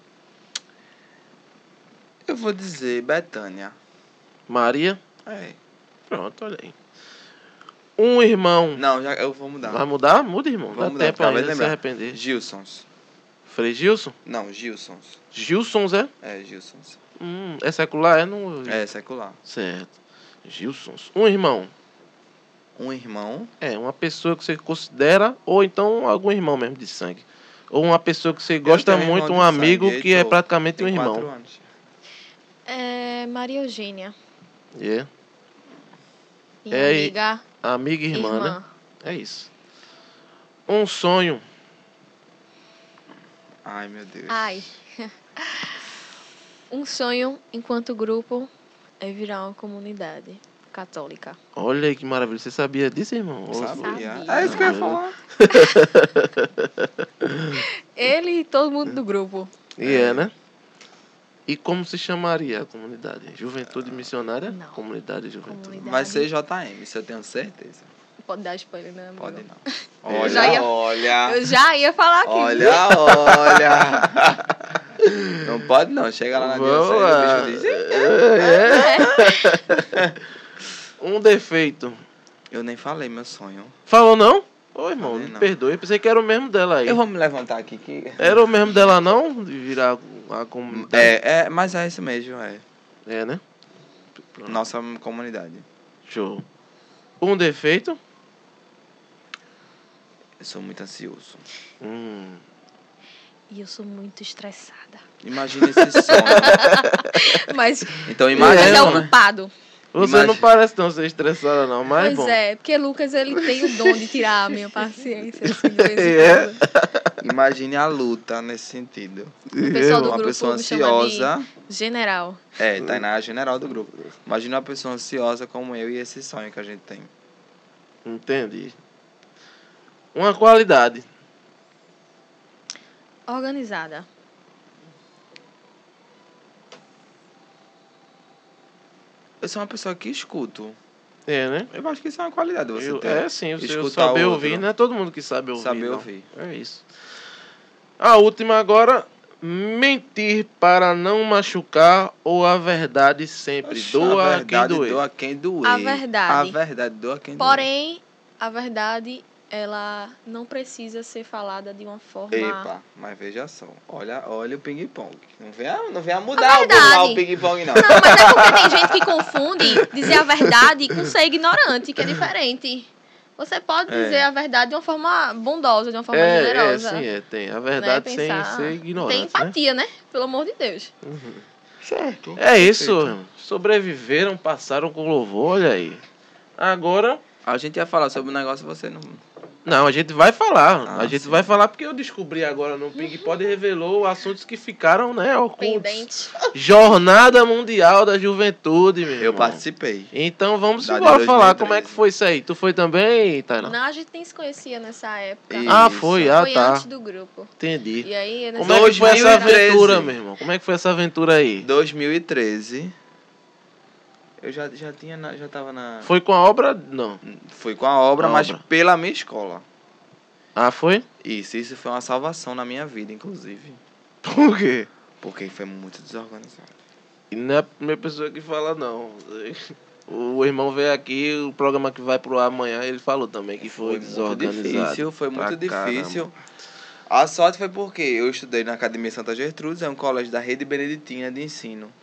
Speaker 3: eu vou dizer Bethânia.
Speaker 1: Maria,
Speaker 3: É.
Speaker 1: pronto, olha aí. Um irmão.
Speaker 3: Não, já, eu vou mudar.
Speaker 1: Vai mudar? Muda, irmão.
Speaker 3: Vamos
Speaker 1: Dá
Speaker 3: mudar,
Speaker 1: tempo
Speaker 3: acabei
Speaker 1: ainda
Speaker 3: de
Speaker 1: de se
Speaker 3: lembrar.
Speaker 1: arrepender.
Speaker 3: Gilsons.
Speaker 1: Frei Gilson?
Speaker 3: Não, Gilsons.
Speaker 1: Gilson, Zé?
Speaker 3: É, Gilsons.
Speaker 1: Hum, é secular? É no...
Speaker 3: É, secular.
Speaker 1: Certo. Gilsons. Um irmão.
Speaker 3: Um irmão.
Speaker 1: É, uma pessoa que você considera, ou então algum irmão mesmo de sangue. Ou uma pessoa que você gosta
Speaker 3: tenho um
Speaker 1: muito,
Speaker 3: irmão
Speaker 1: um
Speaker 3: de
Speaker 1: amigo
Speaker 3: sangue,
Speaker 1: que é
Speaker 3: Heitor.
Speaker 1: praticamente um
Speaker 3: Tem quatro
Speaker 1: irmão.
Speaker 3: anos.
Speaker 4: É Maria Eugênia.
Speaker 1: É.
Speaker 4: Minha
Speaker 1: É, e-
Speaker 4: amiga.
Speaker 1: Amiga e irmã,
Speaker 4: Irmã.
Speaker 1: né? É isso. Um sonho.
Speaker 3: Ai, meu Deus.
Speaker 4: Ai. Um sonho, enquanto grupo, é virar uma comunidade católica.
Speaker 1: Olha aí que maravilha. Você sabia disso, irmão? Ou-
Speaker 3: Sabia.
Speaker 4: Sabia.
Speaker 3: É isso que eu ia falar.
Speaker 4: Ele e todo mundo do grupo.
Speaker 1: E é, né? E como se chamaria a comunidade? Juventude Missionária?
Speaker 4: Não.
Speaker 1: Comunidade Juventude.
Speaker 4: Comunidade.
Speaker 3: Vai ser J M, isso eu tenho certeza.
Speaker 4: Pode dar spoiler, né, amigo?
Speaker 3: Pode não.
Speaker 4: Eu
Speaker 3: Olha,
Speaker 4: já ia-
Speaker 3: olha.
Speaker 4: Eu já ia falar aqui.
Speaker 3: Olha, olha. Não pode não. Chega lá na
Speaker 1: Vamos
Speaker 3: Deus
Speaker 1: lá.
Speaker 3: o bicho diz.
Speaker 1: É, é. Um defeito.
Speaker 3: Eu nem falei meu sonho.
Speaker 1: Falou não? Ô, irmão,
Speaker 3: Falei
Speaker 1: me
Speaker 3: não.
Speaker 1: perdoe. Eu pensei que era o mesmo dela aí.
Speaker 3: Eu vou me levantar aqui que.
Speaker 1: Era o mesmo dela não? De virar a comunidade?
Speaker 3: É, é, mas é isso mesmo, é.
Speaker 1: É, né? Pronto.
Speaker 3: Nossa comunidade.
Speaker 1: Show. Um defeito?
Speaker 3: Eu sou muito ansioso.
Speaker 1: Hum.
Speaker 4: E eu sou muito estressada.
Speaker 3: Imagina esse sonho.
Speaker 4: Mas,
Speaker 3: Então
Speaker 4: mas
Speaker 3: imagina,
Speaker 4: é o
Speaker 3: né?
Speaker 4: culpado.
Speaker 1: Você
Speaker 3: Imagina-
Speaker 1: não parece tão ser estressada não, mas
Speaker 4: Pois
Speaker 1: bom.
Speaker 4: é, porque Lucas, ele tem o dom de tirar a minha paciência, assim, de vez em
Speaker 1: É?
Speaker 4: quando.
Speaker 3: Imagine a luta nesse sentido.
Speaker 4: O pessoal do
Speaker 3: Uma
Speaker 4: grupo
Speaker 3: pessoa
Speaker 4: me chama
Speaker 3: ansiosa.
Speaker 4: de general.
Speaker 3: É, Tainá é a general do grupo. Imagina uma pessoa ansiosa como eu e esse sonho que a gente tem.
Speaker 1: Entendi. Uma qualidade.
Speaker 4: Organizada.
Speaker 3: Eu sou uma pessoa que escuto.
Speaker 1: É, né?
Speaker 3: Eu acho que isso é uma qualidade. Você
Speaker 1: Eu-
Speaker 3: ter,
Speaker 1: é sim, você
Speaker 3: escutar
Speaker 1: saber
Speaker 3: o
Speaker 1: ouvir,
Speaker 3: outro.
Speaker 1: não é todo mundo que sabe ouvir.
Speaker 3: Saber
Speaker 1: não.
Speaker 3: ouvir.
Speaker 1: É isso. A última agora, mentir para não machucar ou a verdade sempre.
Speaker 3: Oxe,
Speaker 1: Doa
Speaker 3: a
Speaker 1: a quem
Speaker 3: verdade
Speaker 1: doer.
Speaker 3: doa quem doer.
Speaker 4: A verdade.
Speaker 3: A verdade doa quem
Speaker 4: Porém, a verdade, ela não precisa ser falada de uma forma...
Speaker 3: doer. Epa, mas veja só. Olha, olha o ping-pong. Não venha, não venha mudar o,
Speaker 4: verdade.
Speaker 3: lá, o ping-pong, não.
Speaker 4: Não, mas é porque tem gente que confunde dizer a verdade com ser ignorante, que é diferente. Você pode
Speaker 3: É.
Speaker 4: dizer a verdade de uma forma bondosa, de uma forma
Speaker 1: É, é,
Speaker 4: generosa.
Speaker 1: sim, é, tem. A
Speaker 4: né?
Speaker 1: verdade sem
Speaker 4: Pensar-
Speaker 1: ser ignorante,
Speaker 4: Tem
Speaker 1: né?
Speaker 4: empatia, né? Pelo amor de Deus.
Speaker 3: Certo.
Speaker 1: É isso. Sobreviveram, passaram com louvor, olha aí. Agora...
Speaker 3: A gente ia falar sobre o negócio, você não...
Speaker 1: Não, a gente vai falar.
Speaker 3: Ah,
Speaker 1: a gente
Speaker 3: sim.
Speaker 1: vai falar porque eu descobri agora no Ping Pod e revelou assuntos que ficaram, né, ocultos.
Speaker 4: Pendente.
Speaker 1: Jornada Mundial da Juventude, meu
Speaker 3: Eu
Speaker 1: irmão.
Speaker 3: participei.
Speaker 1: Então vamos
Speaker 3: Da de
Speaker 1: embora falar
Speaker 3: dois mil e
Speaker 1: como é que
Speaker 3: treze.
Speaker 1: foi isso aí. Tu foi também, Tainá?
Speaker 4: Não, a gente nem se conhecia nessa época.
Speaker 3: Isso.
Speaker 1: Ah, foi, ah,
Speaker 4: Foi
Speaker 1: tá.
Speaker 4: antes do grupo.
Speaker 1: Entendi.
Speaker 4: E aí, nessa
Speaker 1: Como é que foi essa
Speaker 3: dois mil e treze.
Speaker 1: aventura, meu irmão? Como é que foi essa aventura aí?
Speaker 3: dois mil e treze. Eu já, já tinha, na- já tava na...
Speaker 1: Foi com a obra? Não.
Speaker 3: Foi com a obra,
Speaker 1: A
Speaker 3: mas
Speaker 1: obra.
Speaker 3: pela minha escola.
Speaker 1: Ah, foi?
Speaker 3: Isso, isso foi uma salvação na minha vida, inclusive.
Speaker 1: Por quê?
Speaker 3: Porque foi muito desorganizado.
Speaker 1: E não é a primeira pessoa que fala, não. O irmão veio aqui, o programa que vai pro ar amanhã, ele falou também que foi,
Speaker 3: muito
Speaker 1: desorganizado.
Speaker 3: difícil, foi
Speaker 1: pra
Speaker 3: muito difícil.
Speaker 1: caramba.
Speaker 3: A sorte foi porque eu estudei na Academia Santa Gertrudes, é um colégio da Rede Beneditina de ensino.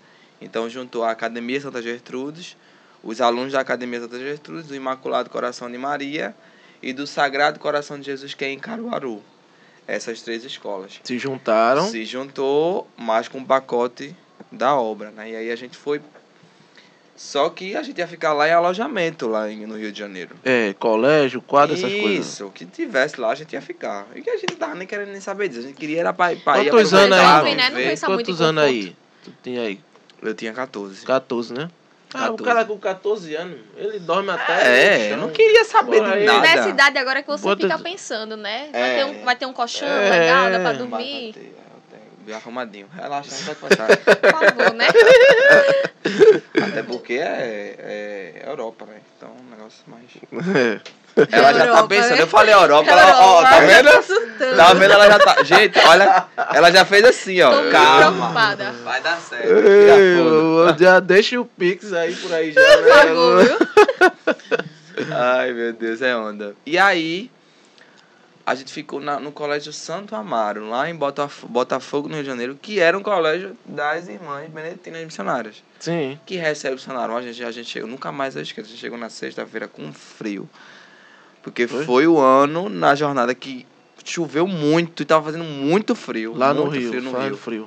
Speaker 3: Então juntou a Academia Santa Gertrudes, os alunos da Academia Santa Gertrudes, do Imaculado Coração de Maria e do Sagrado Coração de Jesus, que é em Caruaru. Essas três escolas.
Speaker 1: Se juntaram.
Speaker 3: Se juntou, mais com o pacote da obra, né? E aí a gente foi... Só que a gente ia ficar lá em alojamento, lá em, no Rio de Janeiro.
Speaker 1: É, colégio, quadro, essas coisas.
Speaker 3: Isso, o que tivesse lá a gente ia ficar. E que a gente não tava nem querendo nem saber disso. A gente queria era pra, pra ir
Speaker 1: Quantos anos
Speaker 3: aproveitar,
Speaker 1: aí?
Speaker 4: né? Não
Speaker 3: viver.
Speaker 4: pensa muito em
Speaker 1: Quantos anos
Speaker 4: conforto.
Speaker 1: aí? Tu tinha aí?
Speaker 3: Eu tinha catorze.
Speaker 1: catorze, né? Ah, o
Speaker 3: catorze.
Speaker 1: cara com catorze anos, ele dorme até
Speaker 3: É,
Speaker 1: no
Speaker 3: eu
Speaker 1: chão.
Speaker 3: não queria saber
Speaker 1: Por aí.
Speaker 3: de nada.
Speaker 4: Nessa idade agora que você
Speaker 1: Bota-
Speaker 4: fica pensando, né? Vai,
Speaker 3: É.
Speaker 4: ter um, vai ter um colchão
Speaker 1: É.
Speaker 4: legal, dá pra
Speaker 3: Vai, vai
Speaker 4: dormir.
Speaker 3: ter, é, eu tenho bem arrumadinho. Relaxa, não pode passar.
Speaker 4: Por favor, né?
Speaker 3: Até porque é, é Europa, né? Então, um negócio mais...
Speaker 1: É.
Speaker 3: Ela já tá
Speaker 4: Europa,
Speaker 3: pensando,
Speaker 4: né?
Speaker 3: eu falei Europa, ela, ó, tá vendo?
Speaker 4: Tô assustando.
Speaker 3: Tá vendo? Ela já tá... Gente, olha, ela já fez assim, ó.
Speaker 4: Tô muito
Speaker 3: Calma.
Speaker 4: preocupada.
Speaker 3: Vai dar certo.
Speaker 1: Ei,
Speaker 3: Tira foda.
Speaker 1: eu- já deixa o Pix aí por aí já,
Speaker 4: Por favor,
Speaker 1: né?
Speaker 4: viu?
Speaker 3: Ai, meu Deus, é onda. E aí, a gente ficou na- no Colégio Santo Amaro, lá em Botaf- Botafogo, no Rio de Janeiro, que era um colégio das irmãs beneditinas missionárias,
Speaker 1: Sim.
Speaker 3: que recebe o missionário. A gente, a gente chegou, nunca mais eu esqueço, a gente chegou na sexta-feira com frio. Porque
Speaker 1: Foi?
Speaker 3: foi o ano, na jornada, que choveu muito e tava fazendo muito frio.
Speaker 1: Lá no
Speaker 3: muito
Speaker 1: Rio,
Speaker 3: frio no
Speaker 1: faz
Speaker 3: Rio.
Speaker 1: frio.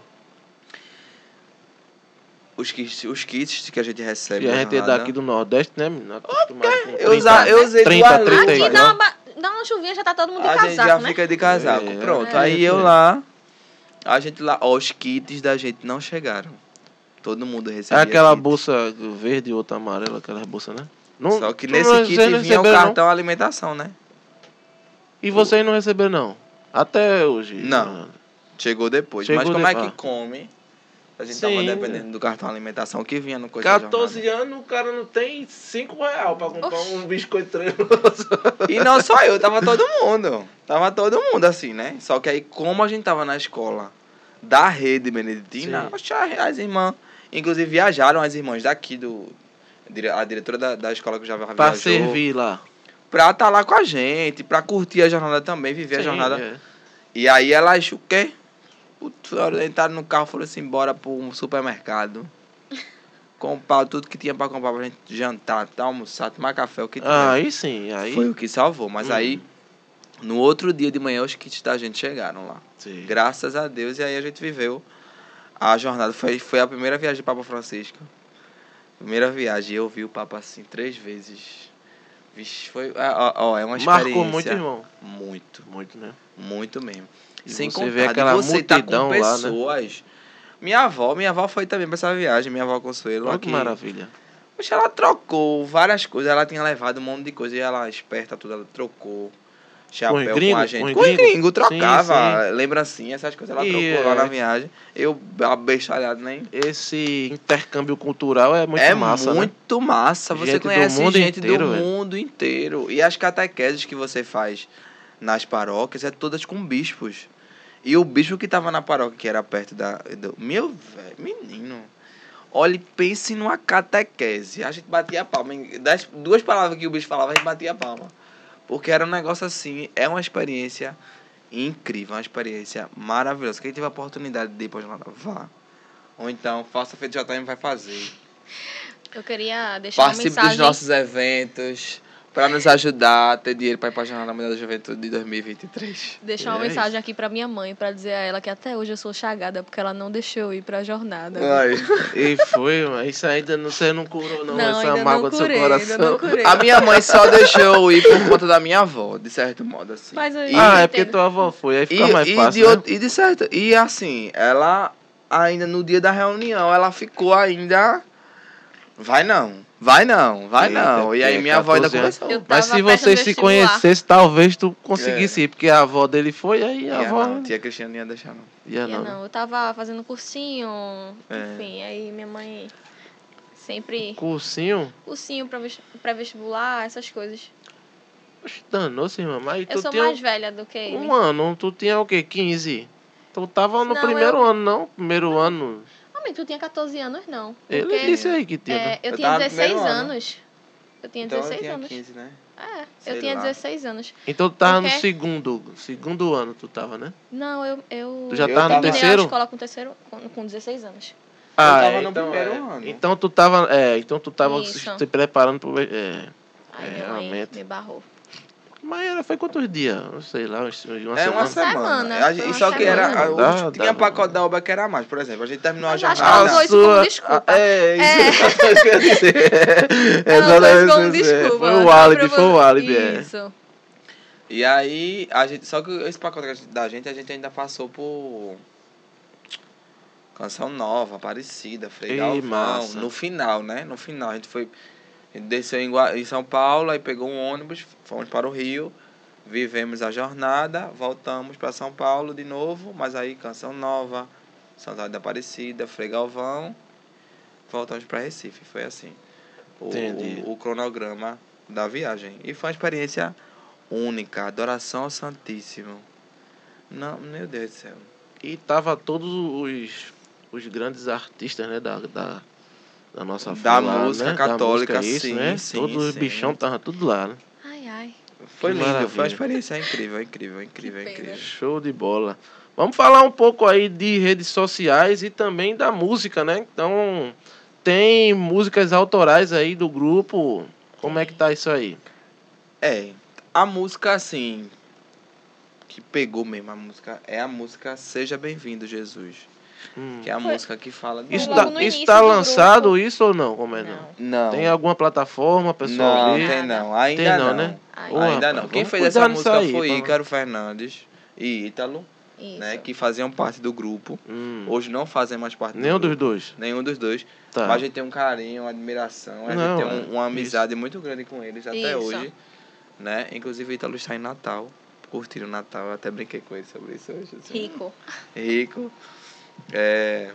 Speaker 3: Os kits, os kits que a gente recebe
Speaker 1: E a
Speaker 3: na
Speaker 1: gente é
Speaker 3: jornada-
Speaker 1: daqui do Nordeste, né, menino? Acostumado com
Speaker 3: Eu, usa, eu usei
Speaker 1: trinta,
Speaker 3: duas
Speaker 1: trinta
Speaker 3: luvas,
Speaker 1: e
Speaker 4: Aqui
Speaker 1: né?
Speaker 4: dá uma, ba- dá uma chuvinha, já tá todo mundo de
Speaker 3: A gente
Speaker 4: casaco,
Speaker 3: já
Speaker 4: né?
Speaker 3: fica de casaco.
Speaker 1: É,
Speaker 3: Pronto.
Speaker 1: é,
Speaker 3: Aí
Speaker 1: é.
Speaker 3: eu lá, a gente lá, ó, os kits da gente não chegaram. Todo mundo
Speaker 1: É
Speaker 3: recebia.
Speaker 1: aquela
Speaker 3: kit.
Speaker 1: bolsa verde e outra amarela, aquelas bolsas, né? Não,
Speaker 3: Só que
Speaker 1: tu
Speaker 3: nesse
Speaker 1: não-
Speaker 3: kit
Speaker 1: vocês não
Speaker 3: vinha o
Speaker 1: receberam, não?
Speaker 3: cartão alimentação, né?
Speaker 1: E vocês não receberam, não? Até hoje?
Speaker 3: Não. Chegou depois.
Speaker 1: Chegou
Speaker 3: Mas como
Speaker 1: depois.
Speaker 3: é que come? A gente
Speaker 1: Sim.
Speaker 3: tava dependendo do cartão alimentação que vinha no coisa
Speaker 1: catorze anos, o cara não tem cinco reais pra comprar
Speaker 4: Oxi.
Speaker 1: um biscoito treinoso.
Speaker 3: E não só eu, tava todo mundo. Tava todo mundo assim, né? Só que aí, como a gente tava na escola da rede beneditina,
Speaker 1: Sim.
Speaker 3: oxe, as irmãs, inclusive viajaram as irmãs daqui do... A diretora da, da escola que já viajou.
Speaker 1: Pra servir lá.
Speaker 3: Pra estar lá com a gente, pra curtir a jornada também, viver a
Speaker 1: Sim,
Speaker 3: jornada.
Speaker 1: é.
Speaker 3: E aí elas, o quê? Putz, entraram no carro e foram assim, bora pro um supermercado. Comprar tudo que tinha pra comprar pra gente jantar, tá, almoçar, tomar café, o que tiver.
Speaker 1: Ah, aí sim, aí...
Speaker 3: Foi o que salvou. Mas
Speaker 1: Hum.
Speaker 3: aí, no outro dia de manhã, os kits da gente chegaram lá.
Speaker 1: Sim.
Speaker 3: Graças a Deus. E aí a gente viveu a jornada. Foi, foi a primeira viagem do Papa Francisco. Primeira viagem. Eu vi o Papa assim, três vezes. Vixe, foi... Ó, ó, é uma experiência...
Speaker 1: Marcou muito, irmão.
Speaker 3: Muito.
Speaker 1: Muito, né?
Speaker 3: Muito mesmo.
Speaker 1: E
Speaker 3: Sem
Speaker 1: você
Speaker 3: contar,
Speaker 1: vê aquela
Speaker 3: de você tá
Speaker 1: multidão
Speaker 3: com
Speaker 1: lá, né?
Speaker 3: pessoas... Minha avó, minha avó foi também pra essa viagem, minha avó Consuelo.
Speaker 1: Olha que
Speaker 3: aqui.
Speaker 1: maravilha.
Speaker 3: Poxa, ela trocou várias coisas, ela tinha levado um monte de coisa e ela, esperta tudo, ela trocou chapéu
Speaker 1: Com
Speaker 3: com,
Speaker 1: os gringos?
Speaker 3: a gente.
Speaker 1: Com os
Speaker 3: Com os
Speaker 1: gringos?
Speaker 3: gringos, trocava,
Speaker 1: Sim,
Speaker 3: lembrancinha, essas coisas, ela
Speaker 1: E,
Speaker 3: trocou lá
Speaker 1: é,
Speaker 3: na viagem. Eu, abestalhado, nem...
Speaker 1: Esse intercâmbio cultural é muito
Speaker 3: é
Speaker 1: massa, né?
Speaker 3: muito massa, você
Speaker 1: Gente do
Speaker 3: conhece
Speaker 1: mundo
Speaker 3: gente
Speaker 1: inteiro,
Speaker 3: do
Speaker 1: velho.
Speaker 3: mundo inteiro. E as catequeses que você faz nas paróquias é todas com bispos. E o bispo que tava na paróquia, que era perto da... Do, meu velho, menino... Olha, pense numa catequese. A gente batia a palma. Em das duas palavras que o bicho falava, a gente batia a palma. Porque era um negócio assim, é uma experiência incrível, uma experiência maravilhosa. Quem tiver a oportunidade de ir para jornada, vá. Ou então, faça feito J M vai fazer.
Speaker 4: Eu queria deixar uma
Speaker 3: Participe
Speaker 4: mensagem.
Speaker 3: dos nossos eventos para nos ajudar a ter dinheiro para ir para a Jornada Mundial da Juventude de dois mil e vinte e três.
Speaker 4: Deixar uma
Speaker 1: É
Speaker 4: mensagem aqui pra minha mãe, pra dizer a ela que até hoje eu sou chagada, porque ela não deixou eu ir pra jornada.
Speaker 3: Ai.
Speaker 1: E foi, mas isso ainda não, você não curou, não,
Speaker 4: Não,
Speaker 1: essa
Speaker 4: ainda
Speaker 1: mágoa
Speaker 4: não
Speaker 1: do
Speaker 4: curei,
Speaker 1: seu
Speaker 4: ainda não
Speaker 1: coração.
Speaker 4: curei.
Speaker 3: A minha mãe só deixou eu ir por conta da minha avó, de certo modo, assim.
Speaker 4: Mas eu
Speaker 3: E-
Speaker 1: Ah, é
Speaker 4: entendo.
Speaker 1: porque tua avó foi, aí
Speaker 3: E,
Speaker 1: fica mais
Speaker 3: e
Speaker 1: fácil,
Speaker 3: de
Speaker 1: né?
Speaker 3: outro- e de certo. E assim, ela ainda no dia da reunião, ela ficou ainda. Vai não, vai não, vai
Speaker 1: Eita,
Speaker 3: não. E aí
Speaker 1: porque
Speaker 3: minha avó ainda
Speaker 1: catorze anos.
Speaker 3: começou.
Speaker 4: Eu
Speaker 1: Mas
Speaker 4: tava
Speaker 1: se
Speaker 4: perto do
Speaker 1: vocês se
Speaker 4: vestibular.
Speaker 1: conhecessem, talvez tu conseguisse ir, porque a avó dele foi, aí a
Speaker 3: Ia
Speaker 1: avó...
Speaker 3: não, tia Cristina não ia deixar não.
Speaker 1: Ia
Speaker 4: Ia
Speaker 1: não.
Speaker 4: não, eu tava fazendo cursinho,
Speaker 3: É.
Speaker 4: enfim, aí minha mãe sempre
Speaker 1: Cursinho?
Speaker 4: cursinho pra ves- pré-vestibular, essas coisas.
Speaker 1: Oxe, danou-se, irmão. Mas
Speaker 4: Eu
Speaker 1: tu
Speaker 4: sou
Speaker 1: tinha
Speaker 4: mais velha do que ele.
Speaker 1: um ano, tu tinha o quê? quinze? Tu tava no
Speaker 4: Não,
Speaker 1: primeiro
Speaker 4: eu-
Speaker 1: ano, não? Primeiro ano.
Speaker 4: Homem, tu tinha catorze anos, não.
Speaker 1: Ele
Speaker 4: Porque,
Speaker 1: disse aí que tinha.
Speaker 4: é,
Speaker 1: né?
Speaker 4: eu,
Speaker 3: Eu
Speaker 4: tinha
Speaker 3: tava no
Speaker 4: dezesseis
Speaker 3: primeiro ano.
Speaker 4: anos. Eu tinha
Speaker 3: Então eu
Speaker 4: dezesseis
Speaker 3: tinha
Speaker 4: anos.
Speaker 3: quinze, né?
Speaker 4: É,
Speaker 3: Sei
Speaker 4: eu tinha
Speaker 3: lá.
Speaker 4: dezesseis anos.
Speaker 1: Então tu tava no
Speaker 4: Porque-
Speaker 1: segundo, segundo ano, tu tava, né?
Speaker 4: Não, eu. eu
Speaker 1: Tu já
Speaker 3: Eu
Speaker 1: tava no
Speaker 3: tava-
Speaker 4: terminei
Speaker 1: terceiro?
Speaker 4: a escola com, terceiro, com, com dezesseis anos.
Speaker 1: Ah,
Speaker 3: tava
Speaker 1: é,
Speaker 3: no
Speaker 1: então,
Speaker 3: primeiro
Speaker 1: é.
Speaker 3: ano.
Speaker 1: Então tu tava, é, então tu tava
Speaker 4: Isso.
Speaker 1: se preparando pro... É,
Speaker 4: Aí
Speaker 1: É,
Speaker 4: minha mãe
Speaker 1: realmente.
Speaker 4: me barrou.
Speaker 1: mas era, foi quantos dias? Não sei lá, uns- uma
Speaker 3: É uma
Speaker 1: semana.
Speaker 3: semana.
Speaker 4: semana,
Speaker 3: A
Speaker 4: foi
Speaker 3: gente-
Speaker 4: uma
Speaker 3: só que era.
Speaker 4: semana.
Speaker 3: a- o-
Speaker 1: Dá-
Speaker 3: tinha
Speaker 1: dá-
Speaker 3: pacote da obra que era mais. Por exemplo, a gente terminou
Speaker 4: Mas
Speaker 3: a
Speaker 4: acho que ela
Speaker 3: jornada.
Speaker 4: usou isso como desculpa.
Speaker 1: É, isso
Speaker 4: É.
Speaker 1: exatamente o que eu ia dizer.
Speaker 4: Ela usou isso como
Speaker 1: Exatamente isso, é.
Speaker 4: desculpa.
Speaker 1: Foi o
Speaker 4: só
Speaker 1: álibi,
Speaker 4: pra
Speaker 1: foi o
Speaker 4: você-
Speaker 1: álibi, é.
Speaker 4: Isso.
Speaker 3: E aí, a gente, só que esse pacote da gente, a gente ainda passou por Canção Nova, Aparecida, Frei
Speaker 1: Ei,
Speaker 3: Galvão.
Speaker 1: massa.
Speaker 3: No final, né? No final, a gente foi. A gente desceu em, Gua- em São Paulo, aí pegou um ônibus, fomos para o Rio, vivemos a jornada, voltamos para São Paulo de novo, mas aí Canção Nova, Santa da Aparecida, Frei Galvão, voltamos para Recife. Foi assim. O,
Speaker 1: Entendi.
Speaker 3: o, o cronograma da viagem. E foi uma experiência única, adoração ao Santíssimo. Não, meu Deus do céu.
Speaker 1: E tava todos os, os grandes artistas, né, da, da, da nossa
Speaker 3: Da
Speaker 1: fé lá,
Speaker 3: música
Speaker 1: né?
Speaker 3: católica,
Speaker 1: da música, isso,
Speaker 3: sim,
Speaker 1: né?
Speaker 3: sim,
Speaker 1: Todos os
Speaker 3: sim.
Speaker 1: bichão tava tudo lá, né?
Speaker 4: Ai, ai.
Speaker 3: Foi
Speaker 1: Que
Speaker 3: lindo,
Speaker 1: maravilha.
Speaker 3: foi uma experiência incrível, incrível, incrível,
Speaker 4: Que pena.
Speaker 3: incrível.
Speaker 1: Show de bola. Vamos falar um pouco aí de redes sociais e também da música, né? Então, tem músicas autorais aí do grupo. Como é que tá isso aí?
Speaker 3: É, a música assim, que pegou mesmo a música, é a música Seja Bem-vindo, Jesus.
Speaker 1: Hum.
Speaker 3: Que é a
Speaker 4: Foi-
Speaker 3: música que fala de
Speaker 1: Isso
Speaker 4: logo
Speaker 1: tá,
Speaker 4: no
Speaker 1: isso
Speaker 4: início
Speaker 1: tá
Speaker 4: do
Speaker 1: lançado,
Speaker 4: grupo.
Speaker 1: isso ou não? Como é não?
Speaker 4: Não.
Speaker 3: Não,
Speaker 1: Tem alguma plataforma, pessoal?
Speaker 3: não,
Speaker 1: ver?
Speaker 3: tem
Speaker 4: Nada.
Speaker 3: não, ainda
Speaker 1: Tem não,
Speaker 3: não,
Speaker 1: né?
Speaker 4: Ai,
Speaker 1: Ô,
Speaker 3: ainda
Speaker 1: rapaz,
Speaker 3: não. Quem
Speaker 1: vamos
Speaker 3: fez
Speaker 1: cuidar
Speaker 3: essa
Speaker 1: nisso
Speaker 3: música
Speaker 1: aí,
Speaker 3: foi
Speaker 1: pra-
Speaker 3: Ícaro Fernandes e Ítalo,
Speaker 4: Isso.
Speaker 3: né, que faziam parte do grupo.
Speaker 1: Hum.
Speaker 3: Hoje não fazem mais parte
Speaker 1: Nenhum
Speaker 3: do
Speaker 1: dos
Speaker 3: grupo.
Speaker 1: dois.
Speaker 3: Nenhum dos dois.
Speaker 1: Tá.
Speaker 3: Mas a gente tem um carinho, uma admiração, a
Speaker 1: Não,
Speaker 3: gente tem um-
Speaker 1: é,
Speaker 3: uma amizade muito grande com eles até
Speaker 4: Isso.
Speaker 3: hoje. Né? Inclusive, o Ítalo está em Natal, curtindo o Natal. Eu até brinquei com ele sobre isso hoje. assim.
Speaker 4: Rico.
Speaker 3: Rico. É...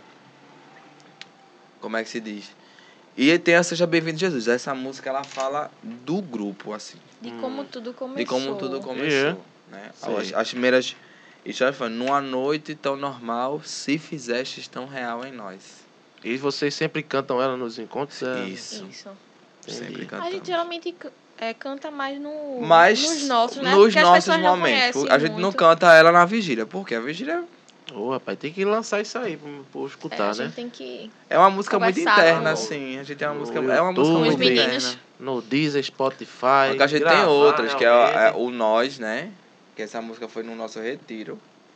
Speaker 3: Como é que se diz? E tem a Seja Bem-vindo, Jesus. Essa música, ela fala do grupo, assim.
Speaker 4: De
Speaker 1: Hum.
Speaker 4: como tudo começou.
Speaker 3: De como tudo começou. Né?
Speaker 1: Sei.
Speaker 3: As, as primeiras histórias falam, numa noite tão normal, se fizestes tão real em nós.
Speaker 1: E vocês sempre cantam ela nos encontros? É...
Speaker 3: Isso.
Speaker 4: Isso.
Speaker 1: Entendi.
Speaker 3: Sempre
Speaker 4: A
Speaker 3: cantamos.
Speaker 4: gente geralmente é, canta mais no,
Speaker 3: Mas
Speaker 4: nos nossos, né?
Speaker 3: nos
Speaker 4: Porque as
Speaker 3: nossos
Speaker 4: pessoas não
Speaker 3: momentos.
Speaker 4: conhecem
Speaker 3: A gente não
Speaker 4: muito.
Speaker 3: canta ela na vigília. Porque a vigília
Speaker 1: Ô, rapaz, tem que lançar isso aí pra, pra eu
Speaker 4: É,
Speaker 1: escutar,
Speaker 4: a
Speaker 1: né?
Speaker 4: gente tem que...
Speaker 3: é uma música muito
Speaker 4: Conversar
Speaker 3: interna,
Speaker 1: no-
Speaker 3: assim. A gente tem uma
Speaker 1: no
Speaker 3: música. É uma música
Speaker 1: YouTube,
Speaker 3: muito
Speaker 4: Com os meninos.
Speaker 3: interna.
Speaker 1: No Deezer, Spotify.
Speaker 3: Porque a gente tem
Speaker 1: gravar
Speaker 3: outras, que é, o- é
Speaker 1: realmente.
Speaker 3: o Nós, né? Que essa música foi no nosso retiro.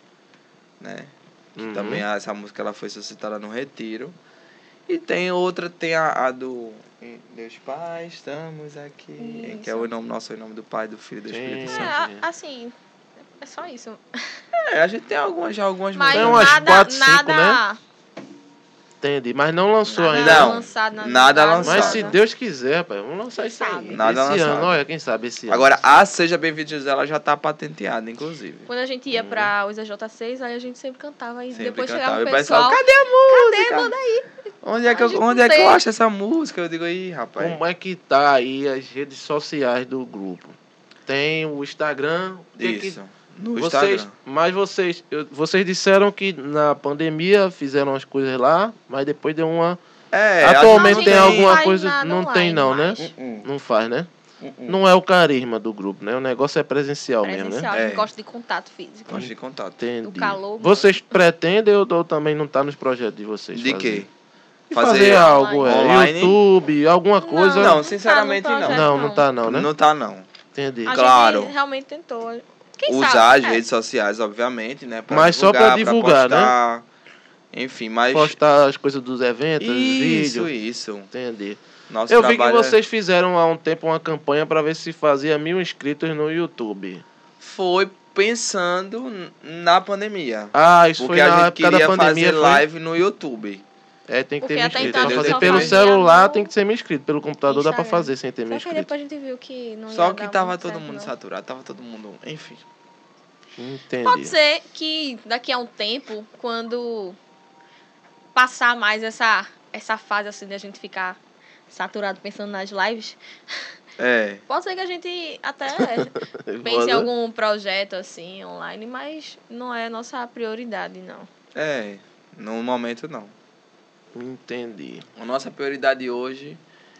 Speaker 3: Né?
Speaker 1: Uhum.
Speaker 3: Também a- essa música ela foi suscitada no retiro. E tem outra, tem a, a do em Deus Pai, estamos aqui. em Que é o
Speaker 4: Isso.
Speaker 3: nome nosso, em nome do Pai, do Filho e do
Speaker 1: Sim.
Speaker 3: Espírito
Speaker 4: É,
Speaker 3: Santo.
Speaker 4: a- assim, é só isso.
Speaker 3: É, a gente tem algumas, já algumas
Speaker 4: Mas
Speaker 1: Tem
Speaker 3: músicas.
Speaker 1: umas
Speaker 4: nada,
Speaker 1: quatro, cinco,
Speaker 4: nada,
Speaker 1: Entendi, mas não lançou
Speaker 4: nada
Speaker 1: ainda.
Speaker 3: Não,
Speaker 4: lançado, nada,
Speaker 3: nada
Speaker 4: divulgado,
Speaker 3: lançado.
Speaker 1: Mas se
Speaker 4: nada.
Speaker 1: Deus quiser, rapaz, vamos lançar
Speaker 4: Quem
Speaker 1: isso aí.
Speaker 4: sabe?
Speaker 3: Nada
Speaker 1: esse
Speaker 3: lançado.
Speaker 1: ano, olha, quem sabe esse ano.
Speaker 3: Agora, a Seja Bem-vindo Jesus, ela já tá patenteada, inclusive.
Speaker 4: Quando a gente ia pra os E J seis, aí a gente sempre cantava e
Speaker 3: Sempre
Speaker 4: depois
Speaker 3: cantava.
Speaker 4: chegava
Speaker 3: E
Speaker 4: o
Speaker 3: o pessoal,
Speaker 4: pessoal...
Speaker 3: cadê a música?
Speaker 4: Cadê? Manda aí.
Speaker 3: Onde é que,
Speaker 4: A
Speaker 3: eu,
Speaker 4: gente
Speaker 3: onde
Speaker 4: não
Speaker 3: é que eu
Speaker 4: tem.
Speaker 3: acho essa música? Eu digo, aí, rapaz.
Speaker 1: Como é que tá aí as redes sociais do grupo? Tem o Instagram. o que que-
Speaker 3: Isso. No
Speaker 1: vocês,
Speaker 3: Instagram.
Speaker 1: mas vocês, eu- vocês disseram que na pandemia fizeram as coisas lá, mas depois deu uma.
Speaker 3: É, a gente
Speaker 1: Atualmente
Speaker 3: não
Speaker 1: tem
Speaker 4: não
Speaker 1: alguma
Speaker 4: faz
Speaker 1: coisa.
Speaker 4: nada
Speaker 1: Não tem
Speaker 4: online
Speaker 1: não, né?
Speaker 4: mais.
Speaker 3: Uh-uh,
Speaker 1: Não faz, né?
Speaker 3: uh-uh.
Speaker 1: Não é o carisma do grupo, né? O negócio é presencial, mesmo,
Speaker 4: Presencial,
Speaker 1: né?
Speaker 4: a gente
Speaker 3: É.
Speaker 4: gosta de contato físico.
Speaker 3: Gosto de contato.
Speaker 1: Entendi.
Speaker 4: O calor,
Speaker 1: Vocês pretendem ou, ou também não tá nos projetos de vocês?
Speaker 3: De
Speaker 1: fazer?
Speaker 3: quê?
Speaker 1: De
Speaker 3: Fazer
Speaker 1: fazer, algo, é,
Speaker 3: online?
Speaker 1: YouTube, alguma coisa.
Speaker 3: Não,
Speaker 4: tá
Speaker 3: sinceramente,
Speaker 4: no
Speaker 3: não.
Speaker 4: projeto,
Speaker 1: não, não tá não, né?
Speaker 3: Não tá, não.
Speaker 1: Entendi.
Speaker 4: A
Speaker 3: Claro.
Speaker 4: gente realmente tentou. Quem
Speaker 3: Usar
Speaker 4: sabe?
Speaker 3: as
Speaker 4: É.
Speaker 3: redes sociais, obviamente, né? Pra
Speaker 1: Mas só pra divulgar,
Speaker 3: pra postar, Enfim, mas...
Speaker 1: Postar as coisas dos eventos, os
Speaker 3: Isso,
Speaker 1: vídeos.
Speaker 3: isso.
Speaker 1: Entendi.
Speaker 3: Nosso
Speaker 1: Eu vi que
Speaker 3: trabalho é-
Speaker 1: vocês fizeram há um tempo uma campanha para ver se fazia mil inscritos no YouTube.
Speaker 3: foi pensando n- na pandemia.
Speaker 1: Ah, isso
Speaker 3: Porque
Speaker 1: foi
Speaker 3: a
Speaker 1: na
Speaker 3: gente
Speaker 1: época da
Speaker 3: queria
Speaker 1: pandemia.
Speaker 3: fazer
Speaker 1: foi?
Speaker 3: live no YouTube.
Speaker 1: É, tem que ter
Speaker 4: Porque
Speaker 1: mil
Speaker 4: até
Speaker 1: inscritos.
Speaker 4: então
Speaker 1: Pra
Speaker 3: a gente
Speaker 1: fazer
Speaker 3: só
Speaker 1: pelo
Speaker 4: fazia
Speaker 1: celular
Speaker 4: no
Speaker 1: tem que ser mil inscritos. Pelo computador dá pra
Speaker 4: Instagram.
Speaker 1: fazer sem ter mil
Speaker 4: Só que aí
Speaker 1: inscritos.
Speaker 4: depois a gente viu que não
Speaker 3: Só
Speaker 4: ia
Speaker 3: que
Speaker 4: dar
Speaker 3: tava
Speaker 4: muito
Speaker 3: todo
Speaker 4: certo,
Speaker 3: mundo
Speaker 4: não.
Speaker 3: saturado, tava todo mundo... Enfim.
Speaker 1: Entendi.
Speaker 4: Pode ser que daqui a um tempo, quando passar mais essa, essa fase assim de a gente ficar saturado pensando nas lives,
Speaker 3: É.
Speaker 4: pode ser que a gente até pense em
Speaker 1: Foda.
Speaker 4: algum projeto assim online, mas não é nossa prioridade, não.
Speaker 3: É. No momento, não.
Speaker 1: Entendi.
Speaker 3: A nossa prioridade hoje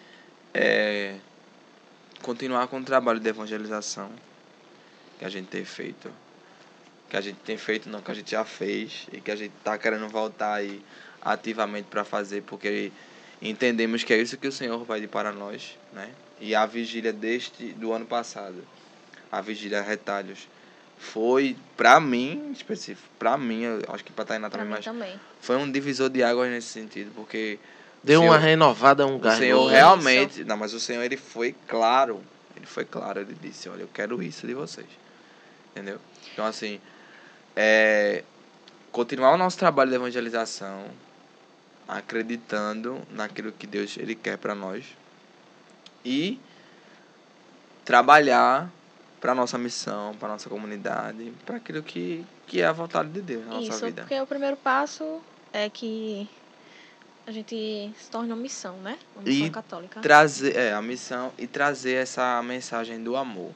Speaker 3: é continuar com o trabalho de evangelização que a gente tem feito. Que a gente tem feito, não, que a gente já fez e que a gente tá querendo voltar aí ativamente para fazer, porque entendemos que é isso que o Senhor vai para nós, né? E a vigília deste do ano passado, a vigília Retalhos, foi, para mim, específico, para mim, eu acho que para Tainá
Speaker 4: Pra
Speaker 3: também,
Speaker 4: mim
Speaker 3: mas
Speaker 4: também.
Speaker 3: foi um divisor de águas nesse sentido, porque
Speaker 1: Deu
Speaker 3: o
Speaker 1: uma
Speaker 3: Senhor,
Speaker 1: renovada, um
Speaker 3: o
Speaker 1: gás
Speaker 3: Senhor
Speaker 1: novo, né?
Speaker 3: realmente, não, mas o Senhor, ele foi claro, ele foi claro, ele disse, olha, eu quero isso de vocês, entendeu? Então, assim, é, continuar o nosso trabalho de evangelização, acreditando naquilo que Deus ele quer para nós e trabalhar para nossa missão, para nossa comunidade, para aquilo que, que é a vontade de Deus na nossa
Speaker 4: Isso,
Speaker 3: vida.
Speaker 4: porque o primeiro passo é que a gente se torne uma missão, né? Uma missão
Speaker 3: E
Speaker 4: católica.
Speaker 3: trazer é, a missão e trazer essa mensagem do amor.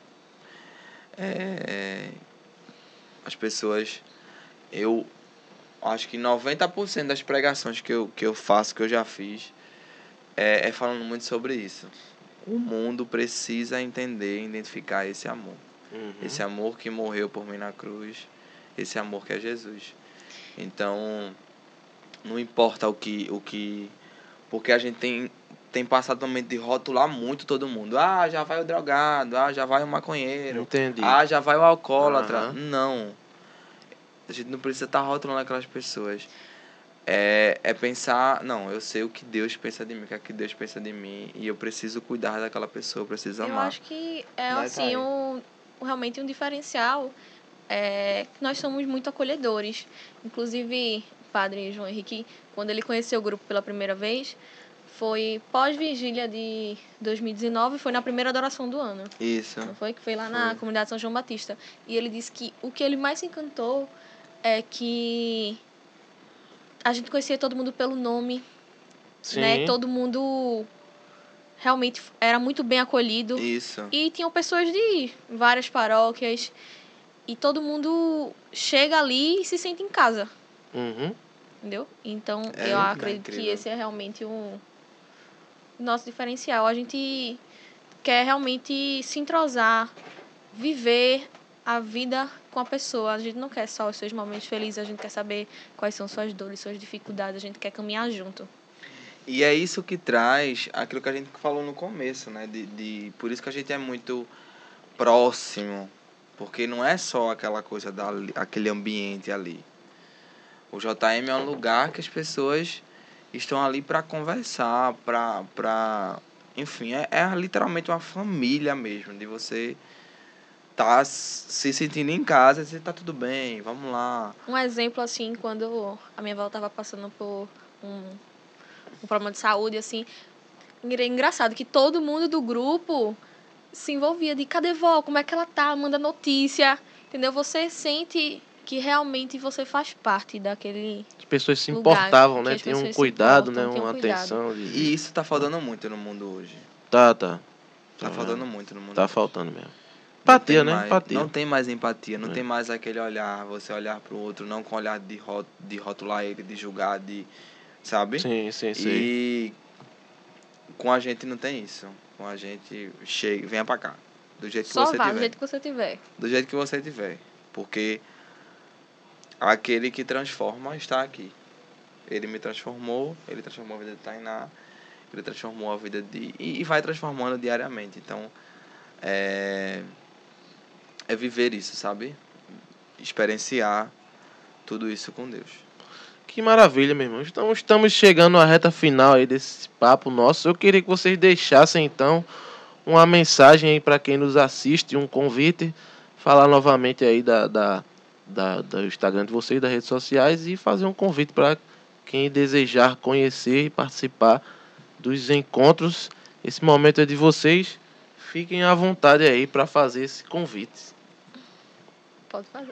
Speaker 3: É, as pessoas, eu acho que noventa por cento das pregações que eu, que eu faço, que eu já fiz, é, é falando muito sobre isso. O mundo precisa entender, identificar esse amor.
Speaker 1: Uhum.
Speaker 3: Esse amor que morreu por mim na cruz. Esse amor que é Jesus. Então, não importa o que... O que porque a gente tem, tem passado o momento de rotular muito todo mundo. Ah, já vai o drogado. Ah, já vai o maconheiro.
Speaker 1: Entendi.
Speaker 3: Ah, já vai o alcoólatra.
Speaker 1: Aham.
Speaker 3: Não. A gente não precisa estar rotulando aquelas pessoas. É, é pensar, não, eu sei o que Deus pensa de mim, o que é que Deus pensa de mim, e eu preciso cuidar daquela pessoa, eu preciso
Speaker 4: Eu
Speaker 3: amar.
Speaker 4: acho que é
Speaker 3: Né,
Speaker 4: assim
Speaker 3: Thay?
Speaker 4: um, um- realmente um diferencial. É que nós somos muito acolhedores. Inclusive, o padre João Henrique, quando ele conheceu o grupo pela primeira vez, foi pós-vigília de dois mil e dezenove, foi na primeira adoração do ano.
Speaker 3: Isso.
Speaker 4: Não foi? Que foi lá
Speaker 3: Foi.
Speaker 4: na comunidade São João Batista. E ele disse que o que ele mais se encantou é que a gente conhecia todo mundo pelo nome,
Speaker 1: Sim.
Speaker 4: né? Todo mundo realmente era muito bem acolhido.
Speaker 3: Isso.
Speaker 4: E tinham pessoas de várias paróquias. E todo mundo chega ali e se sente em casa,
Speaker 1: Uhum.
Speaker 4: entendeu? Então,
Speaker 3: É,
Speaker 4: eu
Speaker 3: é
Speaker 4: acredito que
Speaker 3: incrível.
Speaker 4: esse é realmente um nosso diferencial. A gente quer realmente se entrosar, viver a vida com a pessoa. A gente não quer só os seus momentos felizes, a gente quer saber quais são suas dores, suas dificuldades, a gente quer caminhar junto.
Speaker 3: E é isso que traz aquilo que a gente falou no começo, né? De, de, por isso que a gente é muito próximo. Porque não é só aquela coisa, da, aquele ambiente ali. O J M é um lugar que as pessoas estão ali para conversar, para... Pra... Enfim, é, é literalmente uma família mesmo, de você tá se sentindo em casa, você tá tudo bem, vamos lá.
Speaker 4: Um exemplo, assim, quando a minha avó estava passando por um, um problema de saúde, assim, era engraçado que todo mundo do grupo se envolvia de cadê vó, como é que ela tá, manda notícia, entendeu? Você sente que realmente você faz parte daquele
Speaker 1: As pessoas se
Speaker 4: lugar,
Speaker 1: importavam,
Speaker 4: que
Speaker 1: né?
Speaker 4: as
Speaker 1: Tinham um
Speaker 4: pessoas se
Speaker 1: cuidado,
Speaker 4: importam,
Speaker 1: né?
Speaker 4: tinham
Speaker 1: Uma
Speaker 4: cuidado.
Speaker 1: atenção. De...
Speaker 3: E isso tá faltando muito no mundo hoje.
Speaker 1: Tá, tá.
Speaker 3: Tá
Speaker 1: Tá
Speaker 3: faltando
Speaker 1: vendo?
Speaker 3: muito no mundo
Speaker 1: Tá
Speaker 3: hoje.
Speaker 1: faltando mesmo.
Speaker 3: Não
Speaker 1: Empatia,
Speaker 3: tem
Speaker 1: né?
Speaker 3: mais,
Speaker 1: Empatia.
Speaker 3: não tem mais empatia, não
Speaker 1: É.
Speaker 3: tem mais aquele olhar, você olhar pro outro, não com olhar de, rot, de rotular ele, de julgar, de... Sabe?
Speaker 1: Sim, sim, sim.
Speaker 3: E com a gente não tem isso. Com a gente, chega, venha pra cá. Do jeito que
Speaker 4: Só
Speaker 3: você
Speaker 4: vá,
Speaker 3: tiver.
Speaker 4: do jeito que você tiver.
Speaker 3: Do jeito que você tiver. Porque aquele que transforma está aqui. Ele me transformou, ele transformou a vida de Tainá, ele transformou a vida de... E, e vai transformando diariamente. Então, é... é viver isso, sabe? Experienciar tudo isso com Deus.
Speaker 1: Que maravilha, meu irmão. Então estamos chegando à reta final aí desse papo nosso. Eu queria que vocês deixassem então uma mensagem aí para quem nos assiste, um convite, falar novamente aí da, da, da, do Instagram de vocês, das redes sociais e fazer um convite para quem desejar conhecer e participar dos encontros. Esse momento é de vocês. Fiquem à vontade aí para fazer esse convite.
Speaker 4: Pode fazer.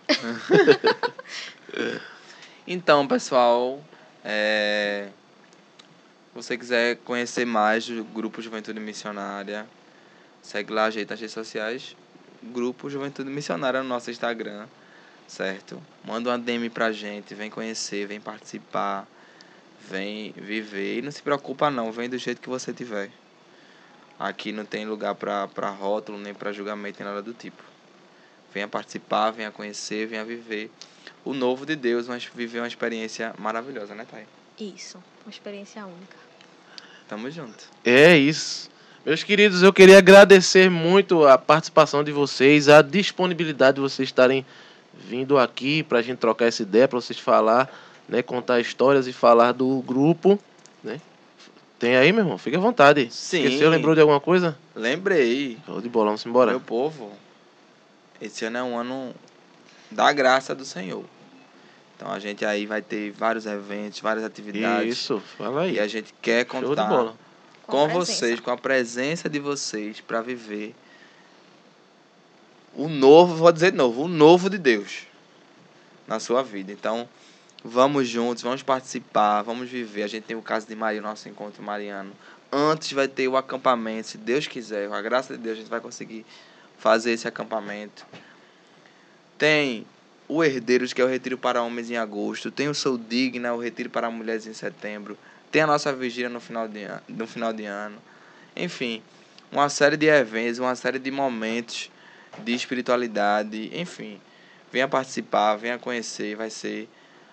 Speaker 3: Então, pessoal, é... se você quiser conhecer mais do Grupo Juventude Missionária, segue lá a gente nas redes sociais, Grupo Juventude Missionária no nosso Instagram, certo? Manda uma D M pra gente, vem conhecer, vem participar, vem viver. E não se preocupa não, vem do jeito que você tiver. Aqui não tem lugar pra, pra rótulo, nem pra julgamento, nem nada do tipo. Venha participar, venha conhecer, venha viver o novo de Deus, mas viver uma experiência maravilhosa, né, Thay?
Speaker 4: Isso, uma experiência única.
Speaker 3: Tamo junto.
Speaker 1: É isso. Meus queridos, eu queria agradecer muito a participação de vocês, a disponibilidade de vocês estarem vindo aqui pra gente trocar essa ideia, pra vocês falar, né, contar histórias e falar do grupo, né? Tem aí, meu irmão? Fique à vontade.
Speaker 3: Sim.
Speaker 1: Esqueceu, lembrou de alguma coisa?
Speaker 3: Lembrei.
Speaker 1: Show de bola, vamos embora.
Speaker 3: Meu povo, esse ano é um ano da graça do Senhor. Então a gente aí vai ter vários eventos, várias atividades.
Speaker 1: Isso, fala aí.
Speaker 3: E a gente quer
Speaker 1: Show de
Speaker 3: contar
Speaker 1: bola.
Speaker 3: com,
Speaker 4: a presença.
Speaker 3: vocês, com a presença de vocês, para viver o novo, vou dizer de novo, o novo de Deus na sua vida. Então, vamos juntos, vamos participar, vamos viver. A gente tem o caso de Maria, o nosso encontro mariano. Antes vai ter o acampamento, se Deus quiser, com a graça de Deus, a gente vai conseguir fazer esse acampamento. Tem o Herdeiros, que é o retiro para homens em agosto. Tem o Sou Digna, o retiro para mulheres em setembro. Tem a nossa vigília no final de ano, no final de ano. Enfim, uma série de eventos, uma série de momentos de espiritualidade. Enfim, venha participar, venha conhecer. Vai ser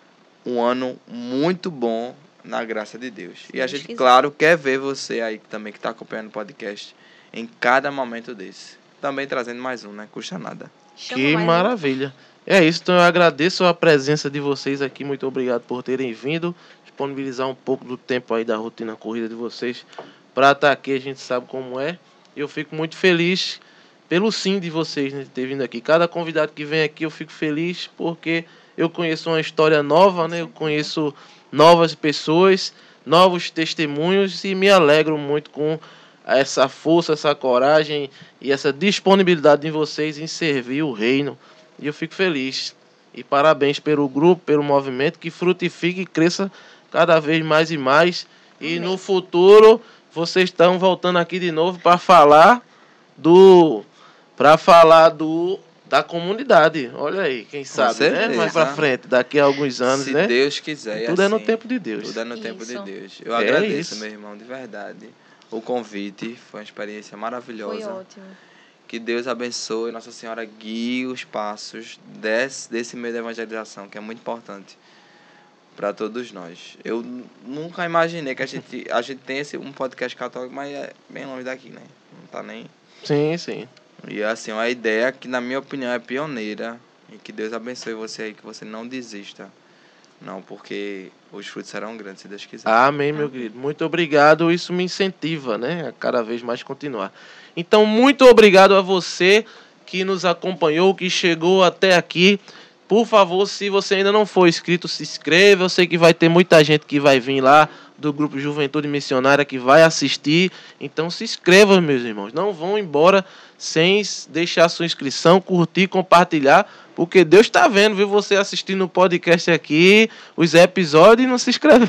Speaker 3: um ano muito bom na graça de Deus. E a
Speaker 4: Deus
Speaker 3: gente,
Speaker 4: quiser.
Speaker 3: claro, quer ver você aí também que está acompanhando o podcast em cada momento desse. Também trazendo mais um, né? Custa nada.
Speaker 4: Chama
Speaker 1: Que
Speaker 4: mais um.
Speaker 1: maravilha. É isso, então eu agradeço a presença de vocês aqui. Muito obrigado por terem vindo. Disponibilizar um pouco do tempo aí da rotina corrida de vocês para estar aqui. A gente sabe como é. E eu fico muito feliz pelo sim de vocês, né, de ter vindo aqui. Cada convidado que vem aqui eu fico feliz porque eu conheço uma história nova, né? Eu conheço novas pessoas, novos testemunhos e me alegro muito com essa força, essa coragem e essa disponibilidade de vocês em servir o reino. E eu fico feliz. E parabéns pelo grupo, pelo movimento, que frutifique e cresça cada vez mais e mais. E
Speaker 4: Amém.
Speaker 1: no futuro, vocês estão voltando aqui de novo para falar do... para falar do... da comunidade. Olha aí, quem sabe,
Speaker 3: certeza.
Speaker 1: né? Mais para frente, daqui a alguns anos,
Speaker 3: Se
Speaker 1: né?
Speaker 3: Deus quiser.
Speaker 1: Tudo é no
Speaker 3: assim,
Speaker 1: tempo de Deus.
Speaker 3: Tudo é no tempo de
Speaker 4: Isso.
Speaker 3: Deus. Eu
Speaker 1: É
Speaker 3: agradeço,
Speaker 1: isso.
Speaker 3: meu irmão, de verdade. O convite foi uma experiência
Speaker 4: Foi
Speaker 3: maravilhosa.
Speaker 4: ótimo.
Speaker 3: Que Deus abençoe, Nossa Senhora guie os passos desse, desse meio da evangelização, que é muito importante para todos nós. Eu n- nunca imaginei que a gente, a gente tem esse, um podcast católico, mas é bem longe daqui, né? Não tá nem...
Speaker 1: Sim, sim.
Speaker 3: E assim, uma ideia que, na minha opinião, é pioneira. E que Deus abençoe você aí, que você não desista. Não, porque os frutos serão grandes, se Deus quiser.
Speaker 1: Amém, meu querido. Muito obrigado. Isso me incentiva, né? A cada vez mais continuar. Então, muito obrigado a você que nos acompanhou, que chegou até aqui. Por favor, se você ainda não for inscrito, se inscreva. Eu sei que vai ter muita gente que vai vir lá do Grupo Juventude Missionária que vai assistir. Então, se inscreva, meus irmãos. Não vão embora sem deixar sua inscrição, curtir, compartilhar. Porque Deus está vendo, viu, você assistindo o podcast aqui, os episódios e não se inscreve.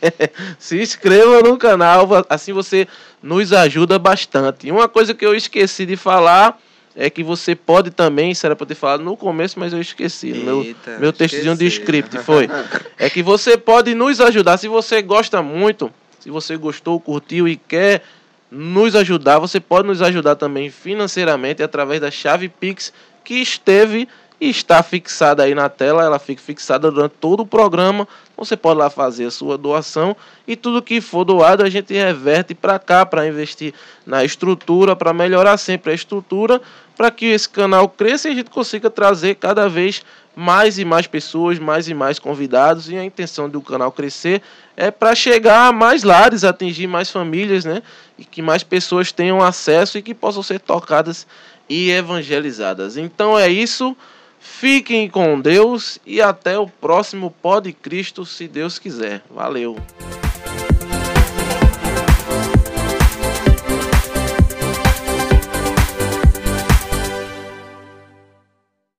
Speaker 1: Se inscreva no canal, assim você nos ajuda bastante. E uma coisa que eu esqueci de falar é que você pode também, isso era para ter falado no começo, mas eu esqueci. No meu,
Speaker 3: Eita,
Speaker 1: meu textozinho de
Speaker 3: esqueci.
Speaker 1: script foi. É que você pode nos ajudar. Se você gosta muito, se você gostou, curtiu e quer nos ajudar, você pode nos ajudar também financeiramente através da chave Pix que esteve e está fixada aí na tela. Ela fica fixada durante todo o programa. Você pode lá fazer a sua doação e tudo que for doado a gente reverte para cá, para investir na estrutura, para melhorar sempre a estrutura, para que esse canal cresça e a gente consiga trazer cada vez mais e mais pessoas, mais e mais convidados. E a intenção do canal crescer é para chegar a mais lares, atingir mais famílias, né? E que mais pessoas tenham acesso e que possam ser tocadas e evangelizadas. Então é isso. Fiquem com Deus e até o próximo Pod Cristo, se Deus quiser. Valeu!